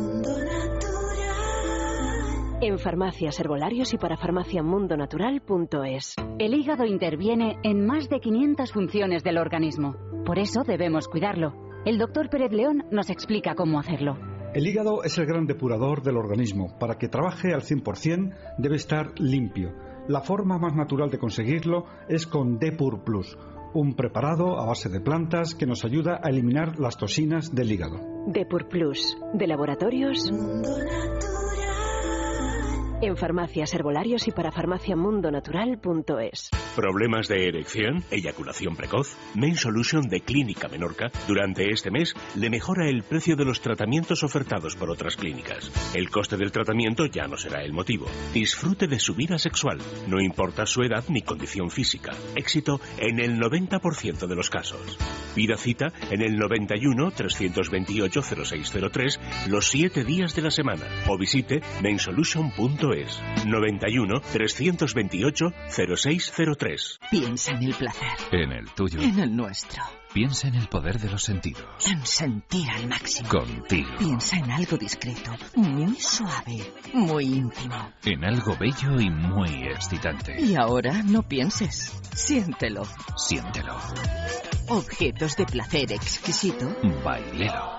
[SPEAKER 11] en farmacias, herbolarios y para farmaciamundonatural.es.
[SPEAKER 9] El hígado interviene en más de 500 funciones del organismo. Por eso debemos cuidarlo. El doctor Pérez León nos explica cómo hacerlo.
[SPEAKER 10] El hígado es el gran depurador del organismo. Para que trabaje al 100% debe estar limpio. La forma más natural de conseguirlo es con Depur Plus, un preparado a base de plantas que nos ayuda a eliminar las toxinas del hígado.
[SPEAKER 11] Depur Plus, de Laboratorios en farmacias, herbolarios y para farmaciamundonatural.es.
[SPEAKER 1] ¿Problemas de erección? ¿Eyaculación precoz? Main Solution de Clínica Menorca durante este mes le mejora el precio de los tratamientos ofertados por otras clínicas. El coste del tratamiento ya no será el motivo. Disfrute de su vida sexual, no importa su edad ni condición física. Éxito en el 90% de los casos. Pida cita en el 91 328 0603 los 7 días de la semana o visite mainsolution.es. 91 328 0603.
[SPEAKER 13] Piensa en el placer.
[SPEAKER 14] En el tuyo.
[SPEAKER 13] En el nuestro.
[SPEAKER 14] Piensa en el poder de los sentidos.
[SPEAKER 13] En sentir al máximo.
[SPEAKER 14] Contigo.
[SPEAKER 13] Piensa en algo discreto, muy suave, muy íntimo.
[SPEAKER 14] En algo bello y muy excitante.
[SPEAKER 13] Y ahora no pienses. Siéntelo.
[SPEAKER 14] Siéntelo.
[SPEAKER 13] Objetos de placer exquisito.
[SPEAKER 14] Bailelo.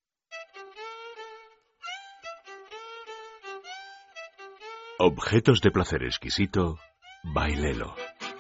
[SPEAKER 14] Objetos de placer exquisito. Bailelo.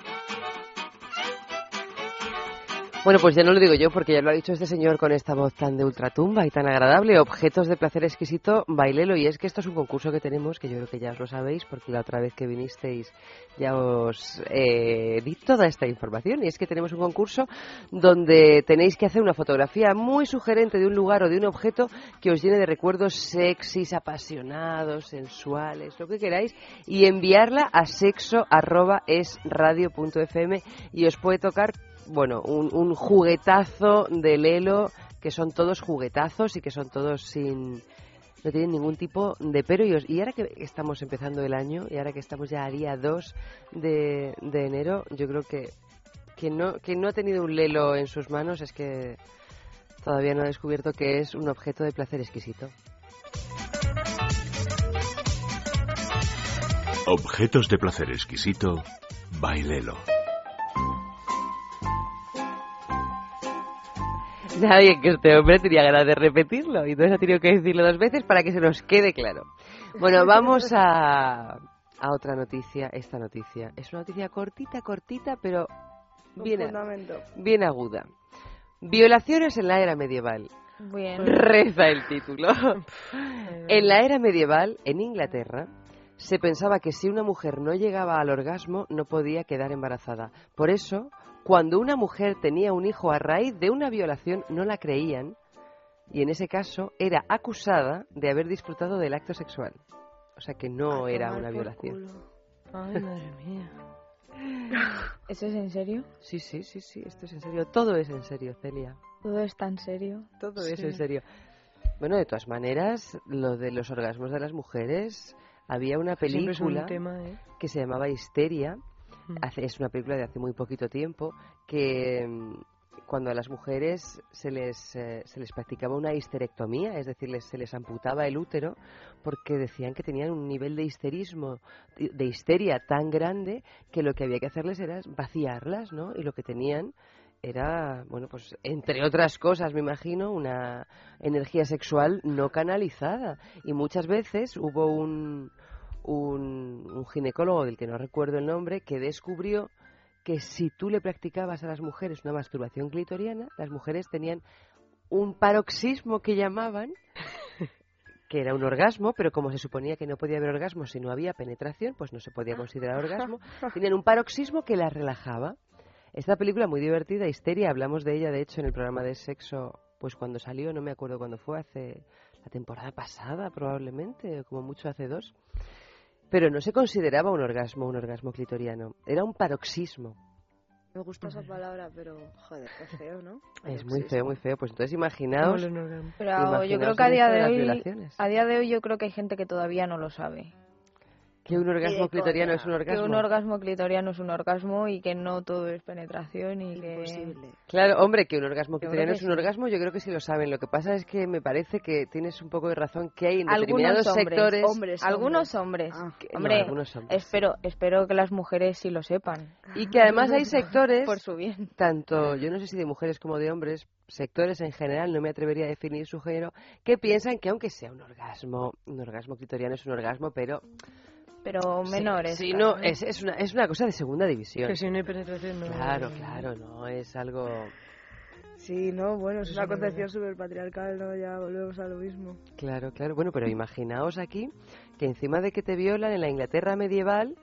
[SPEAKER 2] Bueno, pues ya no lo digo yo porque ya lo ha dicho este señor con esta voz tan de ultratumba y tan agradable. Objetos de placer exquisito, Bailelo. Y es que esto es un concurso que tenemos, que yo creo que ya os lo sabéis, porque la otra vez que vinisteis ya os di toda esta información. Y es que tenemos un concurso donde tenéis que hacer una fotografía muy sugerente de un lugar o de un objeto que os llene de recuerdos sexys, apasionados, sensuales, lo que queráis, y enviarla a sexo@esradio.fm y os puede tocar, bueno, un juguetazo de Lelo, que son todos juguetazos y que son todos sin... no tienen ningún tipo de pero. Y ahora que estamos empezando el año, y ahora que estamos ya a día 2 de enero, yo creo que no ha tenido un Lelo en sus manos es que todavía no ha descubierto que es un objeto de placer exquisito.
[SPEAKER 14] Objetos de placer exquisito, Bailelo.
[SPEAKER 2] Nadie, que este hombre tenía ganas de repetirlo y entonces ha tenido que decirlo 2 veces para que se nos quede claro. Bueno, vamos a otra noticia. Esta noticia es una noticia cortita, pero bien aguda. Violaciones en la era medieval.
[SPEAKER 20] Bien.
[SPEAKER 2] Reza el título. En la era medieval, en Inglaterra, se pensaba que si una mujer no llegaba al orgasmo no podía quedar embarazada. Por eso, cuando una mujer tenía un hijo a raíz de una violación, no la creían y en ese caso era acusada de haber disfrutado del acto sexual. O sea que no era una violación.
[SPEAKER 4] Ay, madre mía.
[SPEAKER 20] ¿Eso es en serio?
[SPEAKER 2] Sí, esto es en serio. Todo es en serio, Celia.
[SPEAKER 20] ¿Todo es tan serio?
[SPEAKER 2] Todo es en serio. Bueno, de todas maneras, lo de los orgasmos de las mujeres, había una película que se llamaba Histeria. Es una película de hace muy poquito tiempo que cuando a las mujeres se les practicaba una histerectomía, es decir, se les amputaba el útero porque decían que tenían un nivel de histerismo, de histeria tan grande que lo que había que hacerles era vaciarlas, ¿no? Y lo que tenían era, bueno, pues entre otras cosas, me imagino, una energía sexual no canalizada. Y muchas veces hubo un ginecólogo del que no recuerdo el nombre, que descubrió que si tú le practicabas a las mujeres una masturbación clitoriana, las mujeres tenían un paroxismo que llamaban, que era un orgasmo, pero como se suponía que no podía haber orgasmo si no había penetración, pues no se podía considerar orgasmo, tenían un paroxismo que las relajaba. Esta película muy divertida, Histeria, hablamos de ella de hecho en el programa de sexo, pues cuando salió, no me acuerdo cuándo fue, hace la temporada pasada probablemente, o como mucho hace 2, pero no se consideraba un orgasmo clitoriano, era un paroxismo.
[SPEAKER 21] Me gusta esa palabra, pero joder, qué feo, ¿no?
[SPEAKER 2] Es muy feo, muy feo. Pues entonces imaginaos.
[SPEAKER 20] Pero yo creo que a día de hoy yo creo que hay gente que todavía no lo sabe.
[SPEAKER 2] Que un orgasmo clitoriano es un orgasmo.
[SPEAKER 20] Que un orgasmo clitoriano es un orgasmo y que no todo es penetración y
[SPEAKER 21] imposible.
[SPEAKER 2] Claro, hombre, que un orgasmo clitoriano es un orgasmo, yo creo que sí lo saben. Lo que pasa es que me parece que tienes un poco de razón que hay en determinados sectores...
[SPEAKER 20] Algunos hombres. Hombre,
[SPEAKER 2] no, algunos hombres.
[SPEAKER 20] Espero que las mujeres sí lo sepan.
[SPEAKER 2] Y que además hay sectores,
[SPEAKER 20] por su bien,
[SPEAKER 2] tanto, yo no sé si de mujeres como de hombres, sectores en general, no me atrevería a definir su género, que piensan que aunque sea un orgasmo clitoriano es un orgasmo, pero
[SPEAKER 20] menores.
[SPEAKER 2] Sí, claro, no, es una cosa de segunda división.
[SPEAKER 4] Que si no hay penetración no.
[SPEAKER 2] Claro, no es algo.
[SPEAKER 21] Sí, no, bueno, es una concepción súper patriarcal, ¿no? Ya volvemos a lo mismo.
[SPEAKER 2] Claro, bueno, pero imaginaos aquí que encima de que te violan en la Inglaterra medieval.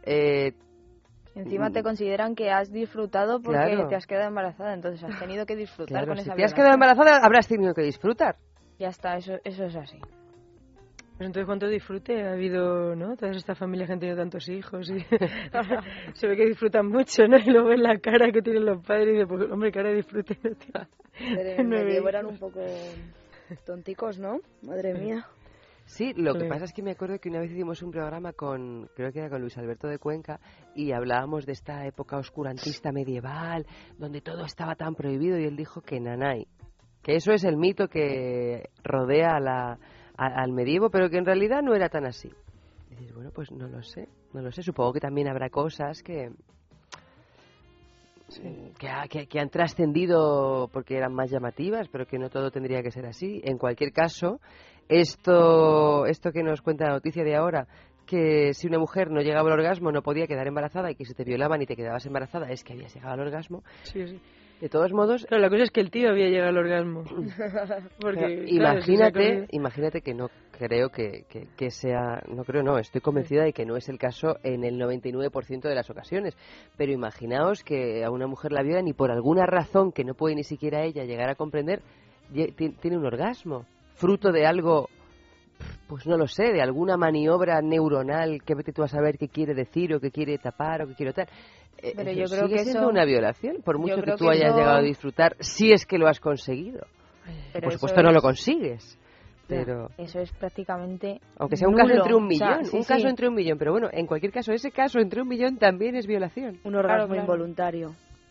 [SPEAKER 20] Encima te consideran que has disfrutado porque te has quedado embarazada, entonces has tenido que disfrutar con esa
[SPEAKER 2] violación. Si te has quedado embarazada, habrás tenido que disfrutar.
[SPEAKER 20] Ya está, eso es así.
[SPEAKER 4] Pues entonces, ¿cuánto disfrute ha habido, no? Todas estas familias que han tenido tantos hijos y se ve que disfrutan mucho, ¿no? Y luego en la cara que tienen los padres y dicen, pues, hombre, cara de disfrute.
[SPEAKER 21] Pero en medievo eran un poco tonticos, ¿no? Madre mía.
[SPEAKER 2] Sí, lo que pasa es que me acuerdo que una vez hicimos un programa creo que era con Luis Alberto de Cuenca, y hablábamos de esta época oscurantista medieval, donde todo estaba tan prohibido, y él dijo que nanay, que eso es el mito que rodea al medievo, pero que en realidad no era tan así. Y dices, bueno, pues no lo sé, supongo que también habrá cosas que han trascendido porque eran más llamativas, pero que no todo tendría que ser así. En cualquier caso, esto que nos cuenta la noticia de ahora, que si una mujer no llegaba al orgasmo no podía quedar embarazada, y que si te violaban y te quedabas embarazada es que habías llegado al orgasmo.
[SPEAKER 4] Sí.
[SPEAKER 2] De todos modos...
[SPEAKER 4] Claro, la cosa es que el tío había llegado al orgasmo. Porque,
[SPEAKER 2] imagínate que no creo que sea... No, estoy convencida de que no es el caso en el 99% de las ocasiones. Pero imaginaos que a una mujer la violan y por alguna razón que no puede ni siquiera ella llegar a comprender, tiene un orgasmo. Fruto de algo... Pues no lo sé, de alguna maniobra neuronal que vete tú a saber qué quiere decir o qué quiere tapar o qué quiere tal.
[SPEAKER 20] Pero yo creo que
[SPEAKER 2] siendo una violación, por mucho que tú hayas llegado a disfrutar, si es que lo has conseguido. Por supuesto no lo consigues, pero...
[SPEAKER 20] Eso es prácticamente
[SPEAKER 2] aunque sea un caso entre un millón, entre un millón, pero bueno, en cualquier caso, ese caso entre un millón también es violación.
[SPEAKER 21] Un orgasmo involuntario.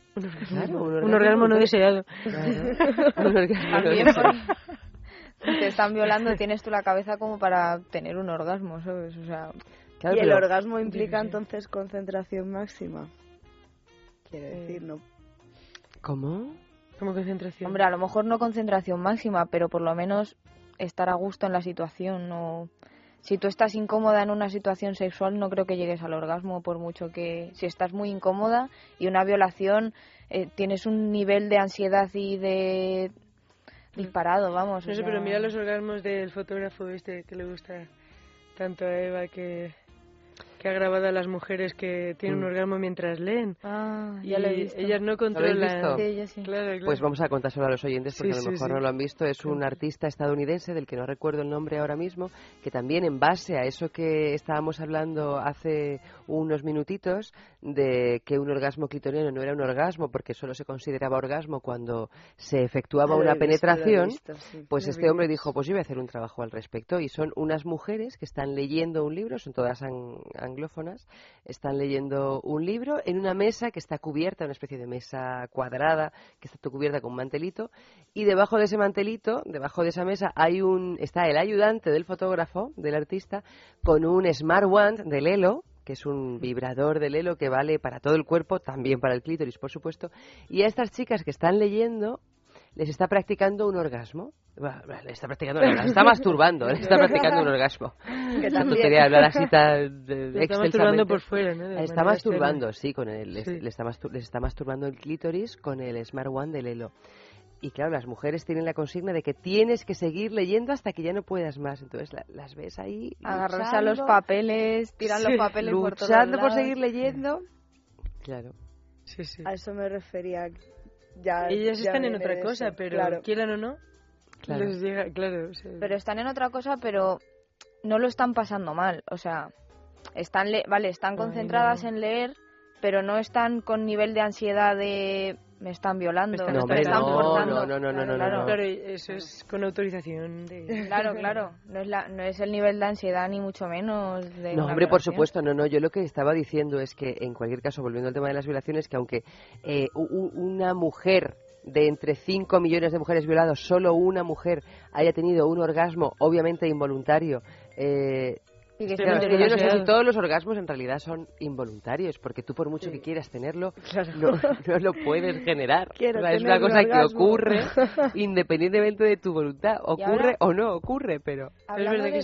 [SPEAKER 4] Un orgasmo no deseado.
[SPEAKER 2] Claro. Un orgasmo no
[SPEAKER 20] deseado. Te están violando, tienes tú la cabeza como para tener un orgasmo, ¿sabes? O sea...
[SPEAKER 21] Claro, y el orgasmo implica entonces concentración máxima. Quiero decir, ¿no?
[SPEAKER 2] ¿Cómo?
[SPEAKER 4] ¿Cómo concentración?
[SPEAKER 20] Hombre, a lo mejor no concentración máxima, pero por lo menos estar a gusto en la situación. No... Si tú estás incómoda en una situación sexual, no creo que llegues al orgasmo, por mucho que... Si estás muy incómoda y una violación, tienes un nivel de ansiedad y de... disparado, vamos.
[SPEAKER 4] No sé, pero mira los orgasmos del fotógrafo que le gusta tanto a Eva, que ha grabado a las mujeres que tienen un orgasmo mientras leen.
[SPEAKER 20] Ya lo he visto.
[SPEAKER 4] Ellas no controlan.
[SPEAKER 20] Sí.
[SPEAKER 4] Claro.
[SPEAKER 2] Pues vamos a contárselo a los oyentes porque a lo mejor no lo han visto. Es un artista estadounidense del que no recuerdo el nombre ahora mismo, que también en base a eso que estábamos hablando hace unos minutitos, de que un orgasmo clitoriano no era un orgasmo porque solo se consideraba orgasmo cuando se efectuaba una penetración, pues este hombre dijo, pues yo voy a hacer un trabajo al respecto, y son unas mujeres que están leyendo un libro, son todas anglófonas, están leyendo un libro en una mesa que está cubierta, una especie de mesa cuadrada que está cubierta con un mantelito, y debajo de ese mantelito, debajo de esa mesa está el ayudante del fotógrafo, del artista, con un Smart Wand de Lelo, que es un vibrador de Lelo que vale para todo el cuerpo, también para el clítoris, por supuesto, y a estas chicas que están leyendo les está practicando un orgasmo. Bueno, está masturbando, les está practicando un orgasmo.
[SPEAKER 21] Que también.
[SPEAKER 2] Tontería hablar así tan
[SPEAKER 4] Le está masturbando por fuera, ¿no?
[SPEAKER 2] Está masturbando, sí, con el, sí. Les está masturbando el clítoris con el Smart One de Lelo. Y claro, las mujeres tienen la consigna de que tienes que seguir leyendo hasta que ya no puedas más. Entonces las ves ahí
[SPEAKER 20] agarrarse a los papeles, tiran los papeles por todos lados.
[SPEAKER 2] Luchando por seguir leyendo. Claro.
[SPEAKER 4] Sí, sí.
[SPEAKER 21] A eso me refería. Ya,
[SPEAKER 4] ellas
[SPEAKER 21] ya
[SPEAKER 4] están en otra cosa, pero
[SPEAKER 21] claro.
[SPEAKER 4] Quieran o no,
[SPEAKER 2] claro.
[SPEAKER 4] Les llega, claro. Sí.
[SPEAKER 20] Pero están en otra cosa, pero no lo están pasando mal. O sea, están concentradas en leer, pero no están con nivel de ansiedad de me están violando, me están forzando.
[SPEAKER 2] No.
[SPEAKER 4] Claro, eso es con autorización de...
[SPEAKER 20] Claro, no es el nivel de ansiedad ni mucho menos de
[SPEAKER 2] no, hombre, por supuesto, no, yo lo que estaba diciendo es que en cualquier caso, volviendo al tema de las violaciones, que aunque una mujer de entre 5 millones de mujeres violadas, solo una mujer haya tenido un orgasmo, obviamente involuntario, y que claro, yo no sé si todos los orgasmos en realidad son involuntarios, porque tú por mucho que quieras tenerlo, no lo puedes generar. O sea, es una cosa que ocurre independientemente de tu voluntad. Ocurre o no ocurre, pero...
[SPEAKER 20] Hablando de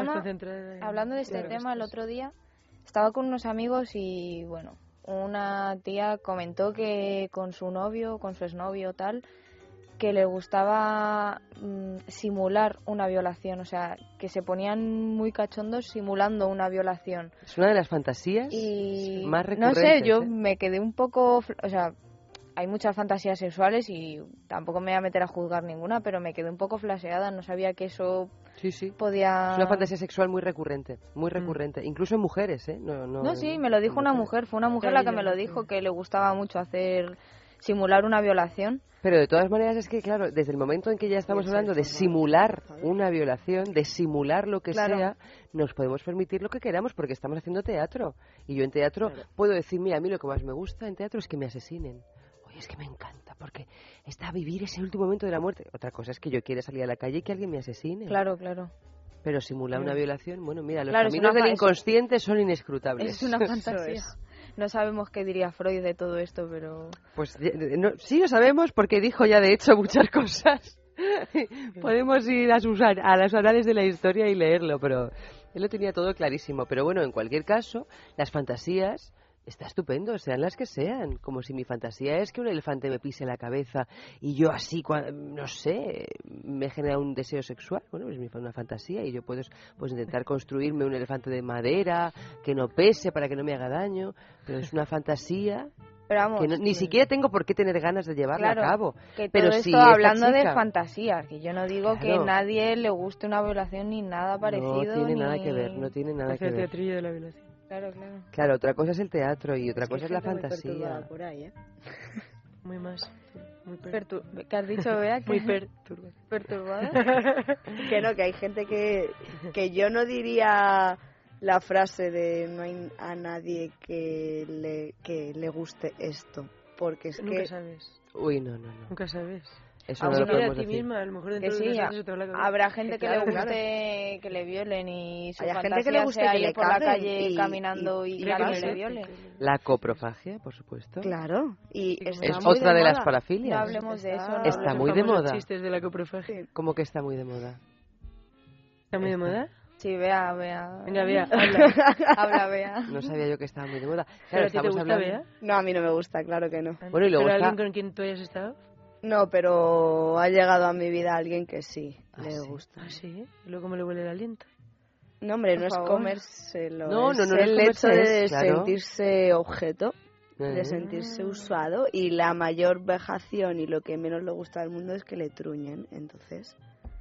[SPEAKER 20] este tema, el otro día estaba con unos amigos y, bueno, una tía comentó que con su novio, con su exnovio tal, que le gustaba simular una violación, o sea, que se ponían muy cachondos simulando una violación.
[SPEAKER 2] Es una de las fantasías más recurrentes.
[SPEAKER 20] No sé, yo me quedé un poco, o sea, hay muchas fantasías sexuales y tampoco me voy a meter a juzgar ninguna, pero me quedé un poco flaseada, no sabía que eso podía...
[SPEAKER 2] Es una fantasía sexual muy recurrente, incluso en mujeres, ¿eh?
[SPEAKER 20] No, sí, me lo dijo una mujer, fue una mujer la que me lo dijo, que le gustaba mucho simular una violación.
[SPEAKER 2] Pero de todas maneras es que, claro, desde el momento en que ya estamos hablando de simular una violación, de simular lo que sea, nos podemos permitir lo que queramos porque estamos haciendo teatro. Y yo en teatro puedo decir, mira, a mí lo que más me gusta en teatro es que me asesinen. Oye, es que me encanta porque está a vivir ese último momento de la muerte. Otra cosa es que yo quiera salir a la calle y que alguien me asesine.
[SPEAKER 20] Claro.
[SPEAKER 2] Pero simular una violación, bueno, mira, los caminos del inconsciente son inescrutables.
[SPEAKER 20] Es una fantasía. No sabemos qué diría Freud de todo esto, pero...
[SPEAKER 2] Pues sí lo sabemos porque dijo ya de hecho muchas cosas. Podemos ir a las anales de la historia y leerlo, pero él lo tenía todo clarísimo. Pero bueno, en cualquier caso, las fantasías... Está estupendo, sean las que sean. Como si mi fantasía es que un elefante me pise la cabeza y yo así, no sé, me genera un deseo sexual. Bueno, es una fantasía y yo puedo pues intentar construirme un elefante de madera que no pese para que no me haga daño. Pero es una fantasía
[SPEAKER 20] pero vamos,
[SPEAKER 2] que ni siquiera tengo por qué tener ganas de llevarla a cabo.
[SPEAKER 20] Que
[SPEAKER 2] pero
[SPEAKER 20] todo
[SPEAKER 2] si
[SPEAKER 20] esto hablando de fantasía, que yo no digo que nadie le guste una violación ni nada parecido.
[SPEAKER 2] No tiene nada que ver, no tiene nada que ver.
[SPEAKER 4] El teatrillo de la violación.
[SPEAKER 2] Claro, otra cosa es el teatro y otra cosa es la fantasía.
[SPEAKER 21] Por ahí, ¿eh?
[SPEAKER 4] Muy más.
[SPEAKER 20] ¿Qué has dicho, Bea?
[SPEAKER 4] Muy
[SPEAKER 20] perturbada.
[SPEAKER 21] Que hay gente que yo no diría la frase de no hay a nadie que le guste esto, porque es
[SPEAKER 4] nunca sabes.
[SPEAKER 2] Uy, no.
[SPEAKER 4] Nunca sabes.
[SPEAKER 2] Eso no lo podemos decir.
[SPEAKER 4] Misma, a lo mejor dentro
[SPEAKER 20] que
[SPEAKER 4] de
[SPEAKER 20] habrá gente que le guste que le violen y su fantasía
[SPEAKER 21] gente que le guste
[SPEAKER 20] sea
[SPEAKER 21] que
[SPEAKER 20] ir
[SPEAKER 21] le
[SPEAKER 20] por la calle caminando y que le violen.
[SPEAKER 2] La coprofagia, por supuesto.
[SPEAKER 21] Claro. Y
[SPEAKER 2] es otra de las parafilias.
[SPEAKER 20] No hablemos de eso.
[SPEAKER 2] Está muy de moda.
[SPEAKER 4] Chistes de la coprofagia.
[SPEAKER 2] ¿Cómo que está muy de moda?
[SPEAKER 4] ¿Está muy de moda?
[SPEAKER 20] Sí, Bea.
[SPEAKER 4] Venga, Bea,
[SPEAKER 20] habla, Bea.
[SPEAKER 2] No sabía yo que estaba muy de moda.
[SPEAKER 4] Claro, ¿a ti te gusta, Bea?
[SPEAKER 21] No, a mí no me gusta, claro que no.
[SPEAKER 2] Bueno, y luego
[SPEAKER 4] ¿Pero alguien con quien tú hayas estado?
[SPEAKER 21] No, pero ha llegado a mi vida alguien que sí le gusta.
[SPEAKER 4] ¿Ah, sí? ¿Y luego cómo le huele el aliento?
[SPEAKER 21] No, hombre, no es comérselo.
[SPEAKER 2] No,
[SPEAKER 21] es el hecho de sentirse objeto, de sentirse usado, y la mayor vejación y lo que menos le gusta al mundo es que le truñen. Entonces,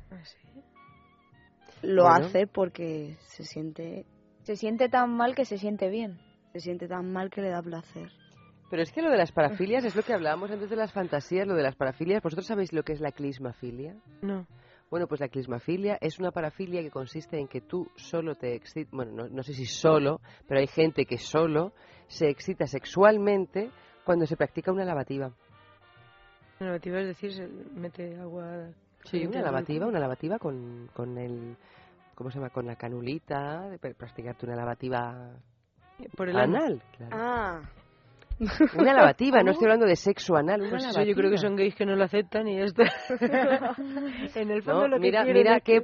[SPEAKER 21] lo hace porque se siente
[SPEAKER 20] tan mal que se siente bien.
[SPEAKER 21] Se siente tan mal que le da placer.
[SPEAKER 2] Pero es que lo de las parafilias es lo que hablábamos antes de las fantasías, lo de las parafilias. ¿Vosotros sabéis lo que es la clismafilia?
[SPEAKER 4] No.
[SPEAKER 2] Bueno, pues la clismafilia es una parafilia que consiste en que tú solo te excitas, bueno, no sé si solo, pero hay gente que solo se excita sexualmente cuando se practica una lavativa.
[SPEAKER 4] Una lavativa es decir, se mete agua...
[SPEAKER 2] Sí, una lavativa con el... ¿Cómo se llama? Con la canulita, de practicarte una lavativa
[SPEAKER 4] por el
[SPEAKER 2] anal. Claro.
[SPEAKER 21] Ah.
[SPEAKER 2] Una lavativa, no estoy hablando de sexo anal, una
[SPEAKER 4] Pues eso,
[SPEAKER 2] lavativa.
[SPEAKER 4] yo creo que son gays que no lo aceptan y ya está. En el fondo lo que quieren
[SPEAKER 2] mira
[SPEAKER 4] es
[SPEAKER 2] qué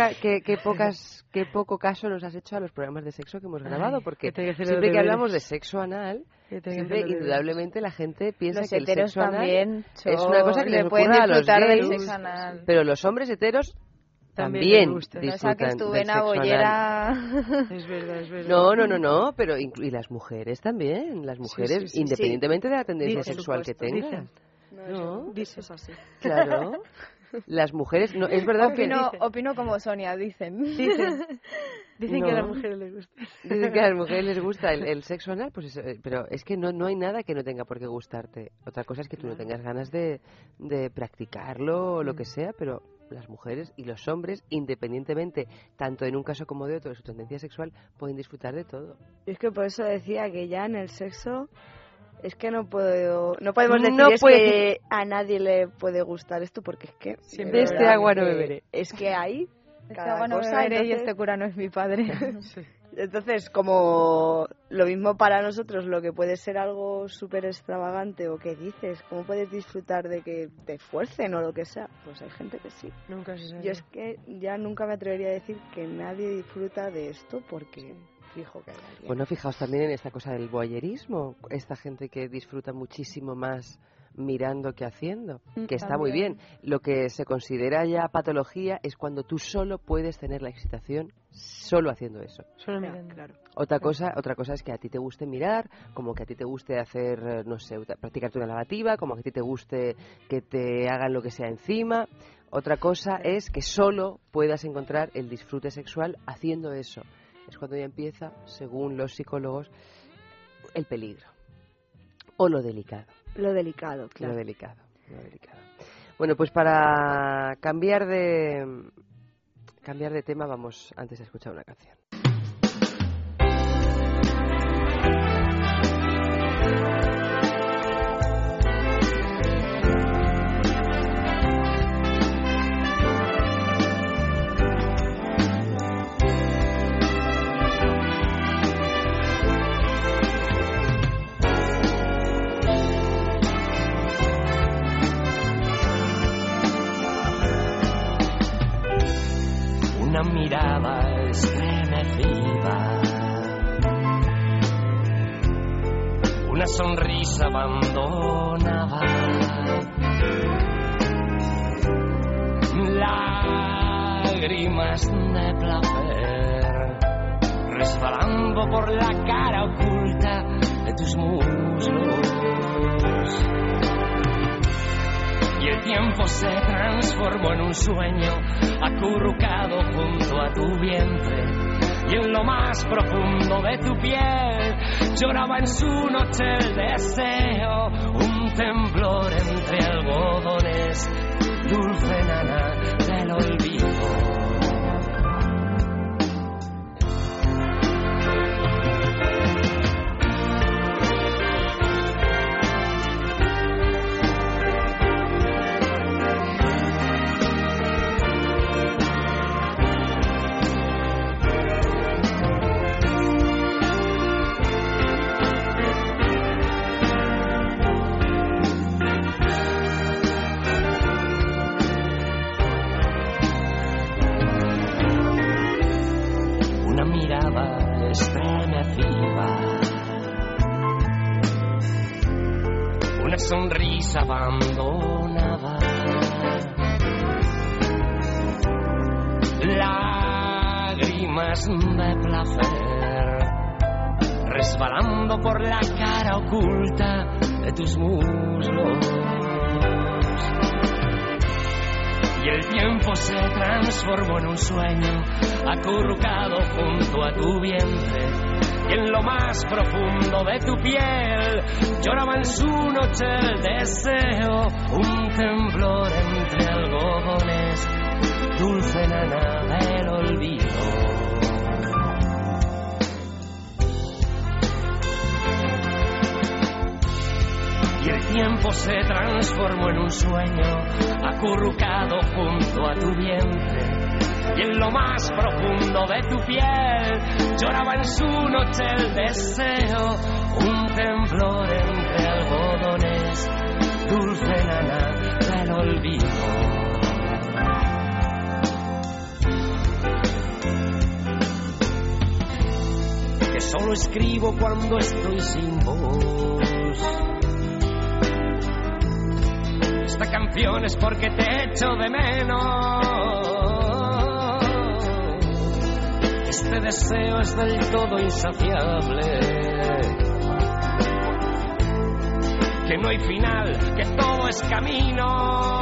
[SPEAKER 2] poco caso nos has hecho a los programas de sexo que hemos grabado, porque siempre que hablamos de sexo anal, siempre indudablemente la gente piensa
[SPEAKER 20] Los
[SPEAKER 2] que el
[SPEAKER 20] heteros
[SPEAKER 2] sexo anal
[SPEAKER 20] también
[SPEAKER 2] es una cosa que
[SPEAKER 20] le
[SPEAKER 2] les
[SPEAKER 20] pueden
[SPEAKER 2] ocurre a los
[SPEAKER 20] disfrutar del
[SPEAKER 2] gays,
[SPEAKER 20] sexo anal.
[SPEAKER 2] pero los hombres heteros también disfrutan
[SPEAKER 20] No saques tu
[SPEAKER 2] del
[SPEAKER 20] vena
[SPEAKER 2] sexo anal.
[SPEAKER 20] bollera.
[SPEAKER 4] Es verdad.
[SPEAKER 2] No, pero y las mujeres también, las mujeres,
[SPEAKER 20] sí,
[SPEAKER 2] independientemente de la tendencia
[SPEAKER 20] Dicen,
[SPEAKER 2] sexual que
[SPEAKER 20] por supuesto,
[SPEAKER 2] tengan.
[SPEAKER 20] No,
[SPEAKER 4] eso es así.
[SPEAKER 2] Claro. Las mujeres, no, es verdad
[SPEAKER 20] Opino como Sonia, dicen.
[SPEAKER 4] Dicen que a las mujeres les gusta.
[SPEAKER 2] Dicen que a las mujeres les gusta el sexo anal, pues eso, pero es que no hay nada que no tenga por qué gustarte. Otra cosa es que tú no tengas ganas de practicarlo o lo que sea, pero las mujeres y los hombres, independientemente, tanto en un caso como de otro, de su tendencia sexual, pueden disfrutar de todo.
[SPEAKER 21] Y es que por eso decía que ya en el sexo es que no podemos decir que a nadie le puede gustar esto, porque es que
[SPEAKER 2] de este agua no beberé.
[SPEAKER 21] Es que hay
[SPEAKER 20] cada agua no beberé y este cura no es mi padre.
[SPEAKER 21] Entonces, como lo mismo para nosotros, lo que puede ser algo súper extravagante o que dices, ¿cómo puedes disfrutar de que te fuercen o lo que sea? Pues hay gente que sí.
[SPEAKER 4] Nunca se sabe.
[SPEAKER 21] Yo es que ya nunca me atrevería a decir que nadie disfruta de esto porque fijo que hay alguien.
[SPEAKER 2] Bueno, fijaos también en esta cosa del voyerismo, esta gente que disfruta muchísimo más mirando que haciendo, que está muy bien. Lo que se considera ya patología es cuando tú solo puedes tener la excitación solo haciendo eso.
[SPEAKER 4] Solo mirando.
[SPEAKER 21] Claro.
[SPEAKER 2] Otra cosa es que a ti te guste mirar, como que a ti te guste hacer, no sé, practicarte una lavativa, como que a ti te guste que te hagan lo que sea encima. Otra cosa es que solo puedas encontrar el disfrute sexual haciendo eso. Es cuando ya empieza, según los psicólogos, el peligro o lo delicado.
[SPEAKER 21] Lo delicado, claro.
[SPEAKER 2] Lo delicado. Bueno, pues para cambiar de tema, vamos antes a escuchar una canción.
[SPEAKER 8] Una mirada estremecida, una sonrisa abandonada, lágrimas de placer resbalando por la cara oculta de tus muslos. Y el tiempo se transformó en un sueño acurrucado junto a tu vientre. Y en lo más profundo de tu piel lloraba en su noche el deseo. Un temblor entre algodones, dulce nana del olvido. Una sonrisa abandonada, lágrimas de placer resbalando por la cara oculta de tus muslos. Y el tiempo se transformó en un sueño acurrucado junto a tu vientre. Y en lo más profundo de tu piel lloraba en su noche el deseo. Un temblor entre algodones, dulce nana del olvido. Y el tiempo se transformó en un sueño acurrucado junto a tu vientre. Y en lo más profundo de tu piel lloraba en su noche el deseo. Un temblor entre entre algodones, dulce nana del olvido. Que solo escribo cuando estoy sin voz. Esta canción es porque te echo de menos. Este deseo es del todo insaciable. Que no hay final, que todo es camino.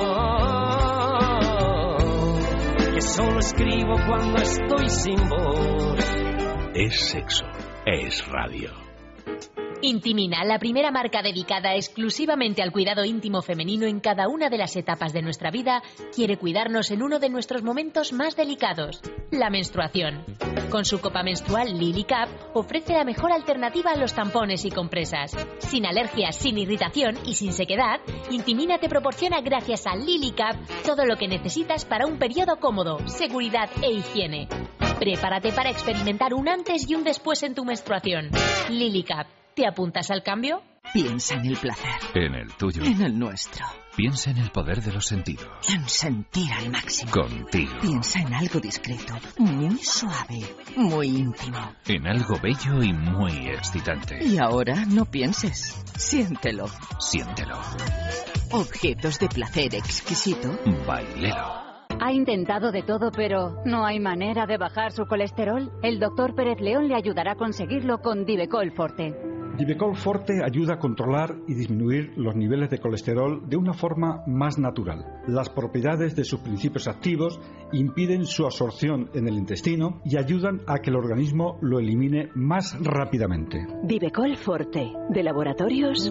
[SPEAKER 8] Que solo escribo cuando estoy sin voz.
[SPEAKER 1] Es sexo, es radio.
[SPEAKER 16] Intimina, la primera marca dedicada exclusivamente al cuidado íntimo femenino en cada una de las etapas de nuestra vida, quiere cuidarnos en uno de nuestros momentos más delicados, la menstruación. Con su copa menstrual LiliCap ofrece la mejor alternativa a los tampones y compresas. Sin alergias, sin irritación y sin sequedad, Intimina te proporciona gracias a LiliCap todo lo que necesitas para un periodo cómodo, seguridad e higiene. Prepárate para experimentar un antes y un después en tu menstruación. LiliCap. ¿Te apuntas al cambio?
[SPEAKER 13] Piensa en el placer.
[SPEAKER 14] En el tuyo.
[SPEAKER 13] En el nuestro.
[SPEAKER 14] Piensa en el poder de los sentidos.
[SPEAKER 13] En sentir al máximo.
[SPEAKER 14] Contigo.
[SPEAKER 13] Piensa en algo discreto, muy suave, muy íntimo.
[SPEAKER 14] En algo bello y muy excitante.
[SPEAKER 13] Y ahora no pienses. Siéntelo.
[SPEAKER 14] Siéntelo.
[SPEAKER 13] Objetos de placer exquisito.
[SPEAKER 14] Bailelo.
[SPEAKER 9] Ha intentado de todo, pero ¿no hay manera de bajar su colesterol? El doctor Pérez León le ayudará a conseguirlo con Divecol Forte.
[SPEAKER 10] Divecol Forte ayuda a controlar y disminuir los niveles de colesterol de una forma más natural. Las propiedades de sus principios activos impiden su absorción en el intestino y ayudan a que el organismo lo elimine más rápidamente.
[SPEAKER 11] Divecol Forte, de Laboratorios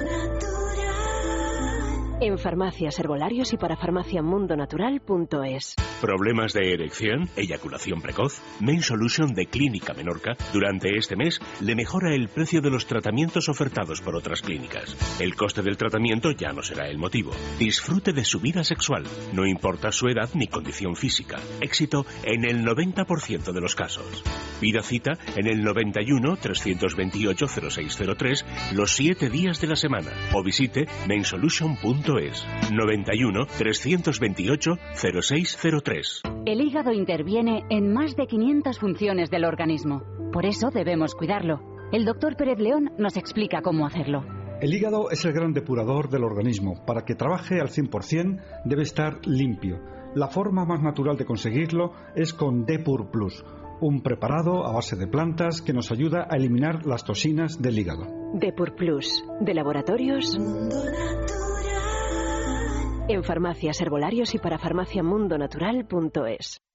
[SPEAKER 11] en farmacias, herbolarios y para farmaciamundonatural.es.
[SPEAKER 1] ¿Problemas de erección? ¿Eyaculación precoz? Main Solution de Clínica Menorca durante este mes le mejora el precio de los tratamientos ofertados por otras clínicas. El coste del tratamiento ya no será el motivo. Disfrute de su vida sexual. No importa su edad ni condición física. Éxito en el 90% de los casos. Pida cita en el 91 328 0603 los 7 días de la semana o visite mainsolution.es. 91 328 0603.
[SPEAKER 9] El hígado interviene en más de 500 funciones del organismo. Por eso debemos cuidarlo. El doctor Pérez León nos explica cómo hacerlo.
[SPEAKER 10] El hígado es el gran depurador del organismo. Para que trabaje al 100% debe estar limpio. La forma más natural de conseguirlo es con Depur Plus, un preparado a base de plantas que nos ayuda a eliminar las toxinas del hígado.
[SPEAKER 11] Depur Plus, de Laboratorios en farmacias, herbolarios y para farmaciamundonatural.es.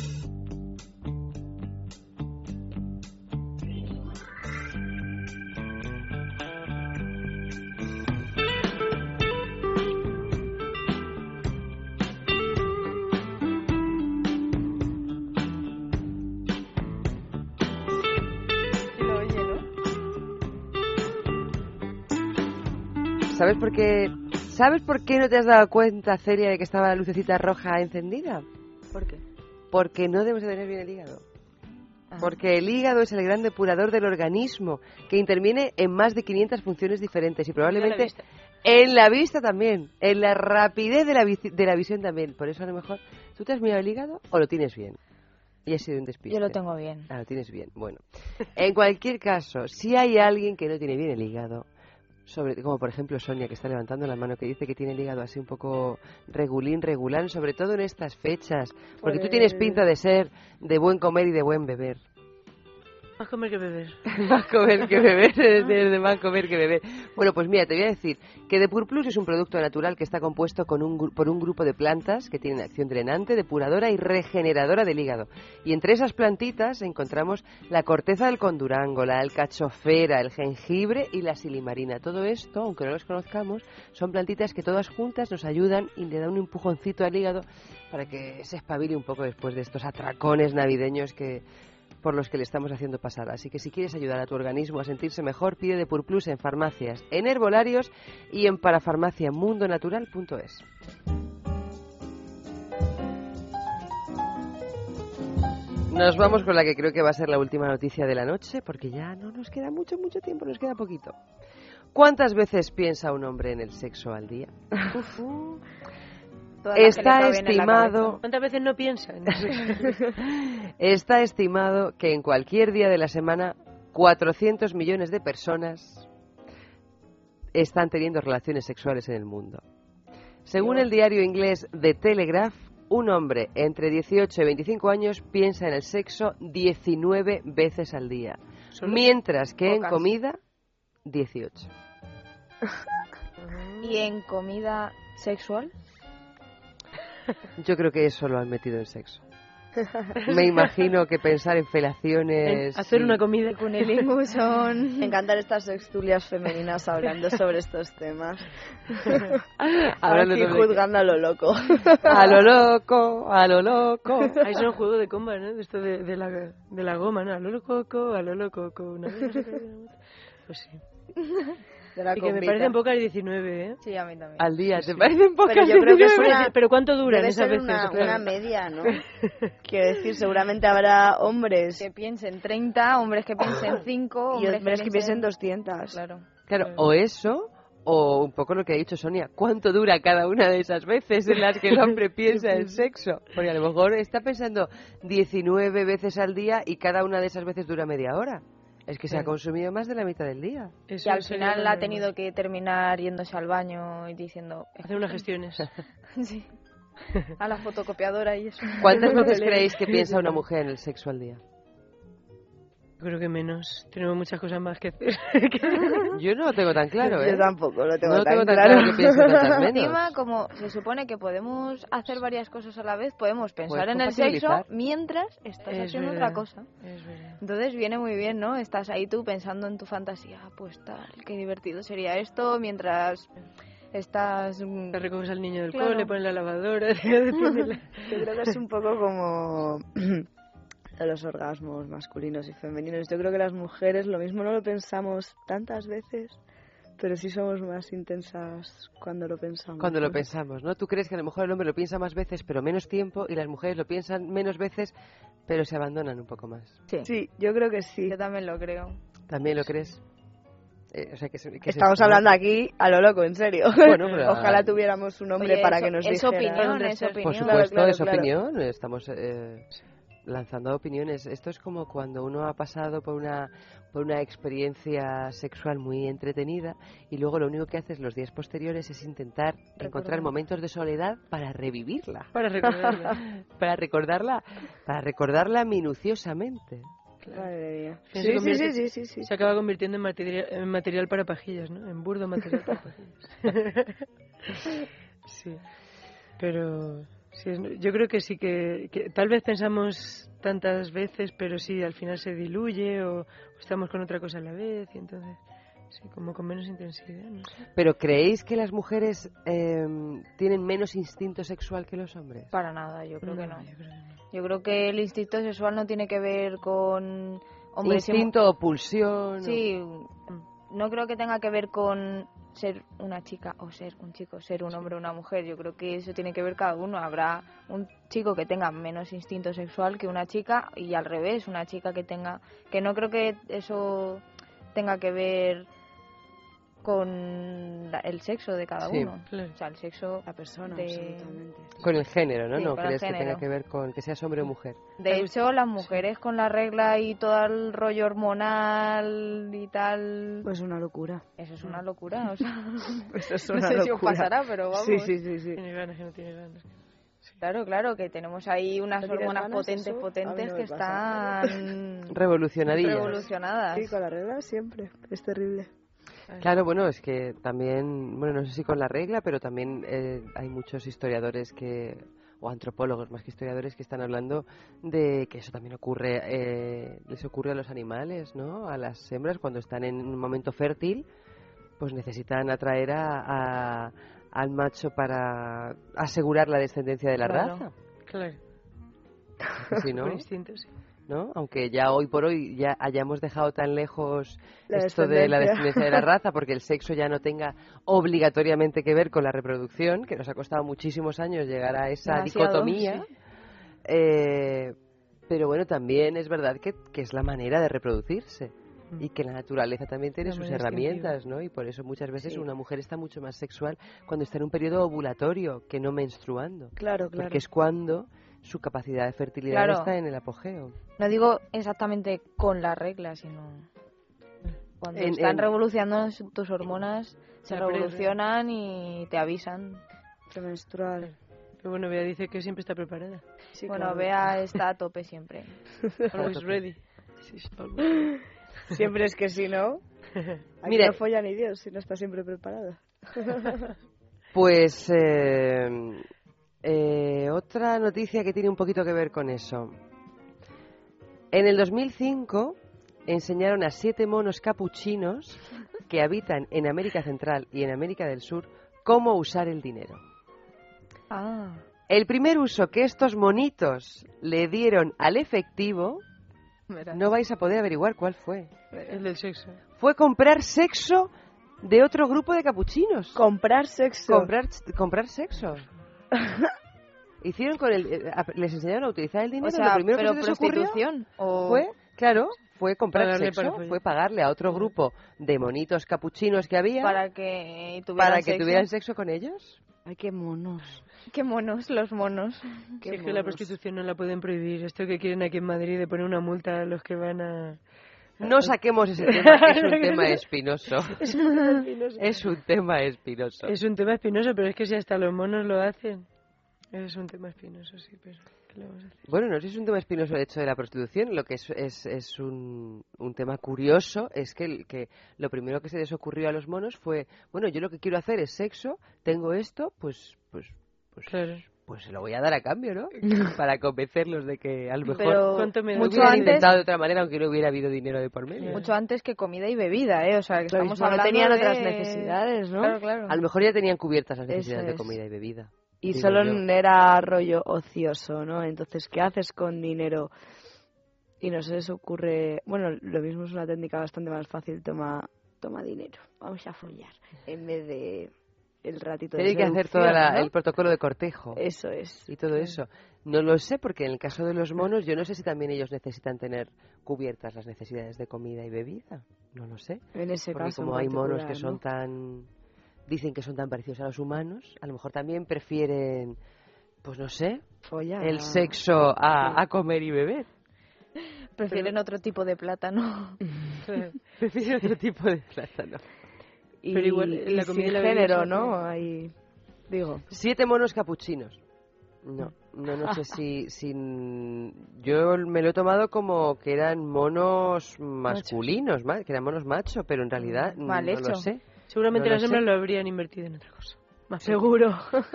[SPEAKER 2] ¿Sabes por qué? ¿Sabes por qué no te has dado cuenta, Celia, de que estaba la lucecita roja encendida?
[SPEAKER 20] ¿Por qué?
[SPEAKER 2] Porque no debemos de tener bien el hígado.
[SPEAKER 20] Ajá.
[SPEAKER 2] Porque el hígado es el gran depurador del organismo, que interviene en más de 500 funciones diferentes y probablemente en la vista también, en la rapidez de la visión también. Por eso a lo mejor, ¿tú te has mirado el hígado o lo tienes bien? Y ha sido un despiste.
[SPEAKER 20] Yo lo tengo bien.
[SPEAKER 2] Ah, lo tienes bien. Bueno, en cualquier caso, si hay alguien que no tiene bien el hígado, como por ejemplo Sonia, que está levantando la mano, que dice que tiene el hígado así un poco regulán, sobre todo en estas fechas, porque tú tienes pinta de ser de buen comer y de buen beber.
[SPEAKER 4] Más comer que beber.
[SPEAKER 2] Más comer que beber, de más comer que beber. Bueno, pues mira, te voy a decir que Depur Plus es un producto natural que está compuesto por un grupo de plantas que tienen acción drenante, depuradora y regeneradora del hígado. Y entre esas plantitas encontramos la corteza del condurango, la alcachofera, el jengibre y la silimarina. Todo esto, aunque no los conozcamos, son plantitas que todas juntas nos ayudan y le dan un empujoncito al hígado para que se espabile un poco después de estos atracones navideños por los que le estamos haciendo pasar. Así que si quieres ayudar a tu organismo a sentirse mejor, pide Depur Plus en farmacias, en herbolarios y en parafarmaciamundonatural.es. Nos vamos con la que creo que va a ser la última noticia de la noche, porque ya no nos queda mucho tiempo, nos queda poquito. ¿Cuántas veces piensa un hombre en el sexo al día?
[SPEAKER 20] Está estimado.
[SPEAKER 4] ¿Cuántas veces no piensa en el sexo?
[SPEAKER 2] Está estimado que en cualquier día de la semana 400 millones de personas están teniendo relaciones sexuales en el mundo. Según el diario inglés The Telegraph, un hombre entre 18 y 25 años piensa en el sexo 19 veces al día, mientras que en comida 18.
[SPEAKER 20] ¿Y en comida sexual?
[SPEAKER 2] Yo creo que eso lo han metido en sexo. Me imagino que pensar en felaciones...
[SPEAKER 4] Hacer una comida
[SPEAKER 20] con el inguson.
[SPEAKER 21] Me encantan estas sextulias femeninas hablando sobre estos temas.
[SPEAKER 2] Hablando
[SPEAKER 21] aquí juzgando a lo loco.
[SPEAKER 2] A lo loco, a lo loco.
[SPEAKER 4] Ahí es un juego de comba, ¿no? De esto de la goma, ¿no? A lo loco, a lo loco. Pues sí. Y que me parecen pocas 19, ¿eh?
[SPEAKER 20] Sí, a mí también.
[SPEAKER 2] Al día, ¿te parecen pocas?
[SPEAKER 21] Pero yo creo que es
[SPEAKER 4] ¿Pero cuánto duran
[SPEAKER 21] debe
[SPEAKER 4] esas
[SPEAKER 21] ser
[SPEAKER 4] veces?
[SPEAKER 21] una media, ¿no? Quiero decir, seguramente habrá hombres
[SPEAKER 20] que piensen 30, hombres que piensen 5,
[SPEAKER 21] y hombres que piensen 200.
[SPEAKER 2] Claro, o eso, o un poco lo que ha dicho Sonia, ¿cuánto dura cada una de esas veces en las que el hombre piensa en sexo? Porque a lo mejor está pensando 19 veces al día y cada una de esas veces dura media hora. Es que se ha consumido más de la mitad del día.
[SPEAKER 20] Y al final ha tenido que terminar yéndose al baño y diciendo...
[SPEAKER 4] Hacer unas gestiones.
[SPEAKER 20] Sí. A la fotocopiadora y eso.
[SPEAKER 2] ¿Cuántas veces creéis que piensa una mujer en el sexo al día?
[SPEAKER 4] Yo creo que menos. Tenemos muchas cosas más que hacer.
[SPEAKER 2] Yo no lo tengo tan claro, ¿eh?
[SPEAKER 21] Yo tampoco lo tengo
[SPEAKER 2] tan
[SPEAKER 21] claro.
[SPEAKER 2] que pienso tantas menos.
[SPEAKER 20] Encima, como se supone que podemos hacer varias cosas a la vez, podemos pensar
[SPEAKER 2] Puedes
[SPEAKER 20] en el sexo mientras estás haciendo
[SPEAKER 4] verdad,
[SPEAKER 20] otra cosa.
[SPEAKER 4] Es verdad.
[SPEAKER 20] Entonces viene muy bien, ¿no? Estás ahí tú pensando en tu fantasía. Pues tal, qué divertido sería esto mientras... estás...
[SPEAKER 4] Te recoges al niño del
[SPEAKER 20] Claro.
[SPEAKER 4] cole, pones la lavadora...
[SPEAKER 21] Yo creo que es un poco como... de los orgasmos masculinos y femeninos. Yo creo que las mujeres lo mismo no lo pensamos tantas veces, pero sí somos más intensas cuando lo pensamos.
[SPEAKER 2] Cuando lo pensamos, ¿no? ¿Tú crees que a lo mejor el hombre lo piensa más veces, pero menos tiempo, y las mujeres lo piensan menos veces, pero se abandonan un poco más?
[SPEAKER 21] Sí, yo creo que sí.
[SPEAKER 20] Yo también lo creo.
[SPEAKER 2] ¿También lo crees? O sea, que
[SPEAKER 21] estamos hablando aquí a lo loco, en serio.
[SPEAKER 2] Bueno, pero,
[SPEAKER 21] ojalá tuviéramos un hombre
[SPEAKER 20] Oye,
[SPEAKER 21] para que nos dijera.
[SPEAKER 20] Es opinión.
[SPEAKER 2] Por supuesto,
[SPEAKER 21] claro,
[SPEAKER 2] es opinión. Estamos lanzando opiniones. Esto es como cuando uno ha pasado por una experiencia sexual muy entretenida y luego lo único que haces los días posteriores es intentar encontrar momentos de soledad para revivirla.
[SPEAKER 4] Para recordarla.
[SPEAKER 2] para recordarla minuciosamente.
[SPEAKER 21] Madre mía.
[SPEAKER 4] Sí. Se acaba convirtiendo en material para pajillas, ¿no? En burdo material para pajillas. Sí. Pero sí, yo creo que sí que tal vez pensamos tantas veces, pero sí, al final se diluye o estamos con otra cosa a la vez y entonces... Sí, como con menos intensidad, no sé.
[SPEAKER 2] ¿Pero creéis que las mujeres tienen menos instinto sexual que los hombres?
[SPEAKER 20] Para nada, yo creo que no.
[SPEAKER 4] Yo creo que no.
[SPEAKER 20] Yo creo que el instinto sexual no tiene que ver con...
[SPEAKER 2] Instinto o pulsión.
[SPEAKER 20] Sí, no creo que tenga que ver con ser una chica o ser un chico, ser un hombre o una mujer. Yo creo que eso tiene que ver cada uno. Habrá un chico que tenga menos instinto sexual que una chica y al revés, una chica que tenga... Que no creo que eso tenga que ver con el sexo de cada uno.
[SPEAKER 4] Claro.
[SPEAKER 20] O sea, el sexo...
[SPEAKER 21] La persona,
[SPEAKER 20] de...
[SPEAKER 21] absolutamente.
[SPEAKER 2] Con el género, ¿no?
[SPEAKER 20] Sí,
[SPEAKER 2] No
[SPEAKER 20] con el
[SPEAKER 2] crees que
[SPEAKER 20] género.
[SPEAKER 2] tenga que ver con que seas hombre o mujer.
[SPEAKER 20] De hecho, las mujeres con la regla y todo el rollo hormonal y tal...
[SPEAKER 21] Pues una locura.
[SPEAKER 20] Eso es una locura, o sea...
[SPEAKER 21] Eso es
[SPEAKER 20] no
[SPEAKER 21] una
[SPEAKER 20] sé
[SPEAKER 21] locura.
[SPEAKER 20] si os pasará, pero vamos.
[SPEAKER 21] Sí.
[SPEAKER 4] Tiene ganas que no tiene ganas.
[SPEAKER 20] Claro, que tenemos ahí unas
[SPEAKER 21] ¿No tienes
[SPEAKER 20] hormonas
[SPEAKER 21] ganas?
[SPEAKER 20] potentes
[SPEAKER 21] Eso a mí no
[SPEAKER 20] que
[SPEAKER 21] me pasa.
[SPEAKER 20] están...
[SPEAKER 2] Revolucionadillas.
[SPEAKER 21] Sí, con la regla siempre. Es terrible.
[SPEAKER 2] Claro, bueno, es que también, bueno, no sé si con la regla, pero también hay muchos historiadores o antropólogos más que historiadores que están hablando de que eso también les ocurre a los animales, ¿no? A las hembras cuando están en un momento fértil, pues necesitan atraer al macho para asegurar la descendencia de la raza.
[SPEAKER 4] Claro.
[SPEAKER 2] Si no,
[SPEAKER 4] Por instinto, sí.
[SPEAKER 2] ¿no? Aunque ya hoy por hoy ya hayamos dejado tan lejos
[SPEAKER 21] La
[SPEAKER 2] esto de la
[SPEAKER 21] descendencia.
[SPEAKER 2] descendencia de la raza, porque el sexo ya no tenga obligatoriamente que ver con la reproducción, que nos ha costado muchísimos años llegar a esa
[SPEAKER 20] Demasiado,
[SPEAKER 2] dicotomía.
[SPEAKER 20] sí.
[SPEAKER 2] Pero bueno, también es verdad que es la manera de reproducirse. y que la naturaleza también tiene sus herramientas, ¿no? Y por eso muchas veces
[SPEAKER 21] Sí.
[SPEAKER 2] una mujer está mucho más sexual cuando está en un periodo ovulatorio que no menstruando.
[SPEAKER 20] Claro.
[SPEAKER 2] Porque es cuando su capacidad de fertilidad
[SPEAKER 20] Claro.
[SPEAKER 2] está en el apogeo.
[SPEAKER 20] No digo exactamente con la regla, sino cuando están revolucionando tus hormonas, se
[SPEAKER 4] La pre-
[SPEAKER 20] revolucionan y te avisan.
[SPEAKER 21] Premenstrual.
[SPEAKER 4] Pero bueno, Bea dice que siempre está preparada.
[SPEAKER 21] Sí,
[SPEAKER 20] Bueno,
[SPEAKER 21] claro.
[SPEAKER 20] Bea está a tope siempre.
[SPEAKER 4] Always ready. She's always ready.
[SPEAKER 21] Siempre es que si no, aquí
[SPEAKER 2] Mira,
[SPEAKER 21] no folla ni Dios si no está siempre preparada.
[SPEAKER 2] Pues otra noticia que tiene un poquito que ver con eso. En el 2005 enseñaron a 7 monos capuchinos que habitan en América Central y en América del Sur cómo usar el dinero.
[SPEAKER 20] Ah.
[SPEAKER 2] El primer uso que estos monitos le dieron al efectivo, no vais a poder averiguar cuál fue.
[SPEAKER 4] El del sexo.
[SPEAKER 2] Fue comprar sexo de otro grupo de capuchinos.
[SPEAKER 21] Comprar sexo.
[SPEAKER 2] Comprar sexo. Hicieron con les enseñaron a utilizar el dinero.
[SPEAKER 20] O sea,
[SPEAKER 2] lo primero
[SPEAKER 20] pero
[SPEAKER 2] que se les ocurrió
[SPEAKER 20] prostitución o
[SPEAKER 2] fue comprar
[SPEAKER 4] Pagarle
[SPEAKER 2] sexo,
[SPEAKER 4] para-
[SPEAKER 2] fue pagarle a otro grupo de monitos capuchinos que había
[SPEAKER 20] para que tuvieran
[SPEAKER 2] sexo con ellos.
[SPEAKER 21] Ay, qué monos.
[SPEAKER 20] Qué monos, los monos.
[SPEAKER 4] Si es que la prostitución no la pueden prohibir. Esto que quieren aquí en Madrid de poner una multa a los que van a...
[SPEAKER 2] No saquemos ese tema, que es un tema espinoso.
[SPEAKER 4] Es un tema espinoso.
[SPEAKER 2] Es un tema espinoso.
[SPEAKER 4] Es un tema espinoso, pero es que si hasta los monos lo hacen. Es un tema espinoso, sí, pero ¿qué le vamos a hacer?
[SPEAKER 2] Bueno, no sé si es un tema espinoso el hecho de la prostitución. Lo que es un tema curioso es que lo primero que se les ocurrió a los monos fue, bueno, yo lo que quiero hacer es sexo, tengo esto, pues se lo voy a dar a cambio, ¿no? Para convencerlos de que a lo mejor
[SPEAKER 20] Pero
[SPEAKER 4] ¿cuánto me da?
[SPEAKER 2] lo
[SPEAKER 20] mucho
[SPEAKER 2] hubieran
[SPEAKER 20] antes-
[SPEAKER 2] intentado de otra manera aunque no hubiera habido dinero de por medio.
[SPEAKER 20] Mucho antes que comida y bebida, ¿eh? O sea, que
[SPEAKER 21] Lo
[SPEAKER 20] estamos
[SPEAKER 21] mismo, no
[SPEAKER 20] hablando
[SPEAKER 21] tenían
[SPEAKER 20] de...
[SPEAKER 21] otras necesidades, ¿no?
[SPEAKER 20] Claro, claro.
[SPEAKER 2] A lo mejor ya tenían cubiertas las
[SPEAKER 21] Eso
[SPEAKER 2] necesidades de
[SPEAKER 21] es.
[SPEAKER 2] comida y bebida.
[SPEAKER 21] Y
[SPEAKER 2] digo
[SPEAKER 21] solo
[SPEAKER 2] yo.
[SPEAKER 21] era rollo ocioso, ¿no? Entonces, ¿qué haces con dinero? Y no se les ocurre... Bueno, lo mismo es una técnica bastante más fácil. Toma dinero, vamos a follar. En vez de el ratito de
[SPEAKER 2] Tiene que hacer
[SPEAKER 21] seducción,
[SPEAKER 2] todo
[SPEAKER 21] ¿no?
[SPEAKER 2] el protocolo de cortejo.
[SPEAKER 21] Eso es.
[SPEAKER 2] Y todo eso. No lo sé, porque en el caso de los monos, yo no sé si también ellos necesitan tener cubiertas las necesidades de comida y bebida. No lo sé.
[SPEAKER 21] En ese
[SPEAKER 2] Porque
[SPEAKER 21] caso
[SPEAKER 2] como
[SPEAKER 21] en
[SPEAKER 2] hay monos
[SPEAKER 21] particular,
[SPEAKER 2] que son
[SPEAKER 21] ¿no?
[SPEAKER 2] tan... Dicen que son tan parecidos a los humanos, a lo mejor también prefieren, pues no sé,
[SPEAKER 21] Follar.
[SPEAKER 2] el sexo a comer y beber.
[SPEAKER 20] Prefieren otro tipo de plátano.
[SPEAKER 2] Prefieren otro tipo de plátano.
[SPEAKER 21] Y,
[SPEAKER 4] Pero igual,
[SPEAKER 21] y
[SPEAKER 4] la comida y
[SPEAKER 21] sin
[SPEAKER 4] la bebida
[SPEAKER 21] género,
[SPEAKER 4] son-
[SPEAKER 21] ¿no? Ahí, digo.
[SPEAKER 2] 7 monos capuchinos. No sé si yo me lo he tomado como que eran monos masculinos, que eran monos macho, pero en realidad
[SPEAKER 20] Mal
[SPEAKER 2] no
[SPEAKER 20] hecho.
[SPEAKER 2] lo sé.
[SPEAKER 4] Seguramente
[SPEAKER 2] No lo
[SPEAKER 4] las hembras
[SPEAKER 2] sé.
[SPEAKER 4] lo habrían invertido en otra cosa. Más
[SPEAKER 21] Seguro.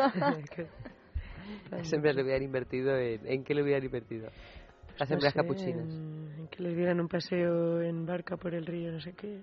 [SPEAKER 2] Las hembras lo hubieran invertido ¿en qué lo hubieran invertido? Las
[SPEAKER 4] No
[SPEAKER 2] hembras
[SPEAKER 4] sé,
[SPEAKER 2] capuchinas.
[SPEAKER 4] en que les dieran un paseo en barca por el río, no sé qué.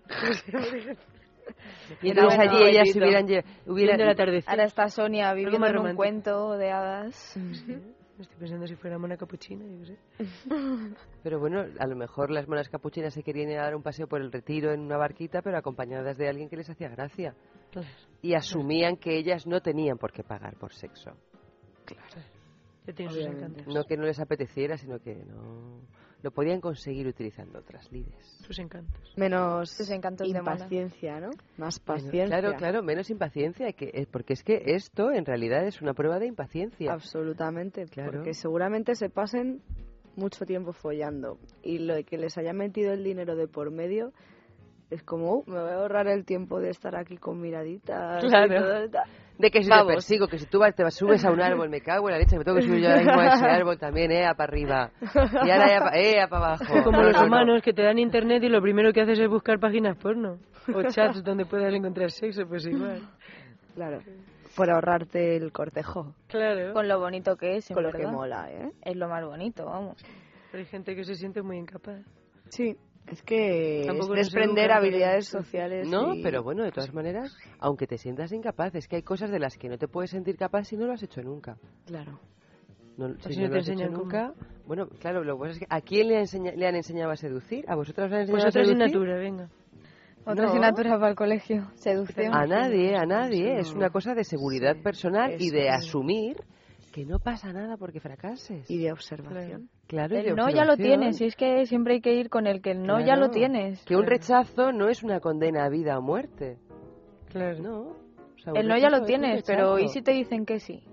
[SPEAKER 2] Y entonces
[SPEAKER 20] Bueno,
[SPEAKER 2] allí ellas
[SPEAKER 20] bonito.
[SPEAKER 4] Viendo el atardecer.
[SPEAKER 20] Ahora está Sonia
[SPEAKER 4] Algo
[SPEAKER 20] viviendo
[SPEAKER 4] más
[SPEAKER 20] en un
[SPEAKER 4] romántico.
[SPEAKER 20] cuento de hadas.
[SPEAKER 4] Estoy pensando si fuera mona capuchina, yo qué sé.
[SPEAKER 2] Pero bueno, a lo mejor las monas capuchinas se querían ir a dar un paseo por el Retiro en una barquita, pero acompañadas de alguien que les hacía gracia. Y asumían que ellas no tenían por qué pagar por sexo.
[SPEAKER 4] Ya tiene sus encantos.
[SPEAKER 2] No que no les apeteciera, sino que no lo podían conseguir utilizando otras lides.
[SPEAKER 4] Sus encantos.
[SPEAKER 21] Menos
[SPEAKER 20] Sus encantos de mona.
[SPEAKER 21] impaciencia, ¿no? Más
[SPEAKER 2] Bueno,
[SPEAKER 21] paciencia.
[SPEAKER 2] claro, menos impaciencia, porque es que esto en realidad es una prueba de impaciencia.
[SPEAKER 21] Absolutamente,
[SPEAKER 2] Claro.
[SPEAKER 21] porque seguramente se pasen mucho tiempo follando y lo de que les haya metido el dinero de por medio es como, me voy a ahorrar el tiempo de estar aquí con miraditas.
[SPEAKER 2] Claro.
[SPEAKER 21] y todo, tal.
[SPEAKER 2] De que si
[SPEAKER 21] Vamos.
[SPEAKER 2] te persigo, que si tú subes a un árbol, me cago en la leche, me tengo que subir yo ahora mismo a ese árbol también, para arriba. Y ahora para abajo.
[SPEAKER 4] Como
[SPEAKER 2] No,
[SPEAKER 4] los
[SPEAKER 2] no, no.
[SPEAKER 4] humanos que te dan internet y lo primero que haces es buscar páginas porno. O chats donde puedas encontrar sexo, pues igual.
[SPEAKER 21] Claro, por ahorrarte el cortejo.
[SPEAKER 4] Claro.
[SPEAKER 20] Con lo bonito que es, en
[SPEAKER 21] Con lo
[SPEAKER 20] verdad.
[SPEAKER 21] que mola, ¿eh?
[SPEAKER 20] Es lo más bonito, vamos.
[SPEAKER 4] Pero hay gente que se siente muy incapaz.
[SPEAKER 21] Sí, es que
[SPEAKER 4] Tampoco
[SPEAKER 21] es
[SPEAKER 4] nos
[SPEAKER 21] desprender
[SPEAKER 4] educan,
[SPEAKER 21] habilidades
[SPEAKER 4] pero-
[SPEAKER 21] sociales.
[SPEAKER 2] No,
[SPEAKER 21] y-
[SPEAKER 2] pero bueno, de todas maneras, aunque te sientas incapaz, es que hay cosas de las que no te puedes sentir capaz si no lo has hecho nunca.
[SPEAKER 21] Claro.
[SPEAKER 2] No,
[SPEAKER 4] Así
[SPEAKER 2] si
[SPEAKER 4] no
[SPEAKER 2] no
[SPEAKER 4] te
[SPEAKER 2] lo has hecho
[SPEAKER 4] enseñan cómo.
[SPEAKER 2] nunca, bueno, claro, lo que pasa es que ¿a quién le han enseñado a seducir? ¿A vosotros os han enseñado
[SPEAKER 4] Pues
[SPEAKER 2] a
[SPEAKER 4] otra
[SPEAKER 2] seducir?
[SPEAKER 4] asignatura, venga.
[SPEAKER 20] Otra
[SPEAKER 2] No.
[SPEAKER 20] asignatura para el colegio. Seducción.
[SPEAKER 2] A nadie.
[SPEAKER 21] Eso
[SPEAKER 2] Es una cosa de seguridad
[SPEAKER 21] Sí,
[SPEAKER 2] personal y
[SPEAKER 21] eso
[SPEAKER 2] de
[SPEAKER 21] es.
[SPEAKER 2] asumir que no pasa nada porque fracases.
[SPEAKER 21] Y de observación.
[SPEAKER 2] Claro,
[SPEAKER 20] el no ya lo tienes, y es que siempre hay que ir con el que el no ya lo tienes.
[SPEAKER 2] Que un rechazo no es una condena a vida o muerte.
[SPEAKER 4] Claro.
[SPEAKER 2] No. O sea,
[SPEAKER 20] el no ya lo tienes, pero ¿y si te dicen que sí?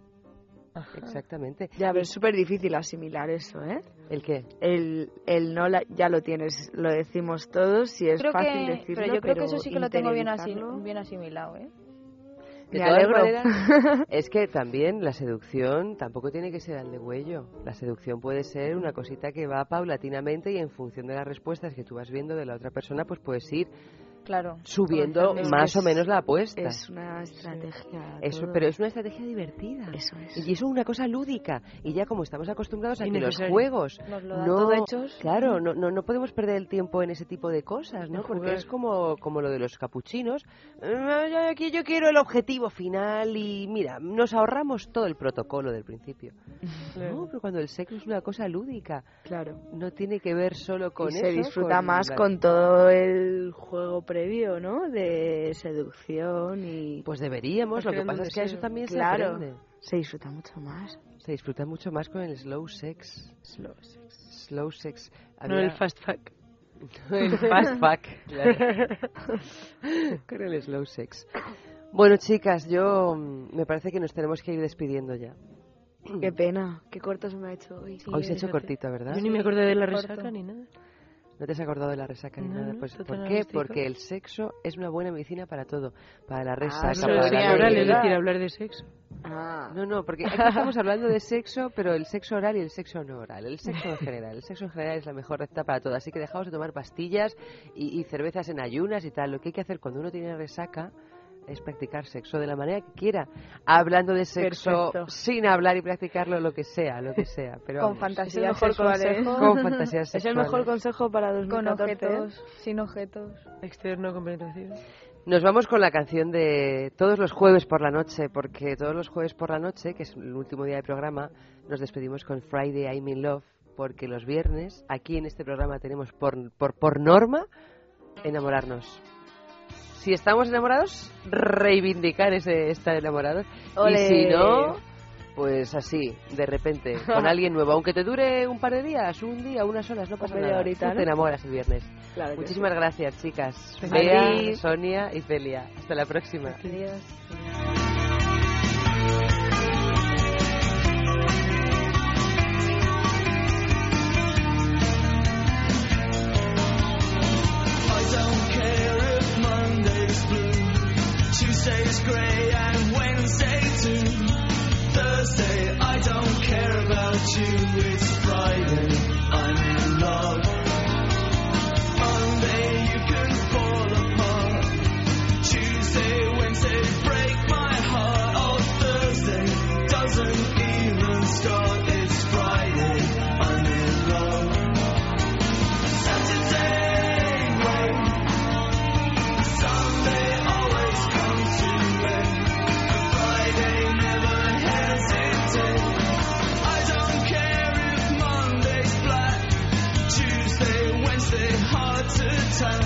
[SPEAKER 2] Ajá. Exactamente.
[SPEAKER 21] Ya, pero es súper difícil asimilar eso, ¿eh?
[SPEAKER 2] ¿El qué?
[SPEAKER 21] El no ya lo tienes, lo decimos todos, y es fácil decirlo,
[SPEAKER 20] pero yo creo que eso sí que lo tengo bien asimilado, ¿eh?
[SPEAKER 2] De todas maneras, es que también la seducción tampoco tiene que ser al degüello. La seducción puede ser una cosita que va paulatinamente y en función de las respuestas que tú vas viendo de la otra persona, pues puedes ir subiendo más o menos la apuesta.
[SPEAKER 21] Es una estrategia.
[SPEAKER 2] Pero es una estrategia divertida.
[SPEAKER 21] Eso es.
[SPEAKER 2] Y eso es una cosa lúdica. Y ya como estamos acostumbrados a que los juegos
[SPEAKER 20] nos lo dan todo hechos.
[SPEAKER 2] Claro, no podemos perder el tiempo en ese tipo de cosas, ¿no? Porque es como lo de los capuchinos. Aquí yo quiero el objetivo final y mira, nos ahorramos todo el protocolo del principio. No, pero cuando el sexo es una cosa lúdica.
[SPEAKER 21] Claro.
[SPEAKER 2] No tiene que ver solo con eso.
[SPEAKER 21] Se disfruta más con todo el juego previo, ¿no? De seducción y...
[SPEAKER 2] Pues deberíamos, lo que pasa es que a eso también se aprende.
[SPEAKER 21] Se disfruta mucho más.
[SPEAKER 2] Se disfruta mucho más con el slow sex. Slow sex.
[SPEAKER 4] No el fast fuck.
[SPEAKER 2] No el fast fuck, claro. Con el slow sex. Bueno, chicas, me parece que nos tenemos que ir despidiendo ya.
[SPEAKER 21] Qué pena, qué corto se me ha hecho hoy.
[SPEAKER 2] Sí, hoy se ha hecho cortito, ¿verdad?
[SPEAKER 4] Yo ni me acordé de la resaca ni nada.
[SPEAKER 2] ¿No te has acordado de la resaca ni nada? Pues, ¿por qué? Porque el sexo es una buena medicina para todo. Para la resaca, para la
[SPEAKER 4] oral, es decir, hablar de sexo.
[SPEAKER 2] No, porque aquí estamos hablando de sexo, pero el sexo oral y el sexo no oral. El sexo en general. El sexo en general es la mejor receta para todo. Así que dejaos de tomar pastillas y cervezas en ayunas y tal. Lo que hay que hacer cuando uno tiene resaca es practicar sexo de la manera que quiera, hablando de sexo sin hablar y practicarlo lo que sea, pero
[SPEAKER 20] con fantasías sexuales.
[SPEAKER 2] Con fantasías sexuales.
[SPEAKER 21] Es el mejor consejo para 2014.
[SPEAKER 20] Con objetos, sin objetos.
[SPEAKER 4] Externo con penetración.
[SPEAKER 2] Nos vamos con la canción de todos los jueves por la noche, porque todos los jueves por la noche, que es el último día del programa, nos despedimos con Friday I'm in Love, porque los viernes aquí en este programa tenemos por norma enamorarnos. Si estamos enamorados, reivindicar ese estar enamorados. ¡Olé! Y si no, pues así, de repente, con alguien nuevo. Aunque te dure un par de días, un día, unas horas, no pasa nada.
[SPEAKER 21] Ahorita,
[SPEAKER 2] tú te enamoras el viernes.
[SPEAKER 21] Claro.
[SPEAKER 2] Muchísimas gracias, chicas. Bea, Sonia y Celia. Hasta la próxima.
[SPEAKER 20] Adiós.
[SPEAKER 17] Tuesday's grey and Wednesday too. Thursday, I don't care about you. It's Friday, I'm in love. Monday, you can fall apart. Tuesday, Wednesday, break my heart. Oh, Thursday doesn't even start. It's Friday, I'm in love. Saturday, rain. Sunday, always comes too late. Friday, never hesitate. I don't care if Monday's black. Tuesday, Wednesday, hard to tell.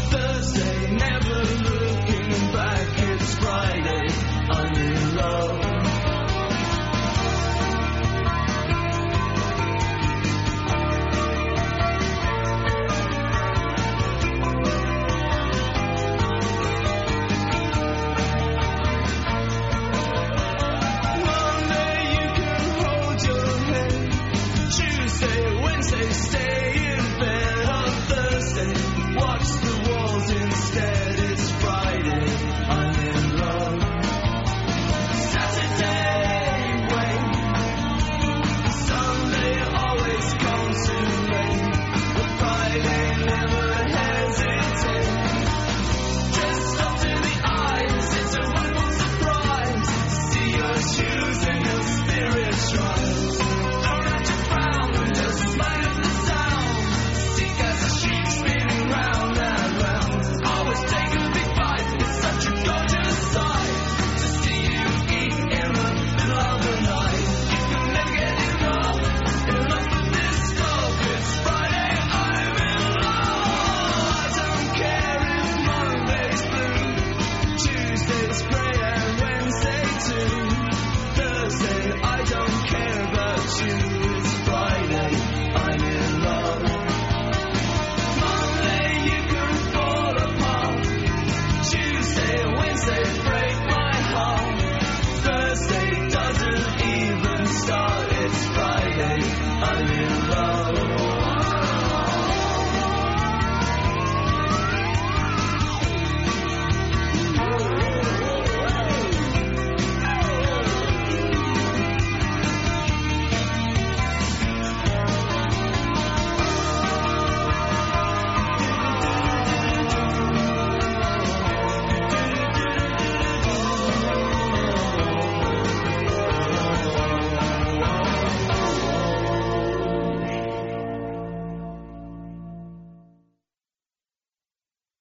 [SPEAKER 17] Thursday, never looking back. It's Friday, I'm in love.